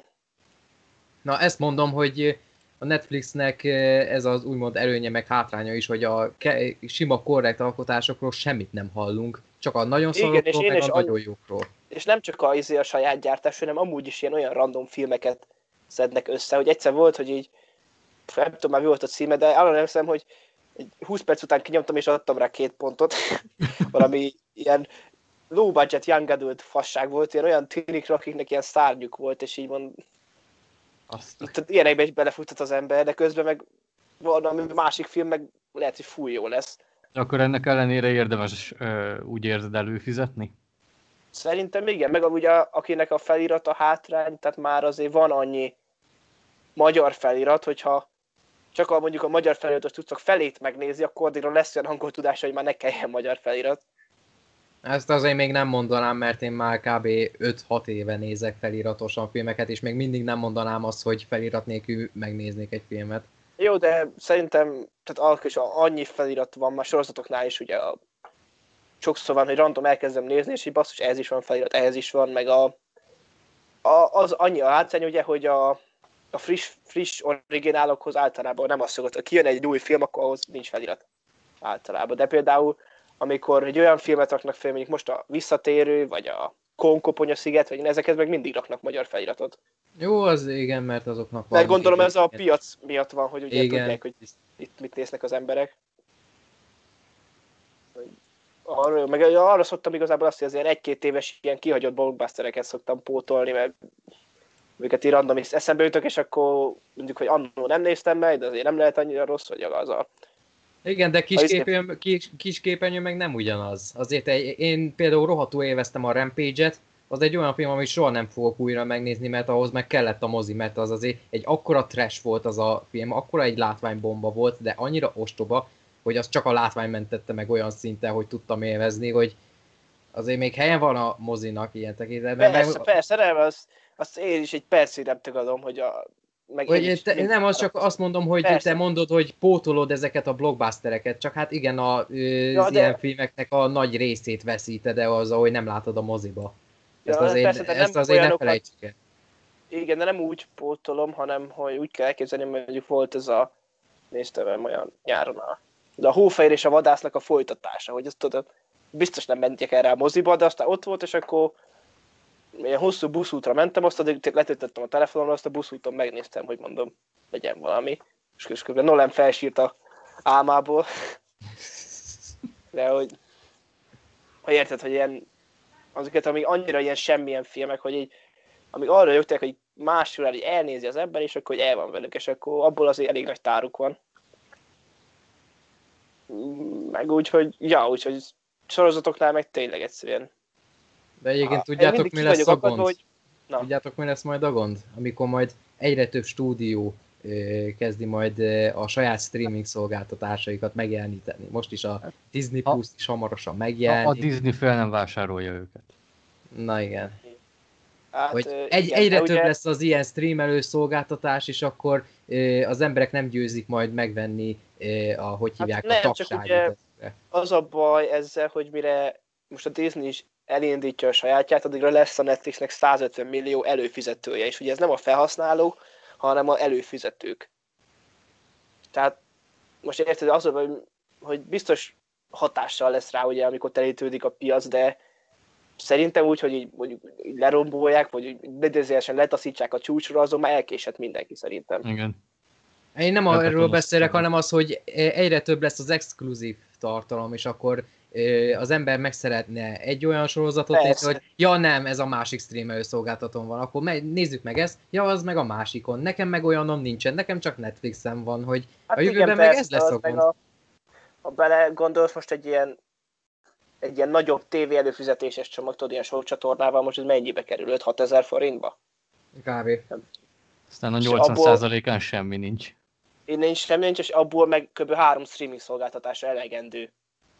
Na, ezt mondom, hogy a Netflixnek ez az úgymond előnye meg hátránya is, hogy a sima korrekt alkotásokról semmit nem hallunk. Csak a nagyon szarokról, meg a nagyon jókról. És nem csak a saját gyártás, hanem amúgy is ilyen olyan random filmeket szednek össze, hogy egyszer volt, hogy így, nem tudom már mi volt a címe, de arra nem hiszem, hogy 20 perc után kinyomtam és adtam rá 2 pontot. Valami ilyen low budget young adult fasság volt, ilyen olyan tűnikre, akiknek ilyen szárnyuk volt, és így mond... Ilyenekbe is belefutott az ember, de közben meg valami másik film meg lehet, hogy fúj jó lesz. Akkor ennek ellenére érdemes úgy érzed előfizetni? Szerintem igen, meg ugye akinek a felirata hátrány, tehát már azért van annyi magyar felirat, hogyha csak mondjuk a magyar feliratos tudszak felét megnézi, akkor addigra lesz olyan hangoltudása, hogy már ne kelljen magyar felirat. Ezt azért még nem mondanám, mert én már kb. 5-6 éve nézek feliratosan filmeket, és még mindig nem mondanám azt, hogy felirat nélkül megnéznék egy filmet. Jó, de szerintem tehát annyi felirat van már sorozatoknál is, ugye sokszor van, hogy random elkezdem nézni, és így basszus, ehhez is van felirat, ehhez is van, meg az annyi a hátrány, ugye, hogy a friss originálokhoz általában nem azt szokott, ha kijön egy új film, akkor ahhoz nincs felirat általában. De például, amikor egy olyan filmet raknak fel, mondjuk most a Visszatérő, vagy a Konkoponya sziget, vagy ezeket meg mindig raknak magyar feliratot. Jó, az igen, mert azoknak van. De gondolom ez a piac miatt van, hogy ugye igen. Tudják, hogy itt mit néznek az emberek. Arra szoktam igazából azt, hogy azért 1-2 éves ilyen kihagyott blockbustereket szoktam pótolni, mert őket így random is eszembe jutok, és akkor mondjuk, hogy annól nem néztem meg, de azért nem lehet annyira rossz, vagy az a... Igen, de kisképernyő meg nem ugyanaz. Azért én például rohadtul élveztem a Rampage-et, az egy olyan film, amit soha nem fogok újra megnézni, mert ahhoz meg kellett a mozi, mert az azért egy akkora trash volt az a film, akkora egy látványbomba volt, de annyira ostoba, hogy az csak a látvány mentette meg olyan szinten, hogy tudtam élvezni, hogy azért még helyen van a mozinak ilyen tekintetben. Persze, nem, azt én is egy percig nem tagadom, hogy nem, az csak azt mondom, hogy te mondod, hogy pótolod ezeket a blockbustereket, csak hát igen, ilyen filmeknek a nagy részét veszíted el azzal, hogy nem látod a moziba. Ezt azért ne felejtsük el. Igen, de nem úgy pótolom, hanem hogy úgy kell elképzelni, hogy mondjuk volt ez néztem olyan nyáron de a Hófehér és a vadásznak a folytatása, hogy ezt tudod, biztos nem mentek erre a moziba, de aztán ott volt, és akkor ilyen hosszú buszútra mentem, azt letöltöttem a telefonomra, azt a buszúton megnéztem, hogy mondom, legyen valami. És közben Nolan felsírt a álmából. De hogy érted, hogy ilyen, azokat, amíg annyira ilyen semmilyen filmek, hogy így, amíg arra jöttek, hogy másról így elnézi az ember, és akkor hogy el van velük, és akkor abból azért elég nagy táruk van. Meg úgyhogy sorozatoknál meg tényleg egyszerűen. De egyébként tudjátok, mi lesz a gond? Tudjátok, mi lesz majd a gond? Amikor majd egyre több stúdió kezdi majd a saját streaming szolgáltatásaikat megjeleníteni. Most is a Disney Plus is hamarosan megjelenik. A Disney fel nem vásárolja őket. Na igen. Hát, Hogy igen, egyre több ugye... lesz az ilyen streamelő szolgáltatás, és akkor az emberek nem győzik majd megvenni hogy hívják, nem, a csak tagságot. ugye az a baj ezzel, hogy mire most a Disney is elindítja a sajátját, addigra lesz a Netflixnek 150 millió előfizetője, és ugye ez nem a felhasználók, hanem az előfizetők. Tehát most érted, az, hogy biztos hatással lesz rá, ugye, amikor telítődik a piac, de szerintem úgy, hogy így, mondjuk így lerombolják, vagy idézőjelesen letaszítsák a csúcsra, azon már elkésett mindenki szerintem. Igen. Én nem erről beszélek, hanem az, hogy egyre több lesz az exkluzív tartalom, és akkor az ember meg szeretne egy olyan sorozatot nézni, hogy ja nem, ez a másik streamelő szolgáltatón van, akkor nézzük meg ezt, ja az meg a másikon, nekem meg olyanom nincsen, nekem csak Netflixen van, hogy hát a jövőben igen, meg ez lesz a gond. Ha bele gondolsz most egy ilyen nagyobb tévé előfizetéses csomag, tudod, ilyen sorcsatornával, most ez mennyibe kerül? 5-6 ezer forintba? Kávé. Aztán a 80%-án semmi nincs. Nincs semmi nincs, és abból meg kb. 3 streaming szolgáltatásra elegendő.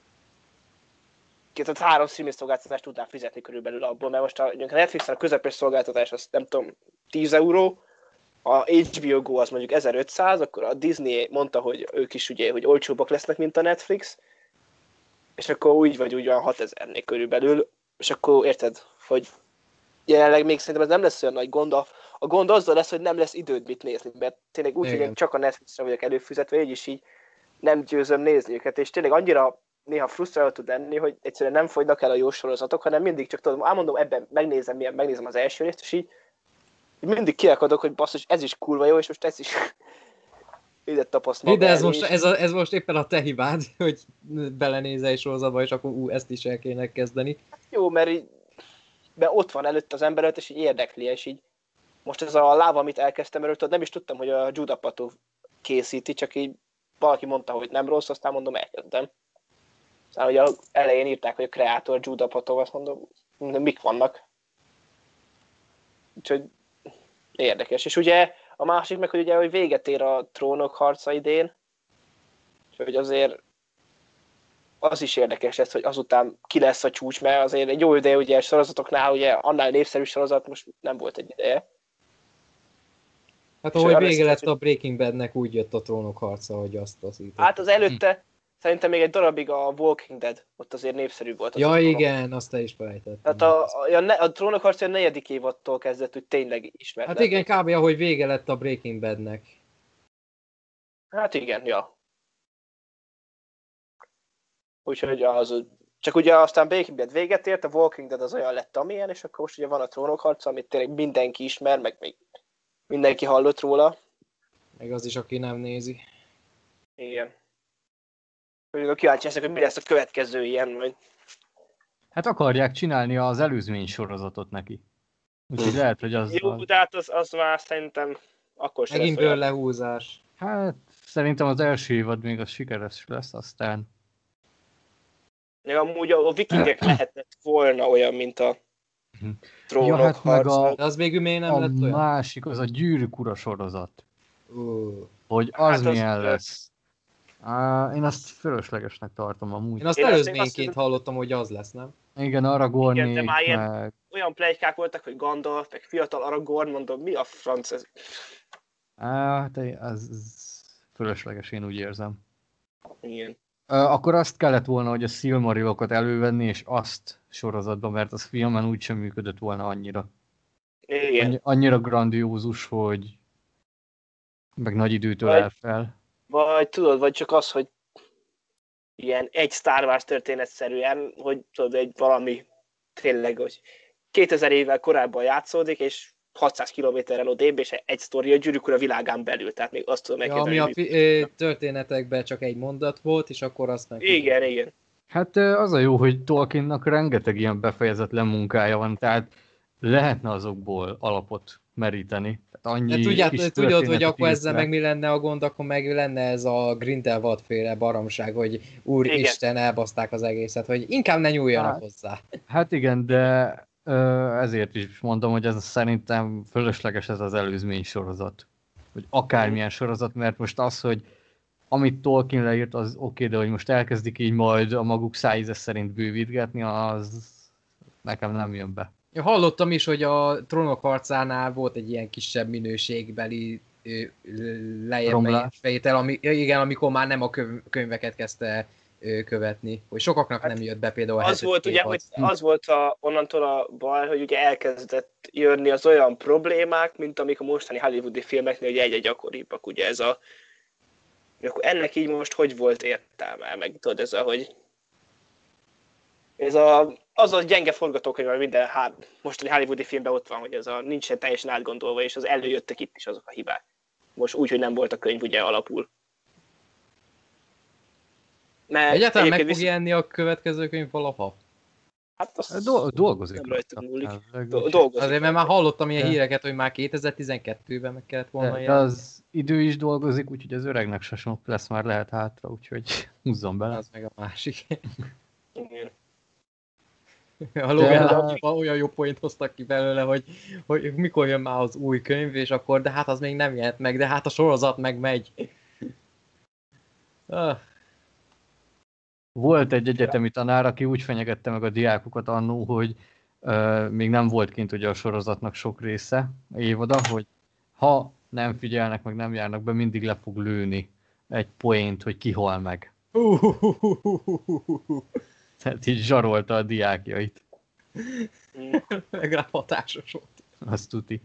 Tehát 3 streaming szolgáltatást tudnál fizetni körülbelül abból, mert most a Netflixen a közepes szolgáltatás az nem tudom, 10 euró, a HBO Go az mondjuk 1500, akkor a Disney mondta, hogy ők is ugye, hogy olcsóbbak lesznek, mint a Netflix, és akkor úgy vagy úgy olyan 6000-nél körülbelül, és akkor érted, hogy jelenleg még szerintem ez nem lesz olyan nagy gond. A gond azzal lesz, hogy nem lesz időd mit nézni, mert tényleg úgy, hogy csak a Netflixre vagyok előfizetve, így is így nem győzöm nézni őket, és tényleg annyira néha frusztráló tud lenni, hogy egyszerűen nem fogynak el a jó sorozatok, hanem mindig csak tudom, elmondom, ebben megnézem az első részt, és így mindig kiakadok, hogy basszus, ez is kurva jó, és most ez is ide tapaszt maga. De ez most éppen a te hibád, hogy belenézel egy sorozatba, és akkor ezt is el kéne kezdeni. Jó, mert ott van előtt az ember előtt, és így érdekli, és így most ez a láva, amit elkezdtem, erről nem is tudtam, hogy a Judd Apatow készíti, csak így valaki mondta, hogy nem rossz, aztán mondom, elkezdem. Aztán ugye elején írták, hogy a kreátor Judd Apatow, azt mondom, mik vannak. Úgyhogy érdekes. És ugye a másik meg, hogy ugye hogy véget ér a Trónok harca idén, hogy azért az is érdekes lesz, hogy azután ki lesz a csúcs, mert azért egy jó ideje ugye sorozatoknál, ugye annál népszerű sorozat most nem volt egy ideje. Hát ahogy vége lett a Breaking Badnek, úgy jött a Trónok harca, hogy azt írt. Hát az előtte szerintem még egy darabig a Walking Dead ott azért népszerű volt. Az ja igen, azt te is felejtettem. Tehát a Trónok harca a 4. évadtól kezdett, hogy tényleg ismert. Hát igen, kb. Ahogy vége lett a Breaking Badnek. Hát igen, ja. Úgyhogy csak ugye aztán Breaking Bad véget ért, a Walking Dead az olyan lett amilyen, és akkor most ugye van a Trónok harca, amit tényleg mindenki ismer, meg még mindenki hallott róla. Meg az is, aki nem nézi. Igen. Úgyhogy kíváncsi leszek, hogy mi lesz a következő ilyen, majd. Hát akarják csinálni az előzmény sorozatot neki. Úgyhogy lehet, hogy az... Jó, de hát az már szerintem akkor sem megint bőle lehúzás. Hát szerintem az első évad még az sikeres lesz, aztán... Még amúgy a vikingek lehetett volna olyan, mint a Trónok hát harca. De az végül még nem lett olyan. A másik, az a Gyűrűk ura sorozat. Hogy az hát milyen lesz. Én azt fölöslegesnek tartom amúgy. Én azt előzményként hallottam, hogy az lesz, nem? Igen, Aragornék, de már meg... olyan pletykák voltak, hogy Gandalf, meg fiatal Aragorn, mondom, mi a franc ez? Hát ez fölösleges, én úgy érzem. Igen. Akkor azt kellett volna, hogy a Silmarilokat elővenni, és azt sorozatban, mert az filmen úgysem működött volna annyira. Igen. Annyira grandiózus, hogy meg nagy időtől el fel. Vagy tudod, vagy csak az, hogy ilyen egy Star Wars történetszerűen, hogy tudod, egy valami tényleg, hogy 2000 évvel korábban játszódik, és 600 kilométerrel odébb, és egy sztori a Gyűrűk ura világán belül, tehát még azt tudom elképzelni. Ami a történetekben csak egy mondat volt, és akkor azt meg... Igen. Hát az a jó, hogy Tolkiennak rengeteg ilyen befejezetlen munkája van, tehát lehetne azokból alapot meríteni. Tehát annyi tudod, hogy akkor ezzel meg mi lenne a gond, akkor meg lenne ez a Grindelwald féle baromság, hogy úristen, elbaszták az egészet, hogy inkább ne nyúljanak hozzá. Hát igen, de ezért is mondom, hogy ez szerintem fölösleges ez az előzmény sorozat. vagy akármilyen sorozat, mert most az, hogy amit Tolkien leírt, az oké, de hogy most elkezdik így majd a maguk szájíze szerint bővítgetni, az nekem nem jön be. Én hallottam is, hogy a Trónok harcánál volt egy ilyen kisebb minőségbeli lejjebb fejétel, igen, amikor már nem a könyveket kezdte követni, hogy sokaknak nem jött be például a az volt ugye, hogy az volt onnantól a baj, hogy ugye elkezdett jönni az olyan problémák, mint amik a mostani hollywoodi filmeknél ugye egyre gyakoribbak, ugye ez a akkor ennek így most hogy volt értelme, meg tudod, ez a, hogy az a gyenge forgatókönyv, ami minden mostani hollywoodi filmben ott van, hogy ez a nincsen teljesen átgondolva, és az előjöttek itt is azok a hibák. Most úgy, hogy nem volt a könyv ugye alapul. Mert egyáltalán meg fog jelenni a következő könyv valaha? Hát dolgozik. Dolgozik. Azért, mert már hallottam ilyen híreket, hogy már 2012-ben meg kellett volna de az idő is dolgozik, úgyhogy az öregnek se sok lesz már lehet hátra, úgyhogy húzzon bele. Az meg a másik. Igen. A Logan olyan jó point hoztak ki belőle, hogy mikor jön már az új könyv, és akkor de hát az még nem jelent meg, de hát a sorozat meg megy. Volt egy egyetemi tanár, aki úgy fenyegette meg a diákokat annó, hogy még nem volt kint ugye a sorozatnak sok része, évada, hogy ha nem figyelnek, meg nem járnak be, mindig le fog lőni egy poént, hogy ki hal meg. Tehát így zsarolta a diákjait. Legalább hatásos volt. Azt tuti.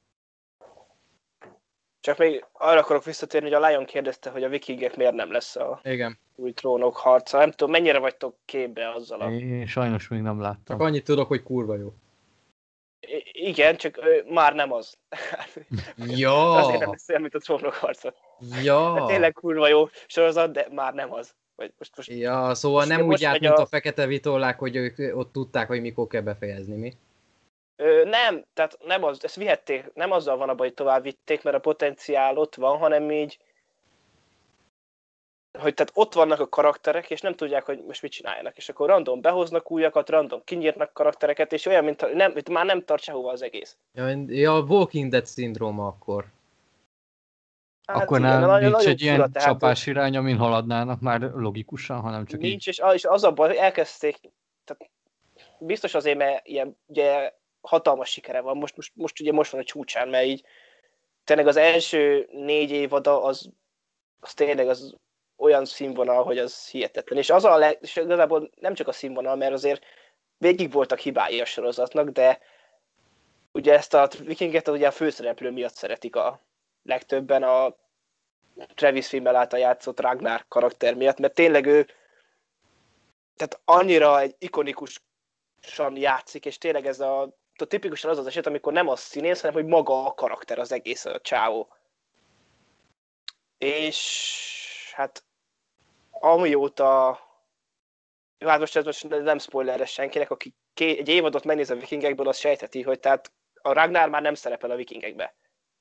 Csak még arra akarok visszatérni, hogy a Lion kérdezte, hogy a vikingek miért nem lesz a új Trónok harca. Nem tudom, mennyire vagytok képbe azzal a... Én sajnos még nem láttam. Csak annyit tudok, hogy kurva jó. Igen, csak már nem az. Ja. Azért nem lesz olyan, mint a Trónok harca. Ja. Hát tényleg kurva jó sorozat, de már nem az. Most, ja, szóval most nem úgy járt, mint a Fekete Vitorlák, hogy ők ott tudták, hogy mikor kell befejezni, mi? Nem, tehát nem az, ezt vihették, nem azzal van a baj, hogy tovább vitték, mert a potenciál ott van, hanem így, hogy tehát ott vannak a karakterek, és nem tudják, hogy most mit csináljanak, és akkor random behoznak újakat, random kinyírnak karaktereket, és olyan, mint már nem tart sehova az egész. Ja, a Walking Dead szindróma akkor. Hát akkor nem nincs egy ilyen csapás irány, amin haladnának már logikusan, hanem csak nincs, így. És az a baj, hogy elkezdték, tehát biztos azért, mert ilyen, ugye, hatalmas sikere van, most ugye most van a csúcsán, mert így tényleg az első 4 évada az tényleg az olyan színvonal, hogy az hihetetlen. És és igazából nem csak a színvonal, mert azért végig voltak hibái a sorozatnak, de ugye ezt a Vikinget ugye a főszereplő miatt szeretik a legtöbben, a Travis filmmel által játszott Ragnar karakter miatt, mert tényleg ő tehát annyira egy ikonikusan játszik, és tényleg ez tipikusan az az eset, amikor nem az színész, hanem hogy maga a karakter, az egész a csávó. És hát amióta, hát most nem spoileres senkinek, aki egy évadot megnéz a Vikingekből, az sejtheti, hogy tehát a Ragnar már nem szerepel a Vikingekbe.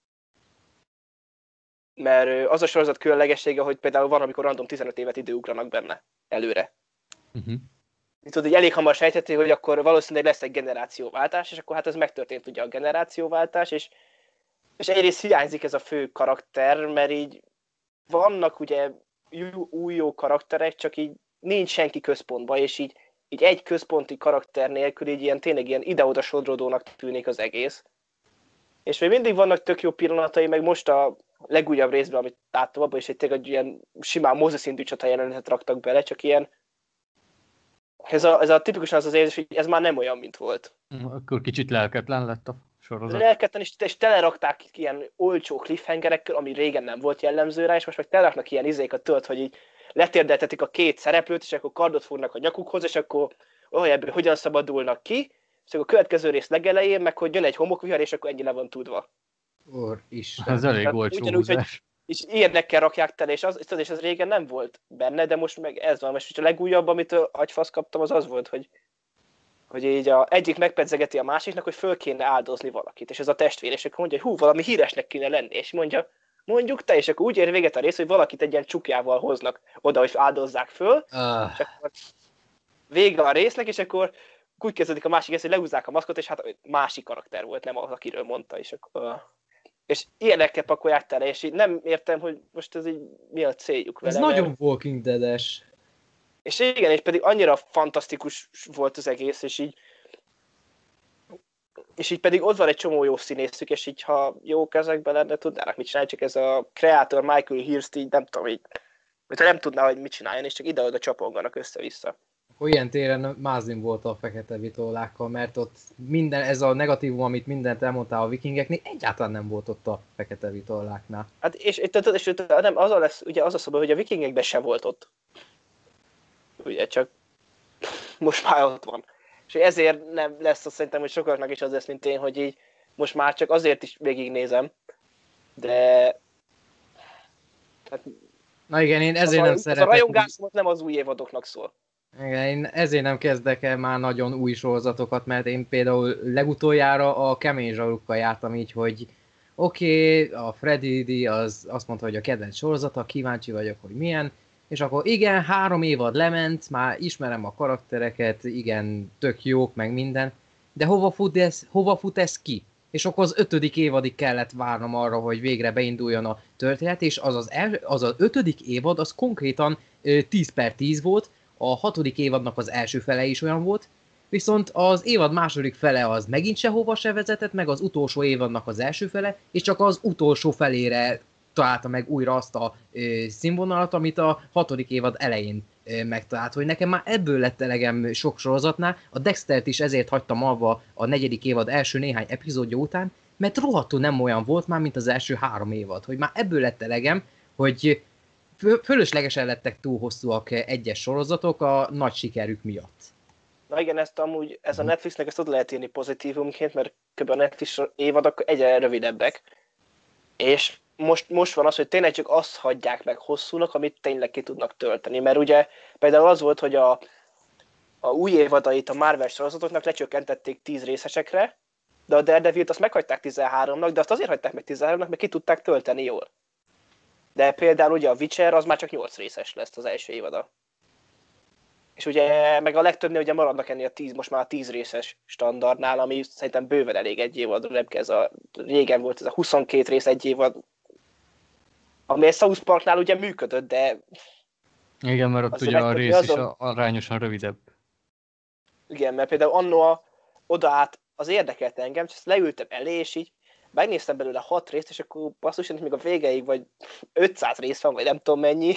Mert az a sorozat különlegessége, hogy például van, amikor random 15 évet időugranak benne előre. Tudod, hogy elég hamar sejtheti, hogy akkor valószínűleg lesz egy generációváltás, és akkor hát ez megtörtént ugye a generációváltás, és egyrészt hiányzik ez a fő karakter, mert így vannak ugye új jó karakterek, csak így nincs senki központban, és így egy központi karakter nélkül így ilyen tényleg ilyen ide-oda sodródónak tűnik az egész. És még mindig vannak tök jó pillanatai, meg most a legújabb részben, amit láttam abban, és egy tényleg ilyen simán moziszintű csata jelenetet raktak bele, csak ilyen ez a tipikusan az érzés, hogy ez már nem olyan, mint volt. Akkor kicsit lelketlen lett a sorozat. Lelketlen, és telerakták ilyen olcsó cliffhangerekkel, ami régen nem volt jellemző rá, és most meg teleraknak ilyen izékat, tudod, hogy így letérdeltetik a két szereplőt, és akkor kardot fúrnak a nyakukhoz, és akkor ebből hogyan szabadulnak ki, és akkor a következő rész legelején, meg hogy jön egy homokvihar, és akkor ennyi le van tudva. Ez elég olcsó húzás. És ilyenekkel rakják tele, és ez régen nem volt benne, de most meg ez van. Most a legújabb, amit agyfasz kaptam, az volt, hogy így egyik megpedzegeti a másiknak, hogy föl kéne áldozni valakit, és ez a testvér, és akkor mondja, hogy valami híresnek kéne lenni, és mondjuk te, és akkor úgy ér véget a rész, hogy valakit egy ilyen csukjával hoznak oda, hogy áldozzák föl, és akkor vége a résznek, és akkor úgy kezdődik a másik rész, hogy lehúzzák a maszkot, és hát másik karakter volt, nem az, akiről mondta, és akkor... És ilyenekkel pakolják tele, és így nem értem, hogy most ez így mi a céljuk vele. Ez nagyon Walking Dead-es. És igen, és pedig annyira fantasztikus volt az egész, és így pedig ott van egy csomó jó színészük, és így ha jó kezekben lenne, tudnának mit csinálni, csak ez a kreátor Michael Hirst így nem tudom, így, mintha nem tudná, hogy mit csináljon, és csak ide-oda csaponganak össze-vissza. Olyan téren mázlim volt a fekete vitorlákkal, mert ott minden, ez a negatívum, amit mindent elmondtál a vikingeknél, egyáltalán nem volt ott a fekete vitorláknál. Hát és nem, az a lesz, ugye az a szoba, hogy a vikingekben sem volt ott. Ugye, csak most már ott van. És ezért nem lesz azt szerintem, hogy sokaknak is az lesz, mint én, hogy így most már csak azért is végignézem, de... Hát, na igen, én ezért nem szeretek... A rajongásom nem az új évadoknak szól. Igen, én ezért nem kezdek el már nagyon új sorozatokat, mert én például legutoljára a Kemény Zsarukkal jártam így, hogy oké, a Freddy D az azt mondta, hogy a kedvenc sorozata, kíváncsi vagyok, hogy milyen, és akkor igen, 3 évad lement, már ismerem a karaktereket, igen, tök jók, meg minden, de hova fut ez ki? És akkor az 5. évadig kellett várnom arra, hogy végre beinduljon a történet, és az 5. évad, az konkrétan 10/10 volt, a 6. évadnak az első fele is olyan volt, viszont az évad második fele az megint sehova se vezetett, meg az utolsó évadnak az első fele, és csak az utolsó felére találta meg újra azt a színvonalat, amit a 6. évad elején megtalált, hogy nekem már ebből lett elegem sok sorozatnál, a Dextert is ezért hagytam abba a 4. évad első néhány epizódja után, mert rohadtul nem olyan volt már, mint az első 3 évad, hogy már ebből lett elegem, hogy fölöslegesen lettek túl hosszúak egyes sorozatok a nagy sikerük miatt. Na igen, ez a Netflixnek ezt oda lehet írni pozitívumként, mert kb. A Netflix évadok egyre rövidebbek, és most van az, hogy tényleg csak azt hagyják meg hosszúnak, amit tényleg ki tudnak tölteni, mert ugye például az volt, hogy a új évadait a Marvel sorozatoknak lecsökkentették 10 részesekre, de a Daredevilt azt meghagyták 13-nak, de azt azért hagyták meg 13-nak, mert ki tudták tölteni jól. De például ugye a Witcher az már csak 8 részes lesz az első évada. És ugye meg a legtöbbnél ugye maradnak ennél most már a 10 részes standardnál, ami szerintem bőven elég egy évadra, nem kell régen volt ez a 22 rész egy évad, ami egy South Parknál ugye működött, de... Igen, mert ott ugye a rész is arányosan rövidebb. Igen, mert például annó oda át az érdekelt engem, és leültem elé, és így megnéztem belőle 6 részt, és akkor basszus, még a végeig, vagy 500 rész van, vagy nem tudom mennyi.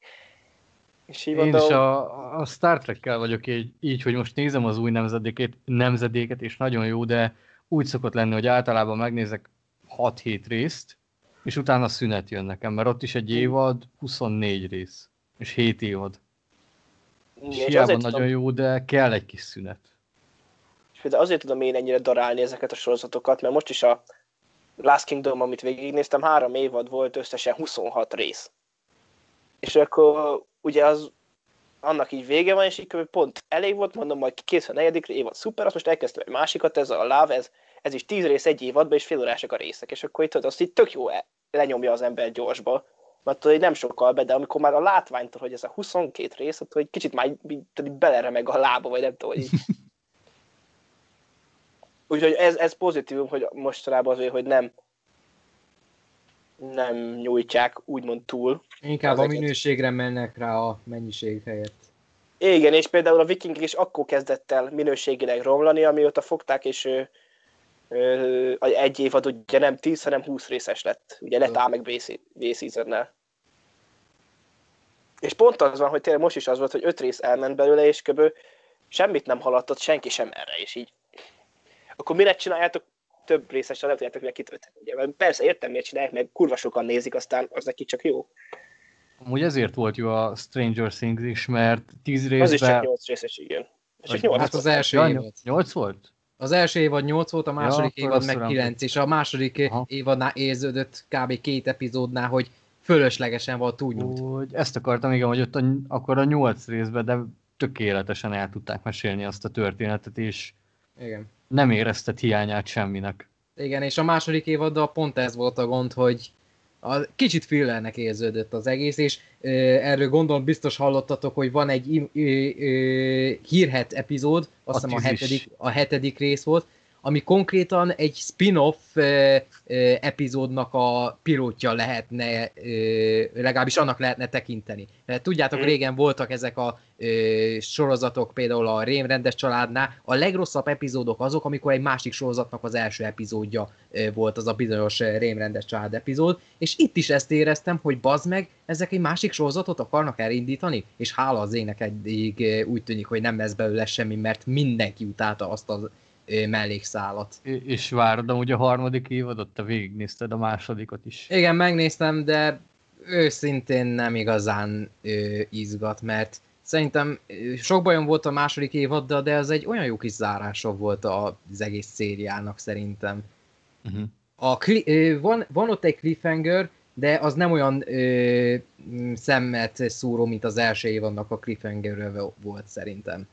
És így én is a Star Trek-kel vagyok így, hogy most nézem az új nemzedéket, és nagyon jó, de úgy szokott lenni, hogy általában megnézek 6-7 részt, és utána szünet jön nekem, mert ott is egy évad, 24 rész, és 7 évad. És hiába nagyon jó, de kell egy kis szünet. És például azért tudom én ennyire darálni ezeket a sorozatokat, mert most is a Last Kingdom, amit végignéztem, 3 évad volt, összesen 26 rész. És akkor ugye annak így vége van, és így pont elég volt, mondom, majd kész a 4. évad, szuper, azt most elkezdtem egy másikat, ez a Love, ez is 10 rész egy évadban, és fél órásak a részek, és akkor itt azt így tök jó lenyomja az ember gyorsba, mert tudod, nem sokkal be, de amikor már a látványtól, hogy ez a 22 rész, attól, hogy kicsit már így beleremeg a lába, vagy nem tudom, hogy így. Úgyhogy ez pozitívum, hogy mostanában azért, hogy nem nyújtják úgymond túl. Inkább a minőségre mennek rá a mennyiség helyett. Igen, és például a Vikingek is akkor kezdett el minőségileg romlani, amióta fogták, és egy évad ugye nem 10, hanem 20 részes lett. Ugye lett A meg B season-nel. És pont az van, hogy tényleg most is az volt, hogy 5 rész elment belőle, és kb. Semmit nem haladtott, senki sem erre, és így. Akkor mire csináljátok? Több részesen nem tudjátok, miért kitölteni. Ugye? Persze értem, miért csinálják, meg kurva sokan nézik, aztán az neki csak jó. Amúgy ezért volt jó a Stranger Things is, mert 10 részben... Az is csak 8 részes, igen. Csak 8 hát az első évad. 8 volt? Az első évad 8 volt, a második évad meg 9, és a második évadnál érződött kb. 2 epizódnál, hogy fölöslegesen volt túlnyújt. Úgy, ezt akartam, igen, hogy ott akkor a 8 részben, de tökéletesen el tudták mesélni azt a történetet, és igen. Nem érezted hiányát semminek. Igen, és a második évaddal pont ez volt a gond, hogy kicsit fillernek érződött az egész, és erről gondolom biztos hallottatok, hogy van egy hírhet epizód, azt hiszem a hetedik rész volt, ami konkrétan egy spin-off epizódnak a pilótja lehetne, legalábbis annak lehetne tekinteni. Mert tudjátok, régen voltak ezek a sorozatok, például a Rémrendes családnál, a legrosszabb epizódok azok, amikor egy másik sorozatnak az első epizódja volt, az a bizonyos Rémrendes család epizód, és itt is ezt éreztem, hogy bazd meg, ezek egy másik sorozatot akarnak elindítani, és hála az égnek eddig úgy tűnik, hogy nem lesz belőle semmi, mert mindenki utálta azt az mellékszálat. És várod amúgy a harmadik évadot? Te végignézted a másodikot is. Igen, megnéztem, de őszintén nem igazán izgat, mert szerintem sok bajom volt a második évaddal, de az egy olyan jó kis zárása volt az egész szériának szerintem. Van ott egy cliffhanger, de az nem olyan szemmet szúró, mint az első évadnak a cliffhanger volt szerintem.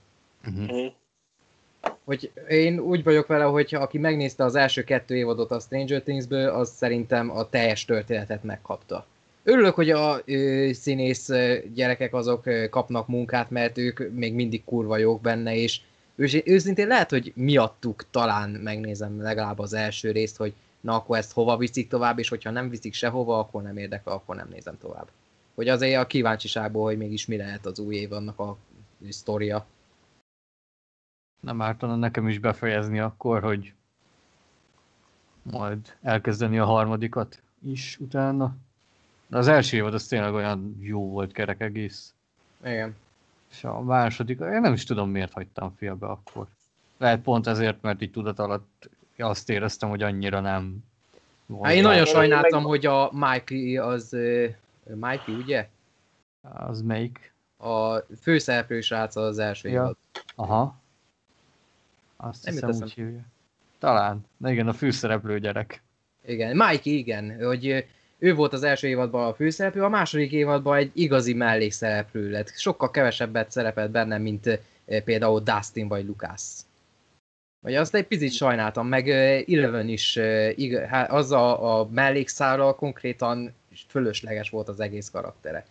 Hogy én úgy vagyok vele, hogy aki megnézte az első 2 évadot a Stranger Thingsből, az szerintem a teljes történetet megkapta. Örülök, hogy a színész gyerekek azok kapnak munkát, mert ők még mindig kurva jók benne, és őszintén lehet, hogy miattuk talán megnézem legalább az első részt, hogy na akkor ezt hova viszik tovább, és hogyha nem viszik sehova, akkor nem érdekel, akkor nem nézem tovább. Hogy azért a kíváncsiságból, hogy mégis mi lehet az új évadnak a sztoria. Nem ártana nekem is befejezni akkor, hogy majd elkezdeni a harmadikat is utána. De az első évad az tényleg olyan jó volt, kerek egész. Igen. És a második, én nem is tudom miért hagytam félbe akkor. Lehet pont ezért, mert így tudat alatt azt éreztem, hogy annyira nem volt. Én nagyon sajnáltam, hogy a Mikey az... Mikey, ugye? Az melyik? A főszereplő srác az első évad. Aha. Azt nem hiszem úgy hívja. Talán. De igen, a főszereplő gyerek. Igen, Mikey, igen. Hogy ő volt az első évadban a főszereplő, a második évadban egy igazi mellékszereplő lett. Sokkal kevesebbet szerepelt benne, mint például Dustin vagy Lucas. Vagy azt egy picit sajnáltam, meg Eleven is, az a mellékszárral konkrétan fölösleges volt az egész karaktere.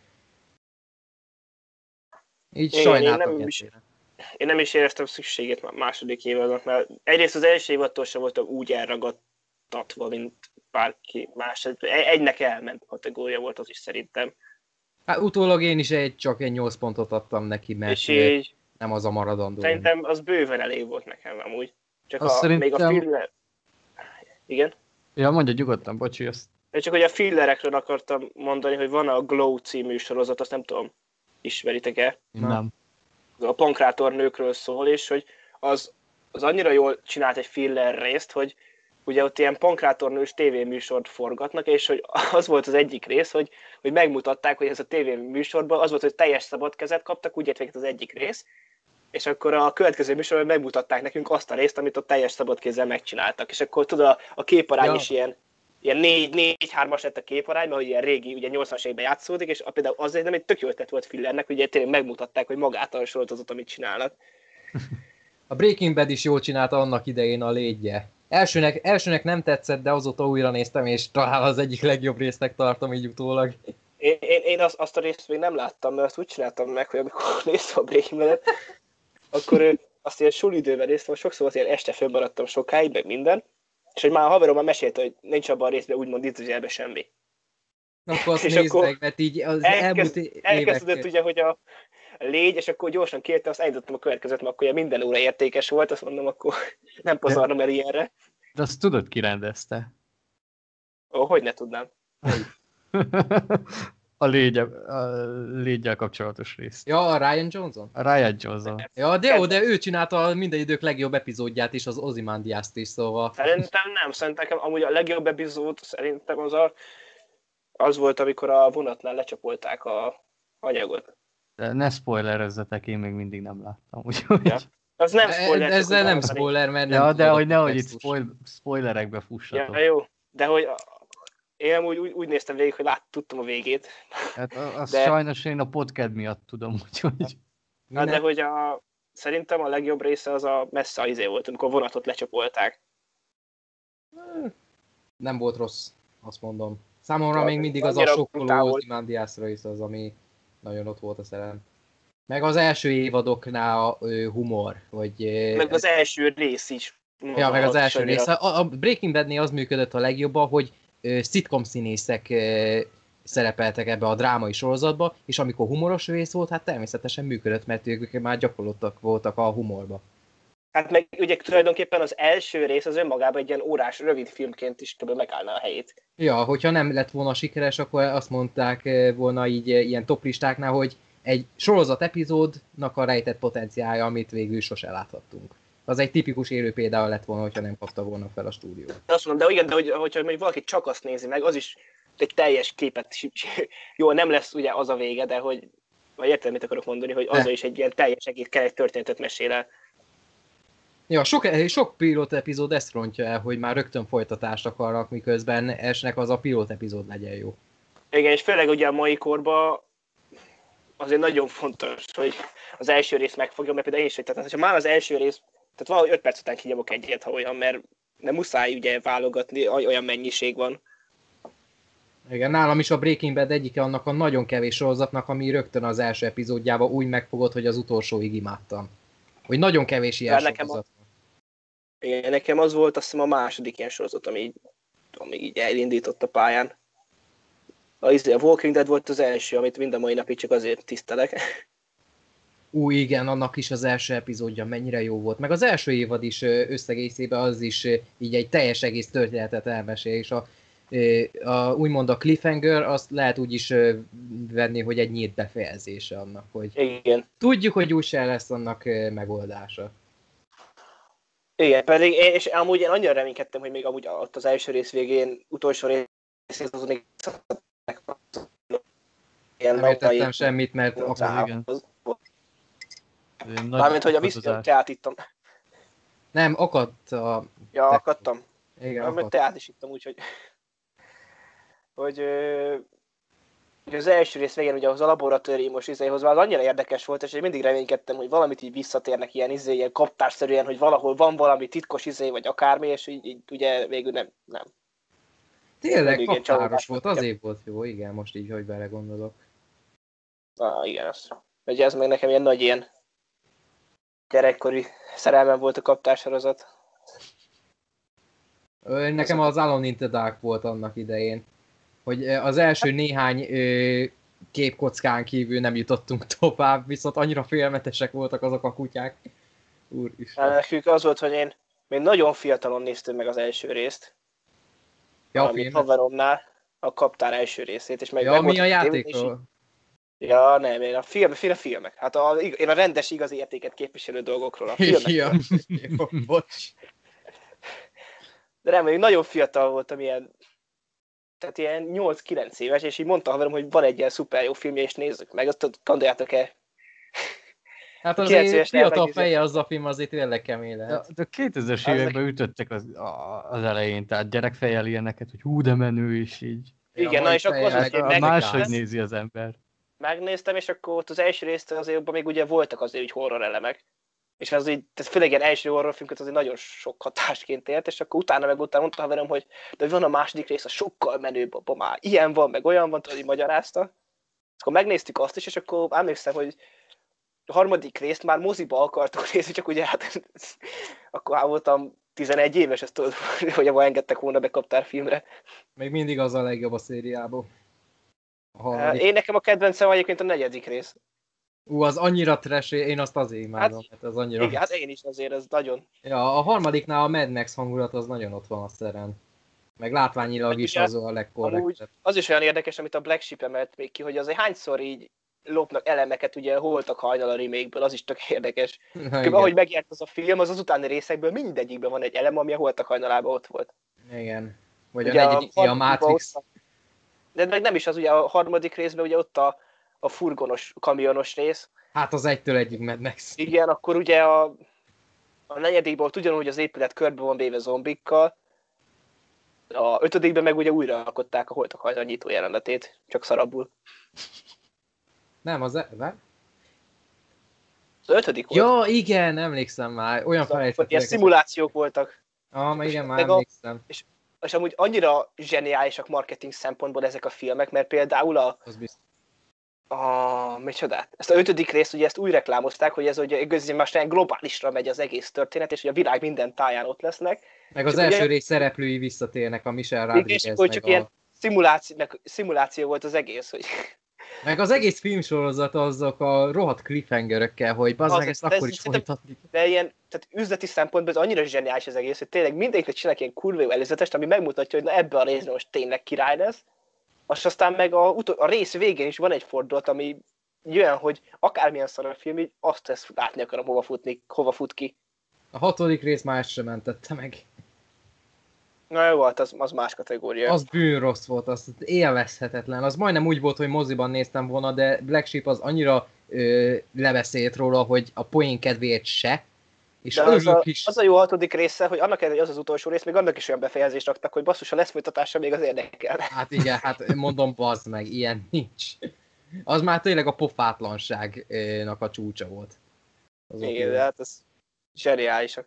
Így sajnáltam. Én nem is éreztem szükségét a második évadnak, mert egyrészt az első évadtól sem voltam úgy elragadtatva, mint bárki más. Egynek elment kategória volt az is szerintem. Hát utólag én is csak egy 8 pontot adtam neki, mert nem az a maradandó. Szerintem az bőven elég volt nekem amúgy. Csak még a filler... Igen? Ja, mondja nyugodtan, bocsi, azt. Csak hogy a fillerekről akartam mondani, hogy van a Glow című sorozat, azt nem tudom, ismeritek-e? Nem. A pankrátor nőkről szól, és hogy az annyira jól csinált egy filler részt, hogy ugye ott ilyen pankrátornős tévéműsort forgatnak, és hogy az volt az egyik rész, hogy megmutatták, hogy ez a tévéműsorban az volt, hogy teljes szabad kezet kaptak, úgy ért az egyik rész, és akkor a következő műsorban megmutatták nekünk azt a részt, amit a teljes szabad kézzel megcsináltak. És akkor tudod, a képarány is ilyen 4-3-as lett a képarány, mert ilyen régi, ugye 80-as években játszódik, és például azért nem egy tök jó ötlet volt fillernek, hogy ugye tényleg megmutatták, hogy magát a sorozatot, amit csinálnak. A Breaking Bad is jól csinálta annak idején a létje. Elsőnek nem tetszett, de azóta újra néztem, és talán az egyik legjobb résznek tartom így utólag. Én azt a részt még nem láttam, mert azt úgy csináltam meg, hogy amikor néztem a Breaking Bad-et, akkor azt ilyen sulidőben néztem, sokszor volt ilyen este fönnmaradtam sokáig, meg minden, és hogy már a haverom már mesélte, hogy nincs abban a részben úgymond idézőjelben semmi. Akkor azt nézd meg, mert így az elmúlt elkezdődött ugye, hogy a légy, és akkor gyorsan kérte, azt elindítottam a következőt, mert akkor ugye minden óra értékes volt, azt mondom, akkor nem pazarnom el ilyenre. De azt tudod, ki rendezte? Hogy ne tudnám. A légyel kapcsolatos részt. Ja, a Ryan Johnson? A Ryan Johnson. Ja, de ő csinálta a minden idők legjobb epizódját is, az Ozymandiast is, szóval... Szerintem amúgy a legjobb epizód szerintem az volt, amikor a vonatnál lecsapolták a anyagot. De ne spoilerezzetek, én még mindig nem láttam, úgyhogy... Ja. Az nem spoiler. Ezzel nem spoiler, mert nem... Ja, de hogy nehogy itt spoilerekbe fussatok. Ja, jó, de hogy... Én úgy néztem végig, hogy tudtam a végét. Hát azt sajnos én a podcast miatt tudom, úgyhogy... De hogy szerintem a legjobb része az a messze izé volt, amikor a vonatot lecsapolták. Nem volt rossz, azt mondom. Számomra még mindig az a sokkoló Ozymandiasra is az, ami nagyon ott volt a szerelem. Meg az első évadoknál a humor, vagy... Meg az első rész is Ja, meg az első annyira... rész. A Breaking Badnél az működött a legjobban, hogy szitcom színészek szerepeltek ebbe a drámai sorozatba, és amikor humoros rész volt, hát természetesen működött, mert ők már gyakorlottak voltak a humorba. Hát meg ugye tulajdonképpen az első rész az önmagában egy ilyen órás rövid filmként is kb. Megállna a helyét. Ja, hogyha nem lett volna sikeres, akkor azt mondták volna így ilyen toplistáknál, hogy egy sorozat epizódnak a rejtett potenciálja, amit végül sose láthattunk. Az egy tipikus élő például lett volna, hogyha nem kapta volna fel a stúdió. Azt mondom, de igen, de hogyha mondjuk valaki csak azt nézi meg, az is egy teljes képet, jó, nem lesz ugye az a vége, de hogy, vagy érted, mit akarok mondani, hogy az is egy ilyen teljes egész kerek történetet mesél el. Ja, sok pilot epizód ezt rontja el, hogy már rögtön folytatást akarnak, miközben esnek az a pilot epizód legyen jó. Igen, és főleg ugye a mai korban azért nagyon fontos, hogy az első rész megfogja, mert például én is, tehát hogyha már az első rész, tehát valahogy 5 perc után kinyomok egyet, ha olyan, mert nem muszáj ugye válogatni, olyan mennyiség van. Igen, nálam is a Breaking Bad egyike annak a nagyon kevés sorozatnak, ami rögtön az első epizódjában úgy megfogott, hogy az utolsóig imádtam. Hogy nagyon kevés ilyen sorozat. Igen, nekem az volt azt hiszem a második ilyen sorozat, ami így elindított a pályán. A Walking Dead volt az első, amit mind a mai napig csak azért tisztelek. Igen, annak is az első epizódja mennyire jó volt. Meg az első évad is összegészében az is így egy teljes egész történetet elmesél, és úgymond a cliffhanger, azt lehet úgy is venni, hogy egy nyílt befejezése annak, hogy igen. Tudjuk, hogy úgyse lesz annak megoldása. Igen, pedig és amúgy én annyira reménykedtem, hogy még amúgy ott az első rész végén, utolsó rész az még nem értettem semmit, mert mármint, hogy a viszont teát ittam. Nem, akadt a... Ja, akadtam. Igen, akadt. Teát is ittam, úgyhogy... hogy az első rész végén ugye az a laboratóriumos izéhoz már az annyira érdekes volt, és én mindig reménykedtem, hogy valamit így visszatérnek ilyen ilyen kaptárszerűen, hogy valahol van valami titkos vagy akármi, és így ugye végül nem. Tényleg kaptáros volt, azért volt jó, igen, most így, hogy belegondolok. Igen, az. Ugye ez meg nekem ilyen nagy ilyen gyerekkori szerelmem volt a kaptársorozat. Nekem az Alone in the Dark volt annak idején. Hogy az első néhány képkockán kívül nem jutottunk tovább, viszont annyira félelmetesek voltak azok a kutyák. Úristen. Nekünk az volt, hogy én még nagyon fiatalon néztem meg az első részt. Ja, a haveromnál a kaptár első részét. És meg ja, mi a játékról? Ja, nem, én a filmek. Hát én a rendes, igazi értéket képviselő dolgokról, a filmek. Ja, jó, bocs. De nem, még nagyon fiatal voltam, tehát ilyen 8-9 éves, és így mondta haverom, hogy van egy ilyen szuper jó filmje, és nézzük meg, azt gondoljátok-e? Hát azért fiatal feje az a film azért tényleg kemény lehet. De 2000-es években ütöttek az elején, tehát gyerekfejjel ilyeneket, hogy hú, de menő is így. Igen, na és akkor az, hogy máshogy nézi az ember. Megnéztem, és akkor ott az első részt azért még ugye voltak azért úgy horror elemek. És az így, tehát főleg ilyen első horrorfilmket azért nagyon sok hatásként élt, és akkor utána mondta haverom, hogy de van a második rész, a sokkal menőbb, abban már ilyen van, meg olyan van, tudod, így magyarázta. Akkor megnéztük azt is, és akkor emlékszem, hogy a harmadik részt már moziba akartuk nézni, csak ugye hát akkor voltam 11 éves, ezt tudod, hogy abban engedtek volna be kaptárfilmre. Még mindig az a legjobb a szériából. Én nekem a kedvencem egyébként a negyedik rész. Az annyira trash, én azt azért imádom. Hát az annyira... Igen, hát én is azért, ez nagyon... Ja, a harmadiknál a Mad Max hangulat az nagyon ott van a szeren. Meg látványilag is az a legkorrektebb. Az is olyan érdekes, amit a Black Sheep emelt még ki, hogy azért hányszor így lopnak elemeket, ugye Holtak hajnal a remake-ből, az is tök érdekes. Ahogy megjelent az a film, az utáni részekből mindegyikben van egy elem, ami a Holtak hajnalában ott volt. Igen. Vagy ugye a negyedik, a Matrix. De meg nem is az, ugye a harmadik részben ugye ott a furgonos, kamionos rész. Hát az egytől egyik Mad Max. Igen, akkor ugye a negyedikból ugyanúgy az épület körbe van véve zombikkal. A ötödikben meg ugye újra alkották a Holtak hajnal nyitó jelenetét, csak szarabbul. Nem, az ötödik volt. Ja, igen, emlékszem már. Olyan felejtettek. Ilyen szimulációk voltak. Igen, már emlékszem. És amúgy annyira zseniálisak marketing szempontból ezek a filmek, mert például Micsodát? Ezt a 5. részt ugye ezt úgy reklámozták, hogy ez ugye most ilyen globálisra megy az egész történet, és hogy a világ minden táján ott lesznek. Meg az első rész szereplői visszatérnek, a Michelle És Rodriguez, hogy meg csak ilyen szimuláció volt az egész, hogy... Meg az egész filmsorozat azok a rohadt cliffhangerökkel, hogy bazd meg ezt akkor is folytatni. De ilyen, tehát üzleti szempontból ez annyira zseniális az egész, hogy tényleg mindegyiknek csinálják ilyen kurva jó előzetest, ami megmutatja, hogy na ebbe a részben most tényleg király lesz. És aztán meg a rész végén is van egy fordulat, ami olyan, hogy akármilyen szar a film, így azt tesz látni akarom, hova fut ki. A 6. rész már ezt sem mentette meg. Na jó, hát az más kategória. Az bűnrossz volt, az élvezhetetlen. Az majdnem úgy volt, hogy moziban néztem volna, de Black Sheep az annyira lebeszélt róla, hogy a poén kedvéért se. És de az a jó 6. része, hogy annak ellenére, hogy az az utolsó rész, még annak is olyan befejezést raktak, hogy basszus, ha lesz folytatása, még az érdekel. Hát igen, hát mondom, bazd meg, ilyen nincs. Az már tényleg a pofátlanságnak a csúcsa volt. Igen, de hát ez zseniálisak.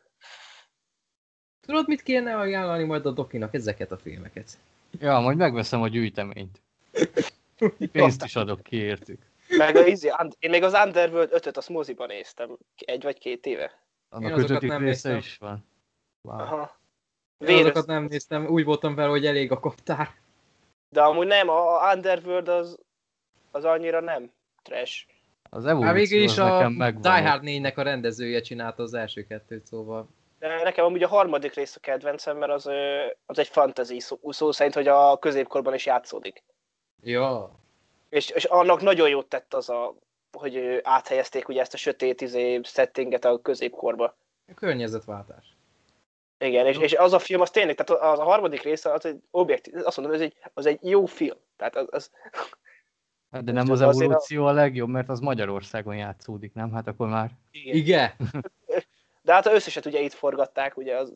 Tudod, mit kéne ajánlani majd a Dokinak ezeket a filmeket? Ja, majd megveszem a gyűjteményt. Pénzt is adok ki értük. Meg én még az Underworld 5-öt azt moziban néztem. 1 vagy 2 éve. Annak 5. része is van. Wow. Aha. Azokat nem néztem, úgy voltam vele, hogy elég a koptár. De amúgy nem, a Underworld az annyira nem trash. Az evolúció végül is a Die Hard 4-nek a rendezője csinálta az első 2-t, szóval... De nekem amúgy a 3. rész a kedvencem, mert az egy fantasy szó szerint, hogy a középkorban is játszódik. Ja. És annak nagyon jót tett az hogy áthelyezték ugye ezt a sötét settinget a középkorba. A környezetváltás. Igen, és az a film az tényleg, tehát az a 3. része az egy objektív, azt mondom, az egy jó film. Tehát az de nem az evolúció a legjobb, mert az Magyarországon játszódik, nem? Hát akkor már... Igen. De hát az összeset ugye itt forgatták, ugye az...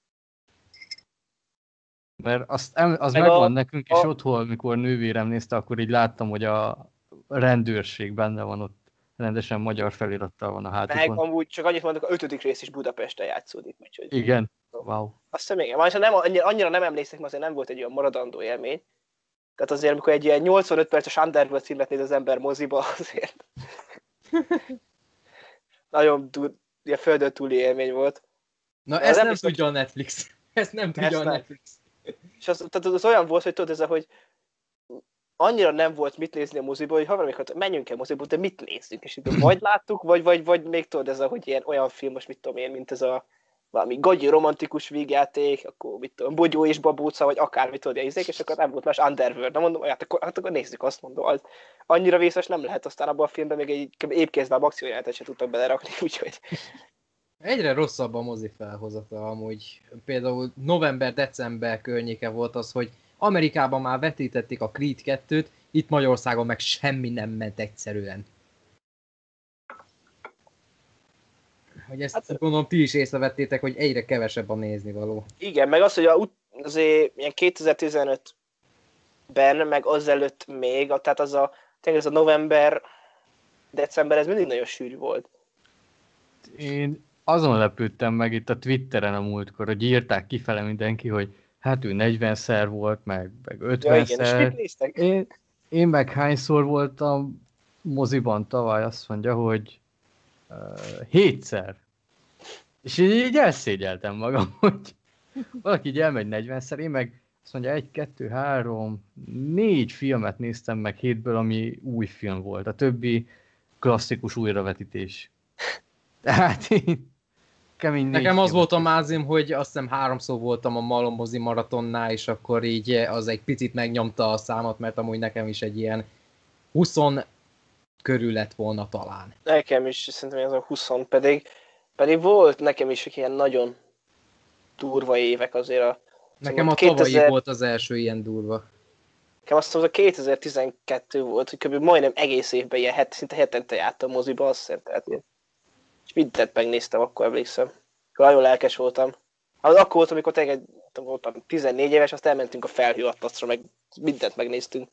Mert az megvan nekünk is otthon, amikor nővérem nézte, akkor így láttam, hogy a rendőrség benne van ott. Rendesen magyar felirattal van a hátukon. Meg amúgy csak annyit mondok, a 5. rész is Budapesten játszódik. Úgyhogy... Igen, wow. Azt hiszem igen. Már annyira nem emlékszek, mert azért nem volt egy olyan maradandó élmény. Tehát azért, amikor egy ilyen 85 perces Underworld címet néz az ember moziba, azért nagyon ilyen földön túli élmény volt. Na ezt nem tudja a Netflix. Ezt nem tudja a Netflix. És az olyan volt, hogy tudod, hogy annyira nem volt mit nézni a moziból, hogy valamikor menjünk el moziból, de mit nézzünk? És vagy láttuk, vagy még tudod, hogy ilyen olyan film, most mit tudom én, mint ez a valami gagyi romantikus vígjáték, akkor mit tudom, Bogyó és Babóca, vagy akármit tudod, és akkor nem volt más Underworld. Na mondom, hát akkor nézzük, azt mondom. Az annyira vészes nem lehet, aztán abban a filmben még egy épkézláb akciójelenetet se tudtak belerakni, úgyhogy... Egyre rosszabb a mozi felhozata amúgy. Például november-december környéke volt az, hogy Amerikában már vetítették a Creed 2-t, itt Magyarországon meg semmi nem ment egyszerűen. Hogy ezt hát, gondolom ti is észrevettétek, hogy egyre kevesebb a néznivaló. Igen, meg az, hogy azért ilyen 2015-ben, meg azelőtt még, tehát tényleg ez a november-december, ez mindig nagyon sűrű volt. Én azon lepődtem meg itt a Twitteren a múltkor, hogy írták kifele mindenki, hogy hát ő 40-szer volt, meg 50-szer. Ja, igen, és mit néztek? Én meg hányszor voltam moziban tavaly, azt mondja, hogy 7-szer. És így elszégyeltem magam, hogy valaki így elmegy 40-szer, én meg azt mondja 1, 2, 3, 4 filmet néztem meg 7-ből, ami új film volt. A többi klasszikus újravetítés. Tehát kemény. Nekem az volt a mázim, hogy azt hiszem 3-szor voltam a Malommozi maratonnál, és akkor így az egy picit megnyomta a számot, mert amúgy nekem is egy ilyen 20 körül lett volna talán. Nekem is szerintem ez a 20, pedig volt nekem is ilyen nagyon durva évek azért. Nekem a tavalyi volt az első ilyen durva. Nekem azt mondom, az a 2012 volt, hogy kb. Majdnem egész évben ilyen szinte hetente jártam moziba, azt hiszem, tehát én. És mindent megnéztem, akkor emlékszem. Nagyon lelkes voltam. Az akkor volt, amikor tényleg voltam 14 éves, azt elmentünk a Felhőatlaszra, meg mindent megnéztünk.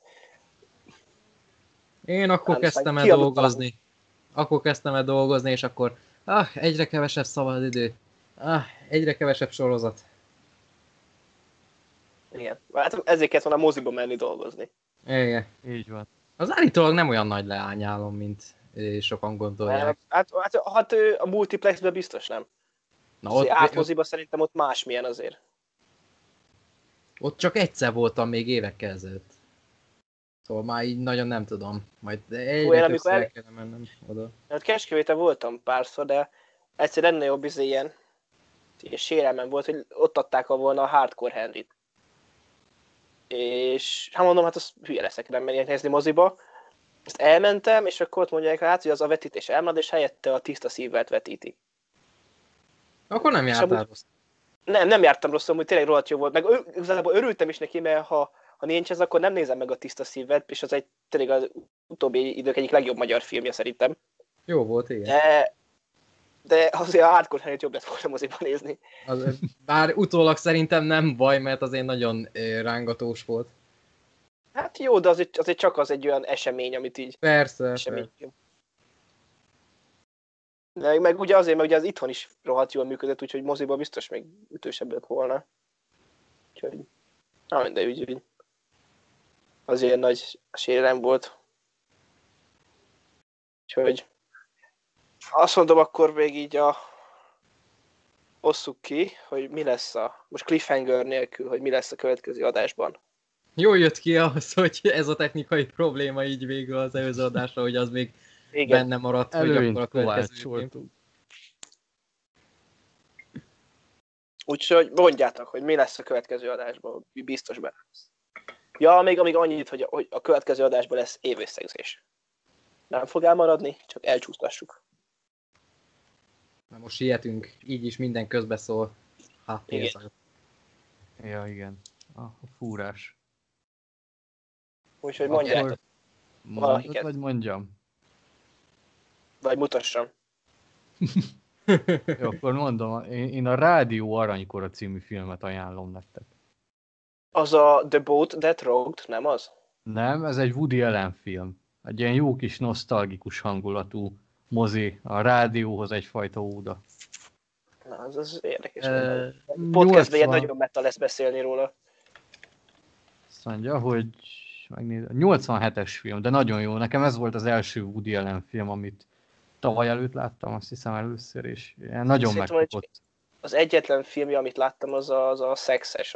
Én akkor kezdtem el dolgozni. Akkor kezdtem el dolgozni, és akkor egyre kevesebb szabadidő. Egyre kevesebb sorozat. Igen. Hát ezért kellett volna moziba menni dolgozni. Igen. Így van. Az állítólag nem olyan nagy leányálom, mint sokan gondolják. Hát a multiplexben biztos nem. Na, Azért átmoziba szerintem ott másmilyen azért. ott csak egyszer voltam még évekkel ezelőtt. Szóval már így nagyon nem tudom. Majd egyre többször el kellene mennem oda. Hát Kecskeméten voltam párszor, de egyszer ennél jobb ilyen sérelmem volt, hogy ott adták volna a Hardcore Henryt. És hát mondom, hát az hülye leszek, nem menjek nézni moziba. Ezt elmentem, és akkor ott mondják, hát, hogy az a vetítés elmarad, és helyette a Tiszta Szívvelt vetítik. Akkor nem jártál rossz. Nem jártam rosszul, hogy tényleg rohadt jó volt. Meg igazából örültem is neki, mert ha nincs ez, akkor nem nézem meg a Tiszta Szívet, és az egy tényleg az utóbbi idők egyik legjobb magyar filmje szerintem. Jó volt, igen. De azért a Hardcore Henryt jobb lett volna moziban nézni. Bár utólag szerintem nem baj, mert azért nagyon rángatós volt. Hát jó, de azért csak az egy olyan esemény, amit így... Persze. De meg ugye azért, mert ugye az itthon is rohadt jól működött, úgyhogy moziban biztos még ütősebb lett volna. Úgyhogy... de úgy azért nagy sérelem volt. Úgyhogy... Azt mondom, akkor még így osszuk ki, hogy mi lesz most cliffhanger nélkül, hogy mi lesz a következő adásban. Jól jött ki az, hogy ez a technikai probléma így végül az előző adásra, hogy az még benne maradt, hogy akkor a következő. Úgyhogy mondjátok, hogy mi lesz a következő adásban, biztos benne lesz. Ja, még annyit, hogy a következő adásban lesz évösszegzés. Nem fog elmaradni, csak elcsúsztassuk. Na most sietünk, így is minden közbeszól. Igen. Ja, igen. A fúrás. Úgyhogy mondjátok. Mondod, vagy mondjam? Vagy mutassam. Jó, akkor mondom, én a Rádió Aranykora című filmet ajánlom nektek. Az a The Boat That Rocked, nem az? Nem, ez egy Woody Allen film. Egy ilyen jó kis nosztalgikus hangulatú mozi, a rádióhoz egyfajta óda. Na, az érdekes. Podcastben ilyen nagyon meta lesz beszélni róla. Azt mondja, hogy megnézem, 87-es film, de nagyon jó. Nekem ez volt az első Woody Allen film, amit tavaly előtt láttam, azt hiszem először, és nagyon megkapott. Az egyetlen filmje, amit láttam, az a szexes.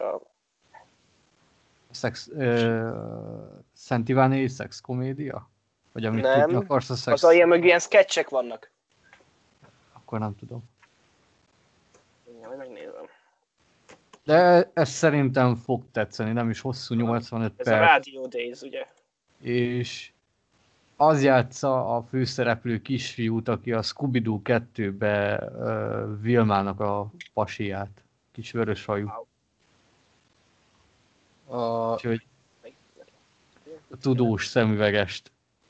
Szent Iváné szex komédia? Vagy amit nem, tudni akarsz a szex? Az ilyen meg ilyen sketchek vannak. Akkor nem tudom. Ja, megnézem. De ez szerintem fog tetszeni, nem is hosszú, 85 ez perc. Ez a Radio Days, ugye? És az játsza a főszereplő kisfiút, aki a Scooby-Doo 2-be Vilmának a pasiát. Kis vörös hajú. Úgyhogy a tudós szemüvegest.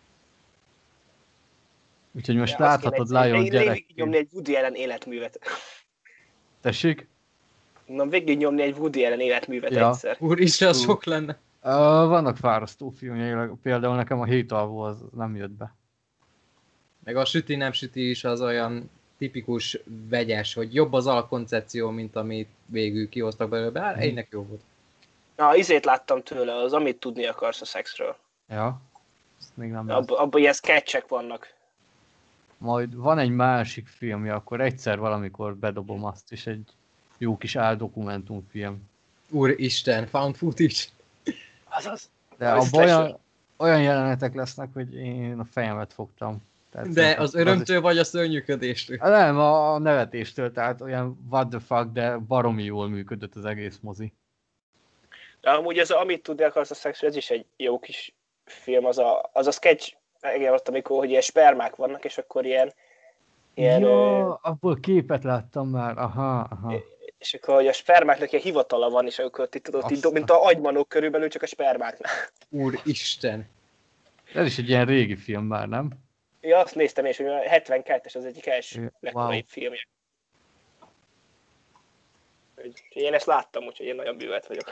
Úgyhogy most láthatod Lion gyerek. Végignyomni egy Woody Allen életművet. Tessék? Na, végignyomni egy Woody Allen életművet egyszer. Úristen, az sok lenne. Vannak fárasztó filmjei, például nekem a Hétalvó az nem jött be. Meg a Süti nem süti is az olyan tipikus vegyes, hogy jobb az alkoncepció, mint amit végül kihoztak belőle, bár egynek jó volt. Na, izét láttam tőle, az Amit tudni akarsz a szexről. Ja, ezt még nem abban ilyen sketchek vannak. Majd van egy másik filmje, akkor egyszer valamikor bedobom azt, és egy jó kis áldokumentumfilm. Úristen, found footage. Azaz. De abban olyan jelenetek lesznek, hogy én a fejemet fogtam. Tehát de az örömtől vagy a szörnyűködéstől? Nem, a nevetéstől, tehát olyan what the fuck, de baromi jól működött az egész mozi. De amúgy az Amit tudni akarsz a szexről, ez is egy jó kis film, az a sketch, ott, amikor hogy ilyen spermák vannak, és akkor ilyen ja, abból képet láttam már, aha. És akkor hogy a spermáknak ilyen hivatala van, és akkor tudod, mint a agymanók körülbelül, csak a spermáknál. Úristen! Ez is egy ilyen régi film már, nem? Ja, azt néztem és hogy a 72-es az egyik első legkoraibb filmje. Én ezt láttam, úgyhogy én nagyon bűvelt vagyok.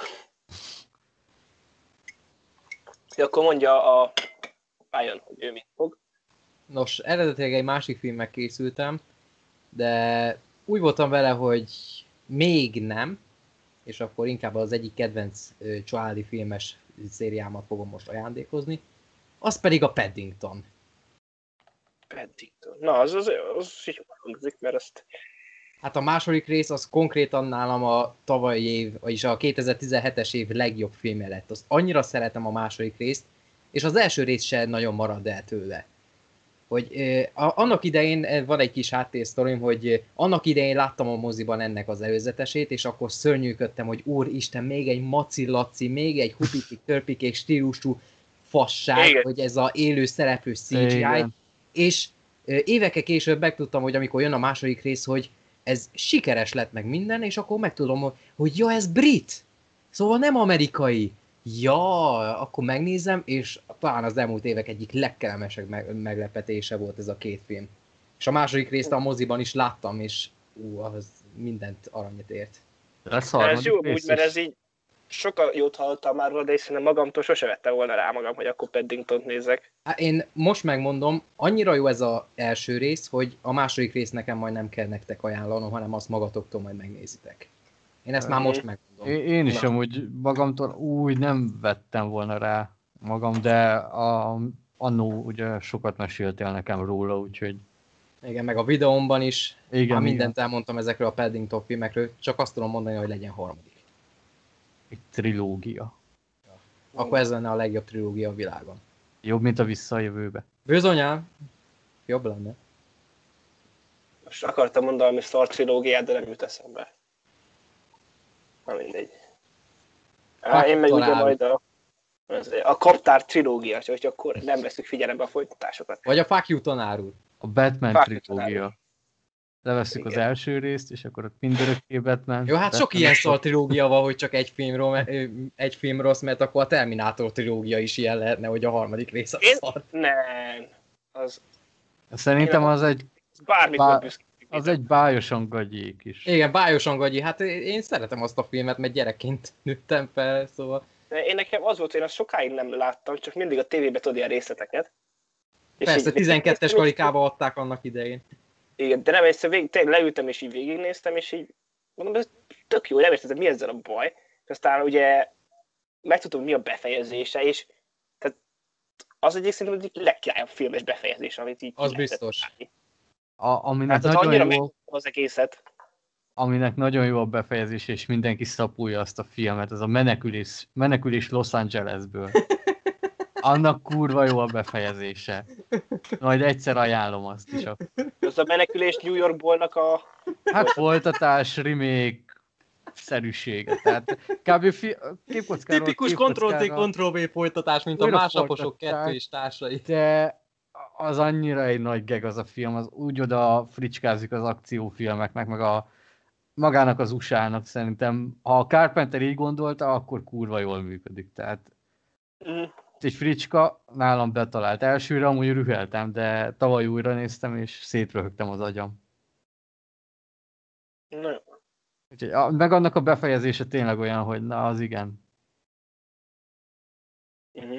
Akkor mondja a Pályán, hogy ő mit fog. Nos, eredetileg egy másik filmmel készültem, de úgy voltam vele, hogy még nem, és akkor inkább az egyik kedvenc családi filmes szériámat fogom most ajándékozni. az pedig a Paddington. Paddington. Na, az így jól hangzik, mert ezt... Hát a második rész az konkrétan nálam a tavalyi év, vagyis a 2017-es év legjobb filmje lett. Azt annyira szeretem a második részt, és az első rész se nagyon marad el tőle. Hogy annak idején van egy kis háttérsztorim, hogy annak idején láttam a moziban ennek az előzetesét, és akkor szörnyűködtem, hogy úristen, még egy macillaci, még egy hupiti-törpikék stílusú fasság, Igen. hogy ez a élő szereplő CGI, Igen. és évekkel később megtudtam, hogy amikor jön a második rész, hogy ez sikeres lett meg minden, és akkor megtudom, hogy ja, ez brit, szóval nem amerikai. Ja, akkor megnézem, és talán az elmúlt évek egyik legkellemesebb meglepetése volt ez a két film. És a második részt a moziban is láttam, és az mindent aranyat ért. Lesz Ez jó rész úgy, mert is. ez így sokkal jót hallottam már róla, de és szerintem magamtól sose vettem volna rá magam, hogy akkor Paddingtont nézzek. Hát én most megmondom, annyira jó ez az első rész, hogy a második rész nekem majd nem kell nektek ajánlanom, hanem azt magatoktól majd megnézitek. Én ezt már most megmondom. Én is Na. amúgy magamtól úgy nem vettem volna rá magam, de annó ugye sokat meséltél nekem róla, úgyhogy Igen, meg a videómban is. igen, Már igen. mindent elmondtam ezekről a Paddington filmekről, csak azt tudom mondani, hogy legyen harmadik. Egy trilógia. Akkor ez lenne a legjobb trilógia a világon. Jobb, mint a Vissza a jövőbe. Bizonyám, jobb lenne. Most akartam mondani valami Star trilógiát, de nem jut eszembe. Na mindegy. Én meg ugye majd a Kaptár trilógia, hogy akkor nem veszük figyelembe a folytatásokat. Vagy a Fuck You tanár úr. A Batman Fuck you, trilógia. Levesszük az Igen. első részt, és akkor ott mindörökké Batman. Jó, hát Batman sok ilyen akkor- Star trilógia van, hogy csak egy film rossz, mert akkor a Terminátor trilógia is ilyen lehetne, hogy a harmadik rész a szar. Nem. Az Szerintem az egy bármikor büszkék. az egy bájosan gagyék is. Igen, Bájosan Gagyi, hát én szeretem azt a filmet, mert gyerekként nőttem fel, szóval... De én nekem az volt, hogy én azt sokáig nem láttam, csak mindig a tévében tudod ilyen részleteket. És Persze, így- 12-es karikába adták annak idején. Igen, de nem egyszer tényleg leültem és így végignéztem, és így mondom, ez tök jó, nem értettem, mi ezzel a baj. És aztán ugye megtudtam, mi a befejezése, és tehát az egyik szerintem az egyik legkirályabb filmes befejezés, amit így Az ki lehetett biztos. látni. Aminek, Hát az annyira nagyon meg jó, az egészet. aminek nagyon jó a befejezés, és mindenki szapulja azt a filmet, az a menekülés Los Angelesből. Annak kurva jó a befejezése. Majd egyszer ajánlom azt is. Az a menekülés New Yorkbolnak a... Hát folytatás, remake, szerűsége. Tehát kb. Képkockáról Tipikus képkockára, Ctrl-T, Ctrl-V folytatás, mint a Újra Másnaposok folytatták. 2 és társai. de az annyira egy nagy geg az a film, az úgy oda fricskázik az akciófilmeknek, meg magának az USA-nak szerintem. Ha a Carpenter így gondolta, akkor kurva jól működik. Tehát Mm. egy fricska nálam betalált. Elsőre amúgy rüheltem, de tavaly újra néztem, és szétröhögtem az agyam. Na jó. Úgyhogy, meg annak a befejezése tényleg olyan, hogy na az igen. Mhm.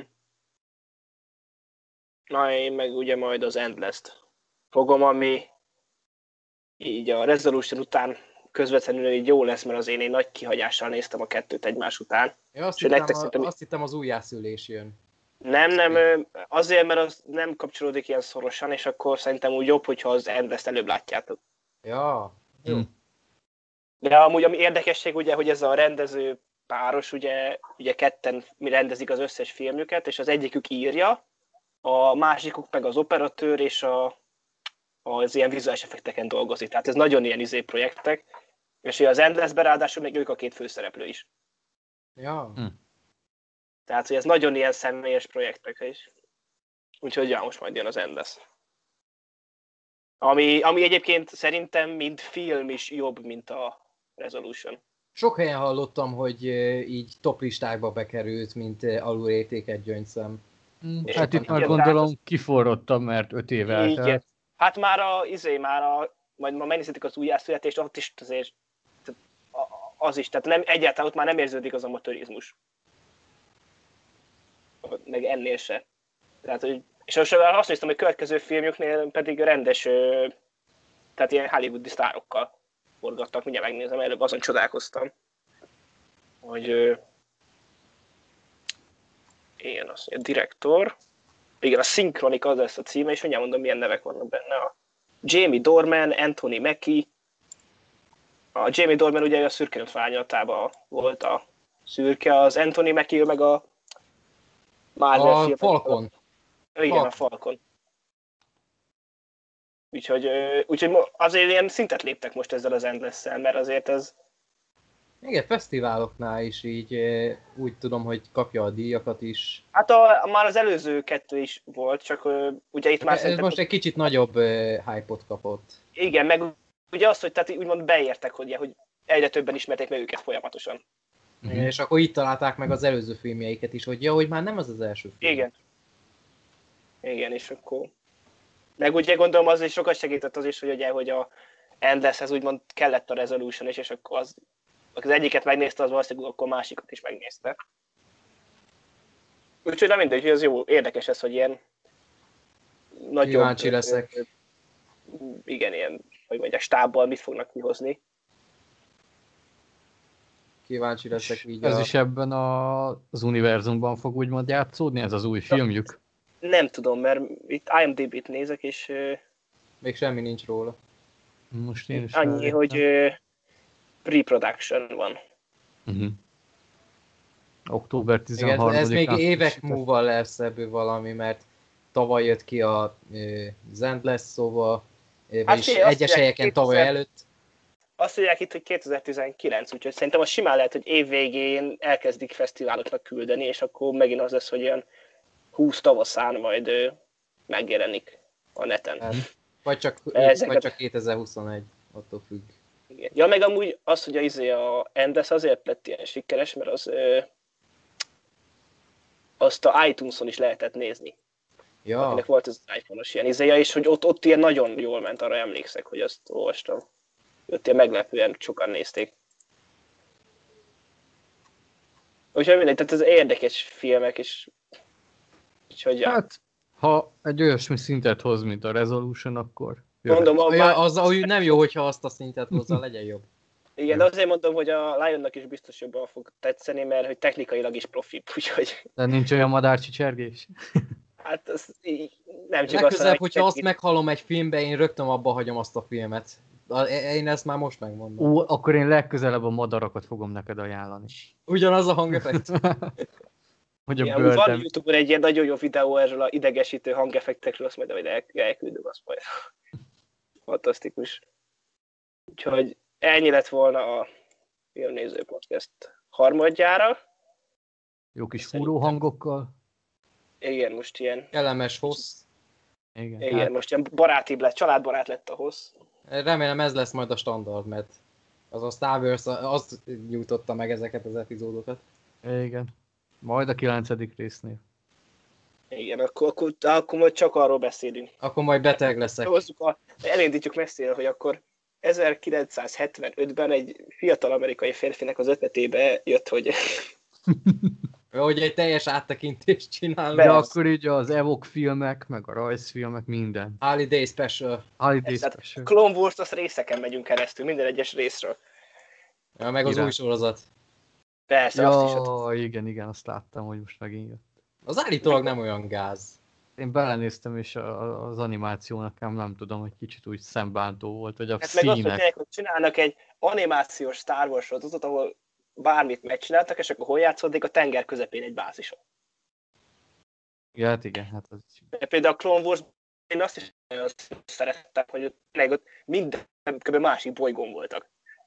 Na, én meg ugye majd az Endless-t fogom, ami így a Resolution után közvetlenül így jó lesz, mert az én nagy kihagyással néztem a kettőt egymás után. Én azt És nektek hittem, szerintem- azt hittem az újjászülés jön. Nem, azért, mert az nem kapcsolódik ilyen szorosan, és akkor szerintem úgy jobb, hogyha az Endless-t előbb látjátok. Ja, jó. Hm. De amúgy ami érdekesség ugye, hogy ez a rendező páros, ugye ketten rendezik az összes filmjüket, és az egyikük írja, a másikuk meg az operatőr és az ilyen vizuális effekteken dolgozik. Tehát ez nagyon ilyen projektek, és ugye az Endless-ben ráadásul még ők a két főszereplő is. Ja. Tehát, hogy ez nagyon ilyen személyes projektek is. Úgyhogy ja, most majd jön az Endless. Ami egyébként szerintem mint film is jobb, mint a Resolution. Sok helyen hallottam, hogy így top listákba bekerült, mint alulértéket gyöngyszem. És Hát itt akkor már igen, gondolom kiforrottam, mert 5 éve eltelt. Igen. Hát már majd ma megnézhetik az újjászületést, ott is azért az is, tehát nem, egyáltalán ott már nem érződik az amatőrizmus. Meg ennél se. Tehát, hogy, és most azt néztem, hogy következő filmjüknél pedig rendes, tehát ilyen hollywoodi sztárokkal forgattak, mindjárt megnézem, előbb azon csodálkoztam, hogy igen, az a direktor, Igen, a Synchronic az lesz a címe, és mindjárt mondom, milyen nevek vannak benne. A Jamie Dornan, Anthony Mackie. A Jamie Dornan ugye a Szürke árnyalatában volt a szürke, az Anthony Mackie meg a Marvel A film. Falcon. Igen, a Falcon. Úgyhogy azért ilyen szintet léptek most ezzel az Endless-szel, mert azért ez... Igen, fesztiváloknál is így úgy tudom, hogy kapja a díjakat is. Hát már az előző 2 is volt, csak ugye itt már Ez most egy kicsit nagyobb hype-ot kapott. Igen, meg ugye azt, hogy tehát úgymond beértek, hogy egyre többen ismerték meg őket folyamatosan. Igen, és akkor itt találták meg az előző filmjeiket is, hogy ja, hogy már nem az az első film. Igen. Igen, és akkor... Meg ugye gondolom az is sokat segített az is, hogy ugye, hogy a Endlesshez úgymond kellett a Resolution is, és akkor az egyiket megnézte, az valószínűleg akkor másikat is megnézte. Úgyhogy nem mindegy, hogy ez jó, érdekes ez, hogy ilyen nagyobb... Kíváncsi leszek. Igen, ilyen, hogy mondják, stábbal mit fognak kihozni. Kíváncsi leszek így. Ez is ebben az univerzumban fog úgymond játszódni, ez az új filmjük? Nem tudom, mert itt IMDb-t nézek, és... Még semmi nincs róla. Most én is annyi, hogy pre-production van. Október 13-án. Ez még évek múlva lesz ebből valami, mert tavaly jött ki a Endless, szóval vagyis egyes helyeken tavaly előtt. Azt mondják itt, hogy 2019, úgyhogy szerintem az simán lehet, hogy év végén elkezdik fesztiváloknak küldeni, és akkor megint az lesz, hogy olyan 20 tavaszán majd megjelenik a neten. Hát, vagy csak 2021, attól függ. Igen. Ja, meg amúgy az, hogy a Endless azért lett ilyen sikeres, mert azt a iTunes-on is lehetett nézni. Ja. Akinek volt az iPhone-os ilyen izéja, és hogy ott ilyen nagyon jól ment, arra emlékszek, hogy azt olvastam. Ott ilyen meglepően sokan nézték. Úgyhogy mindegy, tehát ez érdekes filmek, és úgyhogy hát, ha egy olyasmi szintet hoz, mint a Resolution, akkor... Mondom, az nem jó, hogyha azt a szintet hozza, legyen jobb. Igen, de azért mondom, hogy a Lionnak is biztos jobban fog tetszeni, mert hogy technikailag is profi, úgyhogy... De nincs olyan madárcsicsergés? Hát az nem csak legközelebb, hogyha azt meghallom egy filmbe, én rögtön abba hagyom azt a filmet. Én ezt már most megmondom. Akkor én legközelebb a madarakat fogom neked ajánlani. Ugyanaz a hangeffekt. Hogy a igen, van YouTube-on egy ilyen nagyon jó videó erről a idegesítő hangeffektekről, azt majd elküldöm, azt majd. Fantasztikus. Úgyhogy ennyi lett volna a Filmnéző Podcast harmadjára. Jó kis fúró hangokkal. Igen, most ilyen... Kellemes hossz. Igen, hát... most ilyen barátibb lett, családbarát lett a hossz. Remélem ez lesz majd a standard, mert az a Star Wars azt nyújtotta meg ezeket az epizódokat. Igen. Majd a 9. résznél. Igen, akkor majd csak arról beszélünk. Akkor majd beteg leszek. Elindítjuk messzire, hogy akkor 1975-ben egy fiatal amerikai férfinek az ötletébe jött, hogy... hogy egy teljes áttekintést csinálunk. De akkor így az Evok filmek, meg a rajzfilmek, minden. Holiday Special. Holiday Special. Clone Wars, az részeken megyünk keresztül, minden egyes részről. Ja, meg az új sorozat. Persze, azt is. Igen, azt láttam, hogy most megint jött. Az állítólag nem olyan gáz. Én belenéztem, és az animációnak nem tudom, hogy kicsit úgy szembántó volt, hogy a hát színek. Meg azt mondják, hogy csinálnak egy animációs Star Wars sorozatot, ahol bármit megcsináltak, és akkor hol játszódik? A tenger közepén egy bázison. Ja, hát igen, hát az... Például a Clone Wars, én azt is szerettem, hogy ott minden kb. Másik bolygón voltak.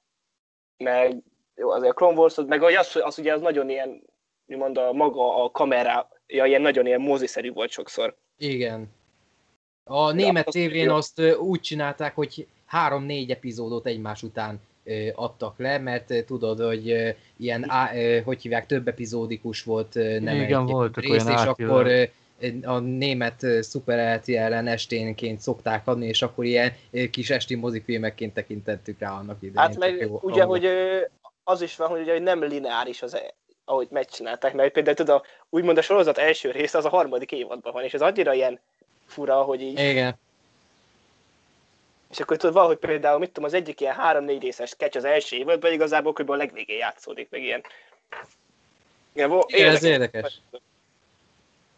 Meg jó, azért a Clone Wars, meg az ugye az nagyon ilyen, úgymond maga a kamerája ilyen nagyon ilyen moziszerű volt sokszor. Igen. A német tévén azt úgy csinálták, hogy 3-4 epizódot egymás után adtak le, mert tudod, hogy ilyen, hogy hívják, több epizódikus volt, nem igen, egy rész, és akkor a német Super RTL-en esténként szokták adni, és akkor ilyen kis esti mozifilmekként tekintettük rá annak idején. Hát meg ugye, hogy az is van, hogy nem lineáris az, ahogy megcsinálták, mert például úgymond a sorozat első része az a 3. évadban van, és ez annyira ilyen fura, hogy így... Igen. És akkor tudod, valahogy például, mit tudom, az egyik ilyen 3-4 részes sketch az első évadban, igazából kb. A legvégén játszódik, meg ilyen. Igen, ez érdekes.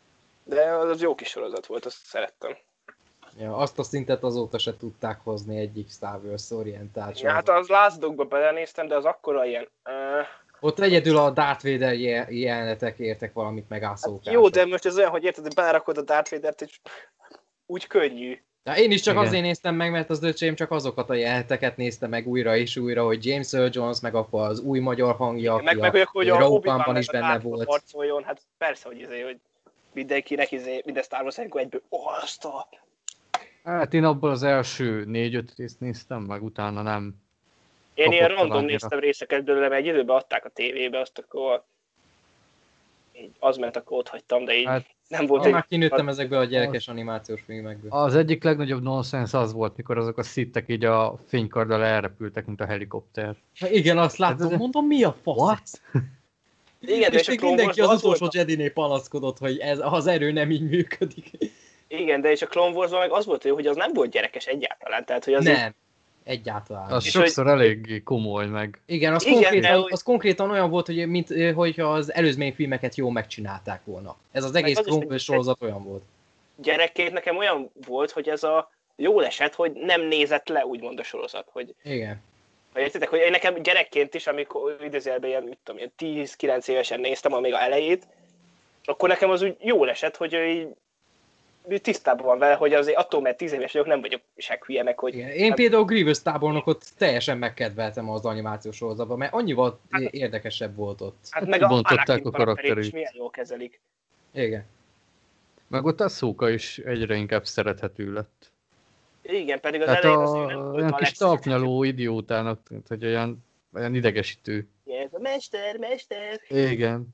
De az jó kis sorozat volt, azt szerettem. Ja, azt a szintet azóta se tudták hozni egyik Star Wars orientált Ja, hát sorozat. az Last Dog-ba belenéztem, de az akkora ilyen... Ott egyedül a Darth Vader jelenetek értek valamit meg Hát ászókások. jó, de most ez olyan, hogy érted, hogy belerakod a Darth Vader-t, és úgy könnyű. De én is csak Igen. azért néztem meg, mert az öcsém csak azokat a jeleneteket nézte meg újra és újra, hogy James Earl Jones, meg akkor az új magyar hangja, aki Hogy a Rogue Obi-Wan One-ban meg is a benne Darth volt. harcoljon, hát persze, hogy mindenkinek minden Star Wars egyből, azt a... Hát én abból az első 4-5 részt néztem, meg utána nem. Én ilyen Kapott random annyira. néztem részeket belőle, mert egy időben adták a tévébe, azt akkor így az ment, akkor ott hagytam, de így Hát, nem volt Én egy... már kinőttem ezekből a gyerekes animációs filmekből. Az egyik legnagyobb nonsens az volt, mikor azok a szittek így a fénykarddal elrepültek, mint a helikopter. Ha igen, azt láttam, mondom, mi a fasz? What? Igen, de És és a még Clone mindenki Warsban az utolsó Jedinél panaszkodott, hogy ez, az erő nem így működik. Igen, de és a Clone Warsban meg az volt jó, hogy az nem volt gyerekes egyáltalán, tehát hogy az így- Nem. Egyáltalán. Az És sokszor eléggé komoly meg. Igen, az, Igen, konkrétan, de hogy- az konkrétan olyan volt, hogy mint hogyha az előzmény filmeket jól megcsinálták volna. Ez az egész az is Clone Wars egy- sorozat olyan volt. gyerekként nekem olyan volt, hogy ez a jól esett, hogy nem nézett le úgymond a sorozat, hogy Igen. értitek, hogy én nekem gyerekként is, amikor idézőjelben ilyen, mit tudom, ilyen 10-9 évesen néztem, amíg a elejét, akkor nekem az úgy jól esett, hogy így tisztában van vele, hogy azért attól, mert 10 éves vagyok, nem vagyok se hülye meg, hogy Igen. Én például Grievous tábornokot teljesen megkedveltem az animációs sorozatban, mert annyival érdekesebb volt ott. hát meg a kibontották Anakin a karakterét is karakterét. milyen jól kezelik. Igen. Meg ott a Ahsoka is egyre inkább szerethető lett. Igen, pedig az Tehát elején azért nem volt olyan a kis legszeretőbb. tapnyaló idiótának, tűnt, hogy olyan idegesítő. Igen, ez a mester. Igen.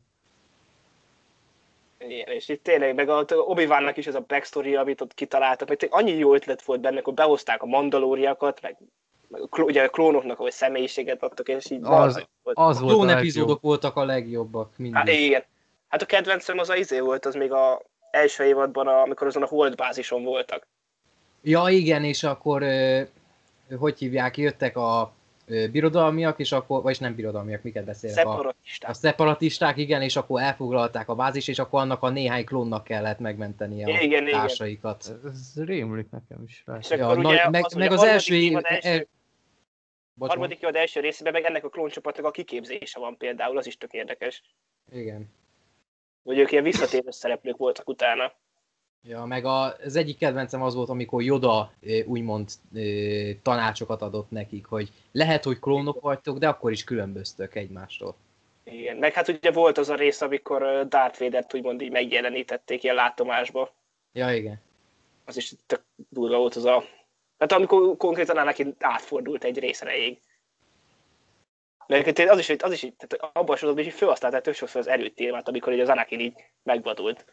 Igen, és itt tényleg, meg a Obi-Wannak is ez a backstory, amit ott kitaláltak, meg tényleg annyi jó ötlet volt benne, hogy behozták a mandalóriakat, meg ugye a klónoknak, ahogy személyiséget adtak, és így Az volt a Klón legjobb. epizódok voltak a legjobbak mindig. Hát igen. Hát a kedvencem az a izé volt, az még a első évadban, amikor azon a Hold bázison voltak. Ja igen, és akkor hogy hívják, jöttek a birodalmiak, és akkor, vagyis nem birodalmiak, miket beszélek? A Szeparatisták. szeparatisták, igen, és akkor elfoglalták a bázist, és akkor annak a néhány klónnak kellett megmenteni a Igen. társaikat. Ez rémlik nekem is rá. És Ja, akkor ugye meg hogy a az harmadik első évad Bocsánat. harmadik évad első részében meg ennek a klóncsapatnak a kiképzése van például, az is tök érdekes. Igen. Hogy ők ilyen visszatérő szereplők voltak utána. Ja, meg az egyik kedvencem az volt, amikor Yoda úgymond tanácsokat adott nekik, hogy lehet, hogy klónok vagytok, de akkor is különböztök egymástól. Igen, meg hát ugye volt az a rész, amikor Darth Vader-t úgymond így megjelenítették ilyen látomásba. Ja, igen. Az is tök durva volt az a... Hát amikor konkrétan Anakin átfordult egy rész erejéig. Mert az is tehát abban a sorozatban is felhasználták tök sokszor az erőtémát, amikor az Anakin így megvadult.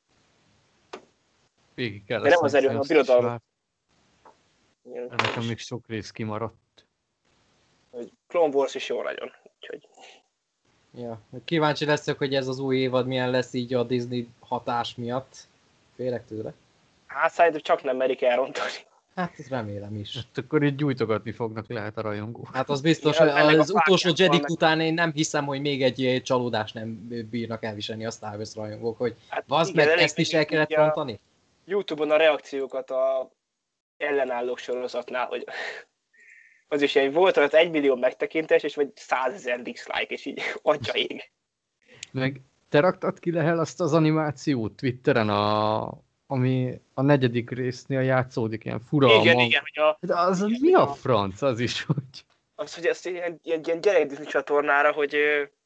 Végig kell De nem az erő, hanem a birodalom. Nekem még sok rész kimaradt. Clone Wars is jó nagyon. Úgyhogy... Ja. Kíváncsi leszek, hogy ez az új évad milyen lesz így a Disney hatás miatt. Félek tőle. Hát szerintem csak nem merik elrontani. Hát ezt remélem is. Hát akkor itt gyújtogatni fognak lehet a rajongók. Hát az biztos, Igen, ennek az a utolsó fákjával Jedik meg- után én nem hiszem, hogy még egy csalódást nem bírnak elviselni a Star Wars rajongók, hogy Hát az igen, meg elég ezt is el kellett így a rontani. YouTube-on a reakciókat a ellenállók sorozatnál, hogy az is ilyen volt ott 1 millió megtekintés, és vagy 100 000 dislike, és így atya ég. Meg te raktad ki Lehel azt az animációt Twitteren, ami a 4. résznél játszódik, ilyen fura. Igen, hogy De az igen, mi a a- franc az is, hogy... az, hogy ezt ilyen gyerek Disney csatornára, hogy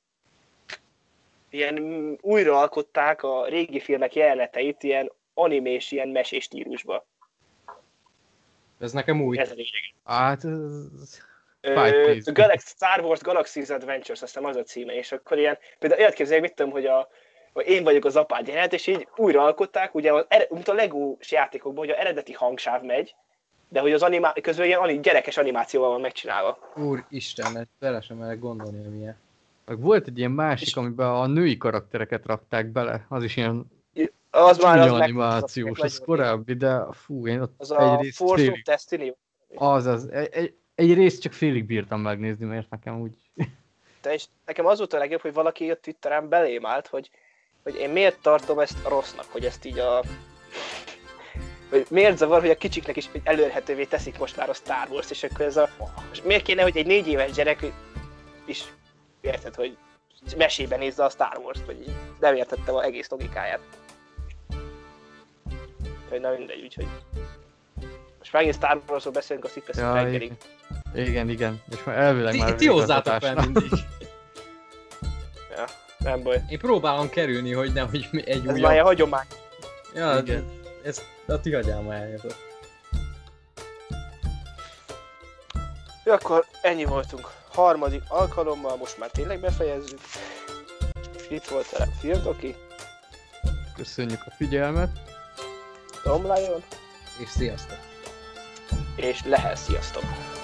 ilyen újra alkották a régi filmek jeleneteit ilyen animés, ilyen mesés stílusba. Ez nekem új. Ez a lényeg. Hát ez... Fight, please. Star Wars Galaxy's Adventures, azt hiszem az a címe, és akkor ilyen, például olyat képzeljük, mit tudom, hogy én vagyok az apád jelenet, és így újra alkották, ugye, mint a Legós játékokban, hogy az eredeti hangsáv megy, de hogy az közben ilyen gyerekes animációval van megcsinálva. Úristen, ezt bele sem merek gondolni, hogy milyen. Meg volt egy ilyen másik, És- amiben a női karaktereket rakták bele, az is ilyen Az már csúnya az animációs, az korábbi, de fú, én ott az a egy részt Force of félig... Destiny. Egy részt csak félig bírtam megnézni, mert nekem úgy... És nekem az volt a legjobb, hogy valaki jött Twitteren belém állt, hogy hogy én miért tartom ezt rossznak, hogy ezt így hogy miért zavar, hogy a kicsiknek is elérhetővé teszik most már a Star Wars, és akkor ez most miért kéne, hogy egy 4 éves gyerek is érted, hogy mesében nézze a Star Wars-t, vagy nem értettem az egész logikáját. Hogy na mindegy, úgyhogy... Most megint Star Wars-ról beszélünk, azt itt veszünk reggelig. Igen. És már elvileg már... Ti hozzátok fel mindig. Ja, nem baj. Én próbálom kerülni, hogy nehogy egy Ez újabb... már ilyen hagyomány. Ja, Igen. ezt a ti hagyjál már eljöttem. Jó, akkor ennyi voltunk. Harmadik alkalommal, most már tényleg befejezzük. Itt volt velem Firdoki, Köszönjük a figyelmet. Tom Lion És sziasztok! és Lehel, sziasztok!